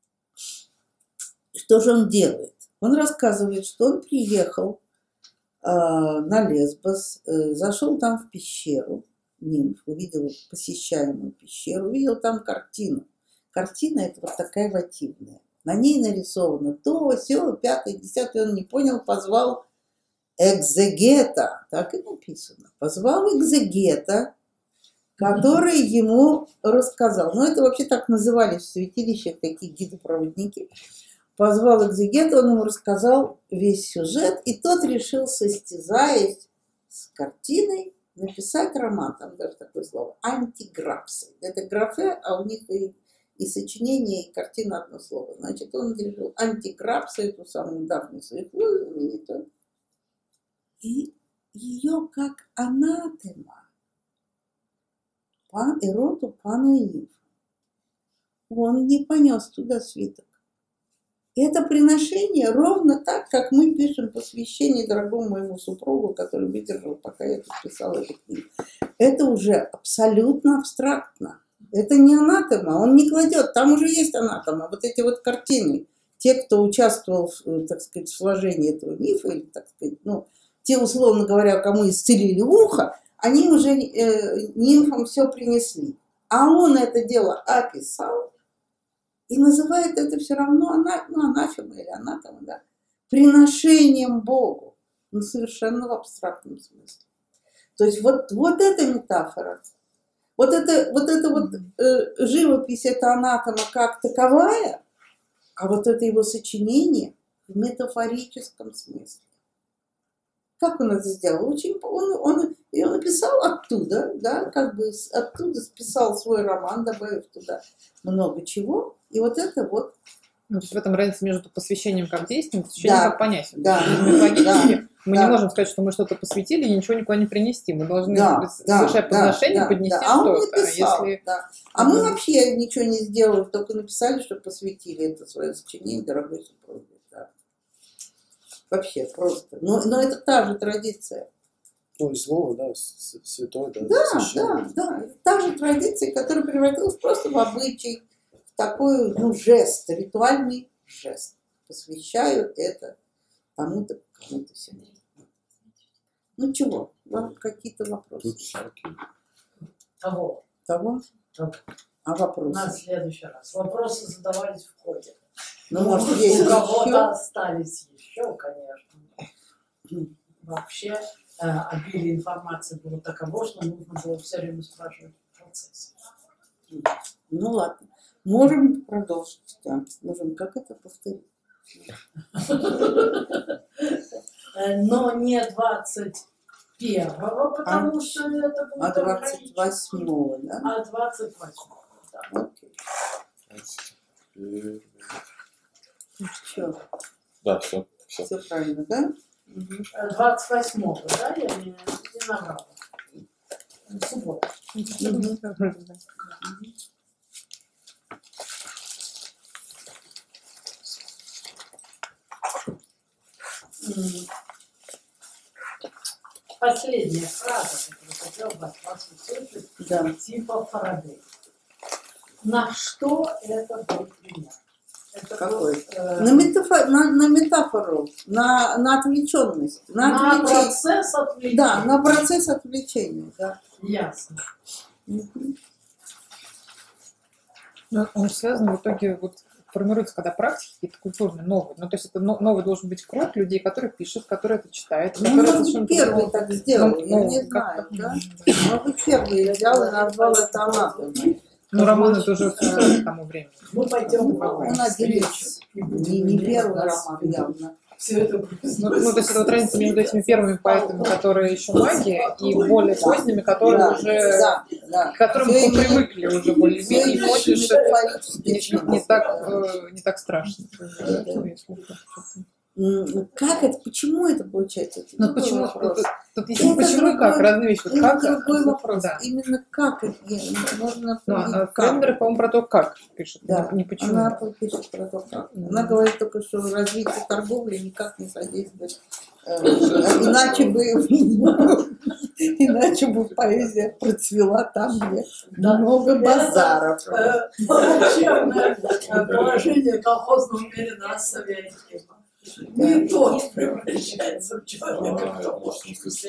Что же он делает? Он рассказывает, что он приехал э, на Лесбос, э, зашел там в пещеру, нимф, увидел посещаемую пещеру, увидел там картину. Картина это вот такая вативная. На ней нарисовано то, сё, пятое, десятое, он не понял, позвал экзегета, так и написано. Позвал экзегета, который ему рассказал. Ну, это вообще так назывались в святилищах такие гидопроводники. Позвал экзегета, он ему рассказал весь сюжет, и тот решил, состязаясь с картиной, написать роман, там даже такое слово, антиграпсы. Это графе, а у них и, и сочинение, и картина одно слово. Значит, он решил антиграпсы, эту самую Дафну Своекую, знаменитую, и ее как анатема, пан, эроту пану и нимфу. Он не понес туда свиток. Это приношение ровно так, как мы пишем посвящение дорогому моему супругу, который выдержал, пока я писала эту книгу. Это уже абсолютно абстрактно. Это не анатема, он не кладет, там уже есть анатема. Вот эти вот картины, те, кто участвовал, в, так сказать, в сложении этого мифа, или, так сказать, ну, те, условно говоря, кому исцелили ухо, они уже э, нимфам все принесли. А он это дело описал, и называет это все равно ана, ну, анафема или анатема, да, приношением Богу, но совершенно в абстрактном смысле. То есть вот, вот эта метафора, вот это вот, это вот э, живопись, это анатема как таковая, а вот это его сочинение в метафорическом смысле. Как он это сделал? Очень, он, он, и он написал оттуда, да, как бы оттуда списал свой роман, добавив туда много чего. И вот это вот Ну, то есть в этом разница между посвящением как действием и посвящением Да. как понятием. Да. Мифологически мы Да. не можем сказать, что мы что-то посвятили и ничего никуда не принести. Мы должны, Да, да, совершая да, подношение, да, поднести да. А он что-то. написал, Если... да. А мы вообще ничего не сделали, только написали, что посвятили это свое сочинение дорогой супруге. Да. Вообще просто. Но, но это та же традиция. Ну, и слово, да, с- с- святое, да, Да, священное. да, да. Это та же традиция, которая превратилась просто в обычай, в такой, ну, жест, ритуальный жест. Посвящаю это кому-то, кому-то себе. Ну чего, вам какие-то вопросы? Тут всякие. Того. Того? Того. А На вопросы? следующий раз. Вопросы задавались в ходе. Ну, может, есть у кого-то еще? остались еще, конечно. Вообще э, обилие информации было таково, что нужно было все время спрашивать в процессе. Ну ладно. Можем продолжить. Да. Можем как это повторить? Э, Но не двадцать первого, потому что это будет А двадцать ограничено. восьмого, да? А двадцать восьмого, да. Окей. И- Все, Да, все. все. все правильно, да? Э, двадцать восьмого, да, я не, не наврала. Суббота. М. Последняя фраза, которую хотел бы от вас услышать, Да. типа Фарадей. На что это был пример? Это Какой? был, э, На, метафо- на, на метафору, на, на отвлеченность, на, на отвлечение. процесс отвлечения. Да, на процесс отвлечения. Да. Ясно. Мгм. Ну, он связан в итоге, вот формируется, когда практики какие-то культурные, новые. Ну, то есть это но- новый должен быть круг людей, которые пишут, которые это читают. Ну, которые может совершенно быть, первый по-другому. так сделал, Ну, я ну, не как-то, знаю, да? м, Может быть, первый взял и назвал это анатомой. Ну, роман это уже существует к тому времени. Мы пойдем в Он один из, не, не первый роман явно. Все это будет. Ну, ну, то есть это вот разница между этими первыми поэтами, которые еще магия, и более поздними, которые Да, уже, да, да. к которым Всё мы имеет- привыкли уже более-менее, и всё хочешь, имеет это метафорический не, смысл. не так, э, не так страшно. Ну, если что-то. М, Как это, почему это получается? Это Ну другой почему? вопрос. Тут, тут есть Это почему и как, другой- разные вещи. Вот Это как, другой вопрос. Да. Именно как это я- можно Ну, определить, а как. Френдер, по-моему, про то, как пишет, Да, не, не почему. она пишет про то, как. Она говорит только, что развитие торговли никак не содействует. Э, Иначе бы иначе бы поэзия процвела там, где Да. много базаров. Э, Плачевное э, положение колхозного мира советских. Не тот превращается в человека, кто может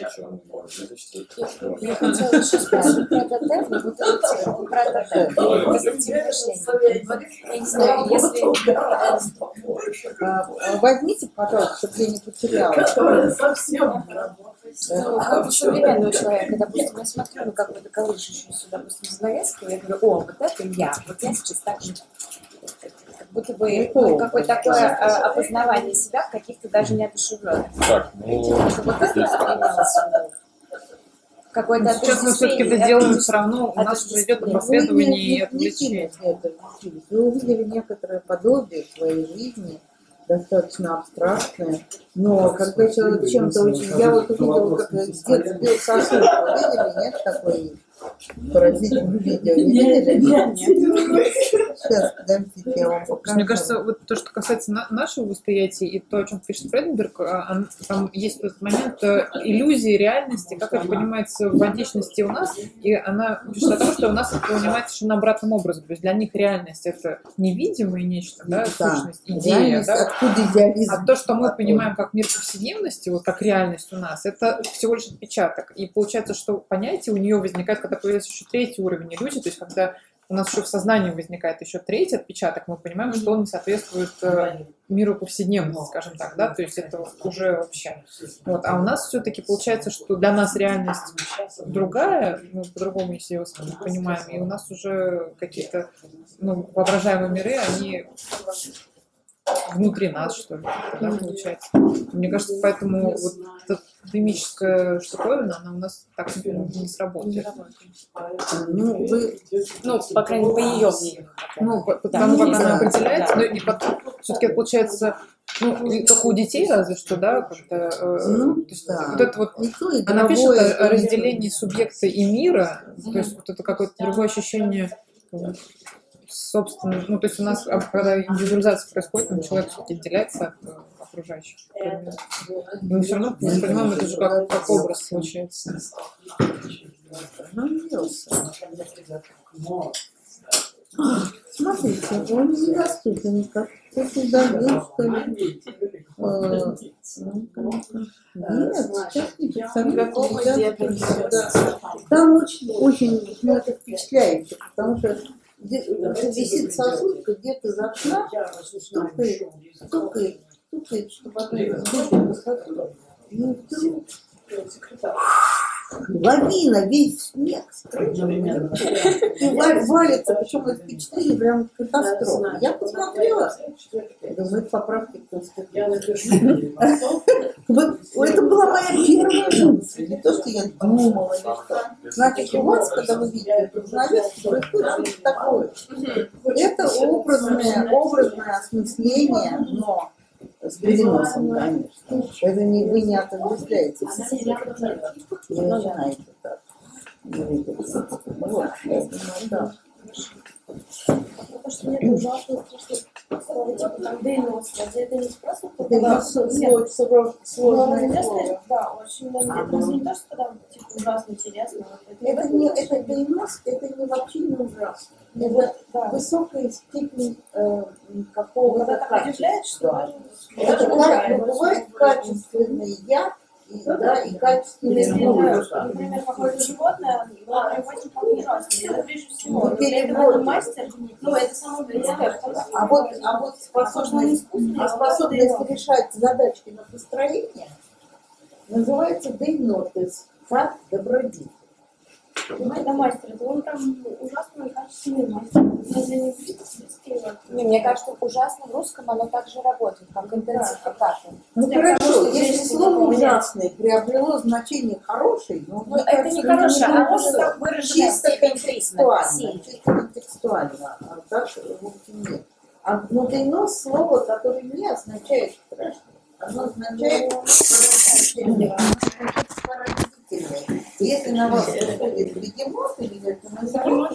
Я хотела еще спросить про ТТ, но вот это тему, про ТТ, позитивное мышление. Вот, я не знаю, если... А, Возьмите, пожалуйста, чтобы я не потеряла. которая совсем не работает. Ну, как у современного человека, допустим, я смотрю, ну, как бы колышущуюся, допустим, занавеску, я говорю, о, вот это я, вот я сейчас так же. Как будто бы ну, какое-то такое а, опознавание себя в каких-то даже неодушевленных. Так, ну, Вот это имелось в виду. Какое-то Сейчас мы все-таки это делаем все равно, у нас уже идет последование и отвлечение. Вы увидели некоторое подобие своей жизни, достаточно абстрактное, но когда человек чем-то очень... Я вот увидела, как дед сбил сосуд. Вы видели, нет, такой поразительное видео? Не видели? Нет. Сейчас, подождите, я вам покажу. Мне кажется, вот то, что касается на- нашего восприятия и то, о чем пишет Фрейденберг, а, он- там есть этот момент э, иллюзии реальности, как это понимается в античности у нас, и она пишет о том, что у нас это понимается совершенно обратным образом. То есть для них реальность — это невидимое нечто, да, Да. сущность, идея, Реальность, да. откуда идеализм? А то, что мы Потом. понимаем как мир повседневности, вот как реальность у нас, это всего лишь отпечаток. И получается, что понятие у нее возникает, когда появляется еще третий уровень иллюзии, то есть когда у нас еще в сознании возникает еще третий отпечаток, мы понимаем, что он не соответствует э, миру повседневности, скажем так, да, то есть это уже вообще. Вот. А у нас все-таки получается, что для нас реальность другая, мы по-другому если его понимаем, и у нас уже какие-то ну, воображаемые миры, они внутри нас, что ли, да, получается. Мне кажется, поэтому вот эта динамическая штуковина, она у нас так не сработает. Ну, вы, Ну, по крайней мере, по ее мнению. Ну, по- Да, потому как да, она определяется, да. ну и потом все-таки получается, ну, и только у детей разве что, да, как-то, э, ну, то есть да. вот это вот, И то, и она пишет другое, о, о и- разделении субъекта и мира, то есть вот это какое-то другое ощущение, э, собственно, ну, то есть у нас, а, когда индивидуализация происходит, ну, человек все-таки отделяется от э, окружающих. Мы все равно воспринимаем это же как, как образ, получается. Обновился. Смотрите, он недоступен, как кто-то удалил, что ли. Э, Нет, сейчас не представляю. Да. Там очень, очень, ну, это впечатляет, потому что где- висит сосулька где-то за окна, стукает, стукает, стукает, чтобы она выпала высоту. И вдруг лавина, весь снег и ва- валится, причем это впечатление прям катастрофа. Я посмотрела, думаю, поправки к Конституции. Вот это была моя первая мысль, не то, что я думала, или что. Значит, у вас, когда вы видите эту занавеску, происходит что-то такое. Это образное, образное осмысление, но с переносом, конечно. Это не, вы не отождествляете. Вы начинаете так. двигаться. Вот, я думаю, да. Потому что мне это ужасно страшно. Слово типа там дейнос, разве это не просто Это не сложное слово. Да, очень много. Это разве не то, что там типа ужасно интересно? Это не, это дейнос, это не вообще не ужасно. Это Да. высокая степень э, Когда какого-то так качества. удивляет, что даже... Это ка- бывает качественный яд, и, да, и качественный Если, музыка. например, какое-то животное, но переводим как ужасно. Это прежде всего. Ну, Но при этом переводим. это мастер, ну, это самое близкое. А вот, а вот способность, а способность решать задачки на построение называется дейнотес, как добродетель. Это мастер, это он прям ужасно качественный мастер. Если не близкий, Не, мне кажется, ужасно в русском оно также работает, как интенсификатор. Ну Я хорошо, потому что если здесь слово такого нет. ужасный приобрело значение хороший, но Ну, это не хорошее, а просто так выраженная чисто степень контекстуально, признака. чисто контекстуально, а так вовсе нет. А но дейнос слово, которое не означает страшно, оно означает поразительное. Если на вас приходит бегемот или это назовут,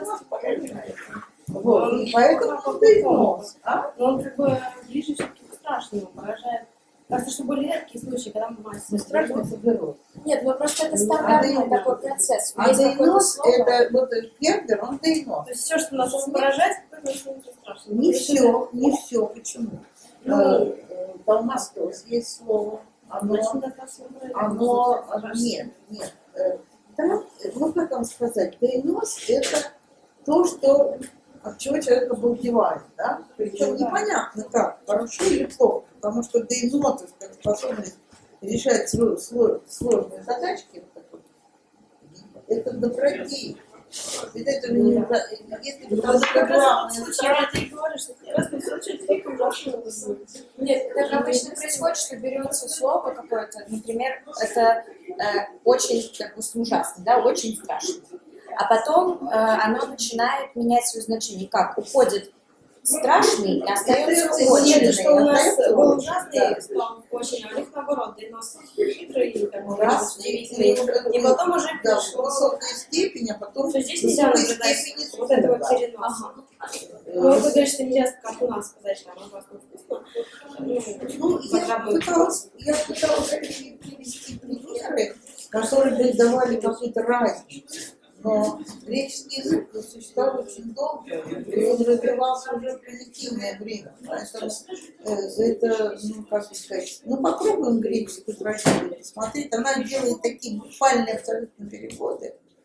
вот, и поэтому он дейнос, а? но он как бы ближе все-таки к страшному поражает. Кажется, что более редкие случаи, когда мастер. Ну, страшно это берут. Нет, ну просто это стандартный дейнос. такой процесс. А Есть какое-то дейнос, слово. это вот Гербер, он дейнос. То есть все, что нас поражает, это не страшно. Не все, не все. Почему? Ну, Далмастос есть слово. Оно, оно, нет, нет. Э, Там, ну как вам сказать, дейнос это то, что от чего человек обалдевает, да? Причем непонятно как, хорошо или плохо, потому что дейнотес, как способность решать сло- сло- сложные задачки, вот так вот, это добродетель. Ведь это не, если бы там Как раз главное, тот случай, я тебе говорю, что в разном случае это фиг ужасно. Нет, так обычно происходит, что берется слово какое-то, например, это э, очень, допустим, ужасно, да, очень страшно. А потом э, оно начинает менять свое значение. Как? Уходит страшный и остается Остается очень. Нет, то, что у нас Остается был очень, ужасный, да. стал очень, а у них наоборот, дейнос хитрый и такой раз, удивительный. И потом уже да, пришло, высокая степень, а потом что здесь нельзя высокой наблюдать степени вот этого суда. переноса. Ну, вы говорите, что нельзя, как у нас, сказать, что там ужасно вкусно. Ну, я пыталась, я пыталась привести примеры, которые бы давали какую-то разницу. Но греческий язык существовал очень долго, и он развивался уже в примитивное время. Поэтому э, это, ну, как бы сказать, ну, попробуем греческую традицию посмотреть. Она делает такие буквальные абсолютно переводы,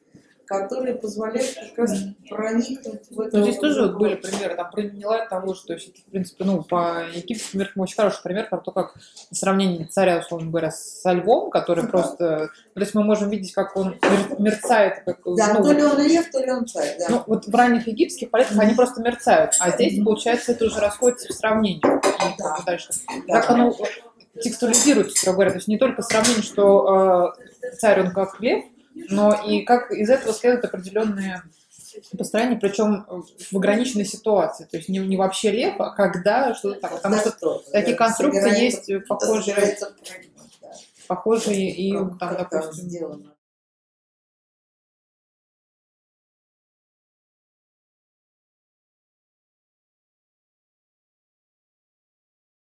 которые позволяют как раз проникнуть в это. Ну, здесь тоже вот были примеры, там, приняла того же, то есть, это, в принципе, ну, по египетскому меркам очень хороший пример про то, как сравнение царя, условно говоря, со львом, который uh-huh. просто, то есть мы можем видеть, как он мер- мерцает. Как, да, ну, то ли он лев, то ли он царь, да. Ну, вот в ранних египетских политиках uh-huh. они просто мерцают, а здесь, получается, это уже расходится в сравнении. Да. И дальше. Да. Как оно текстуализируется, строго говоря, то есть не только сравнение, что э, царь, он как лев, но и как из этого следует определенные построения, причем в ограниченной ситуации. То есть не, не вообще лев, а когда что-то такое. Потому что да, такие да, конструкции есть похожие, похожие и там, допустим,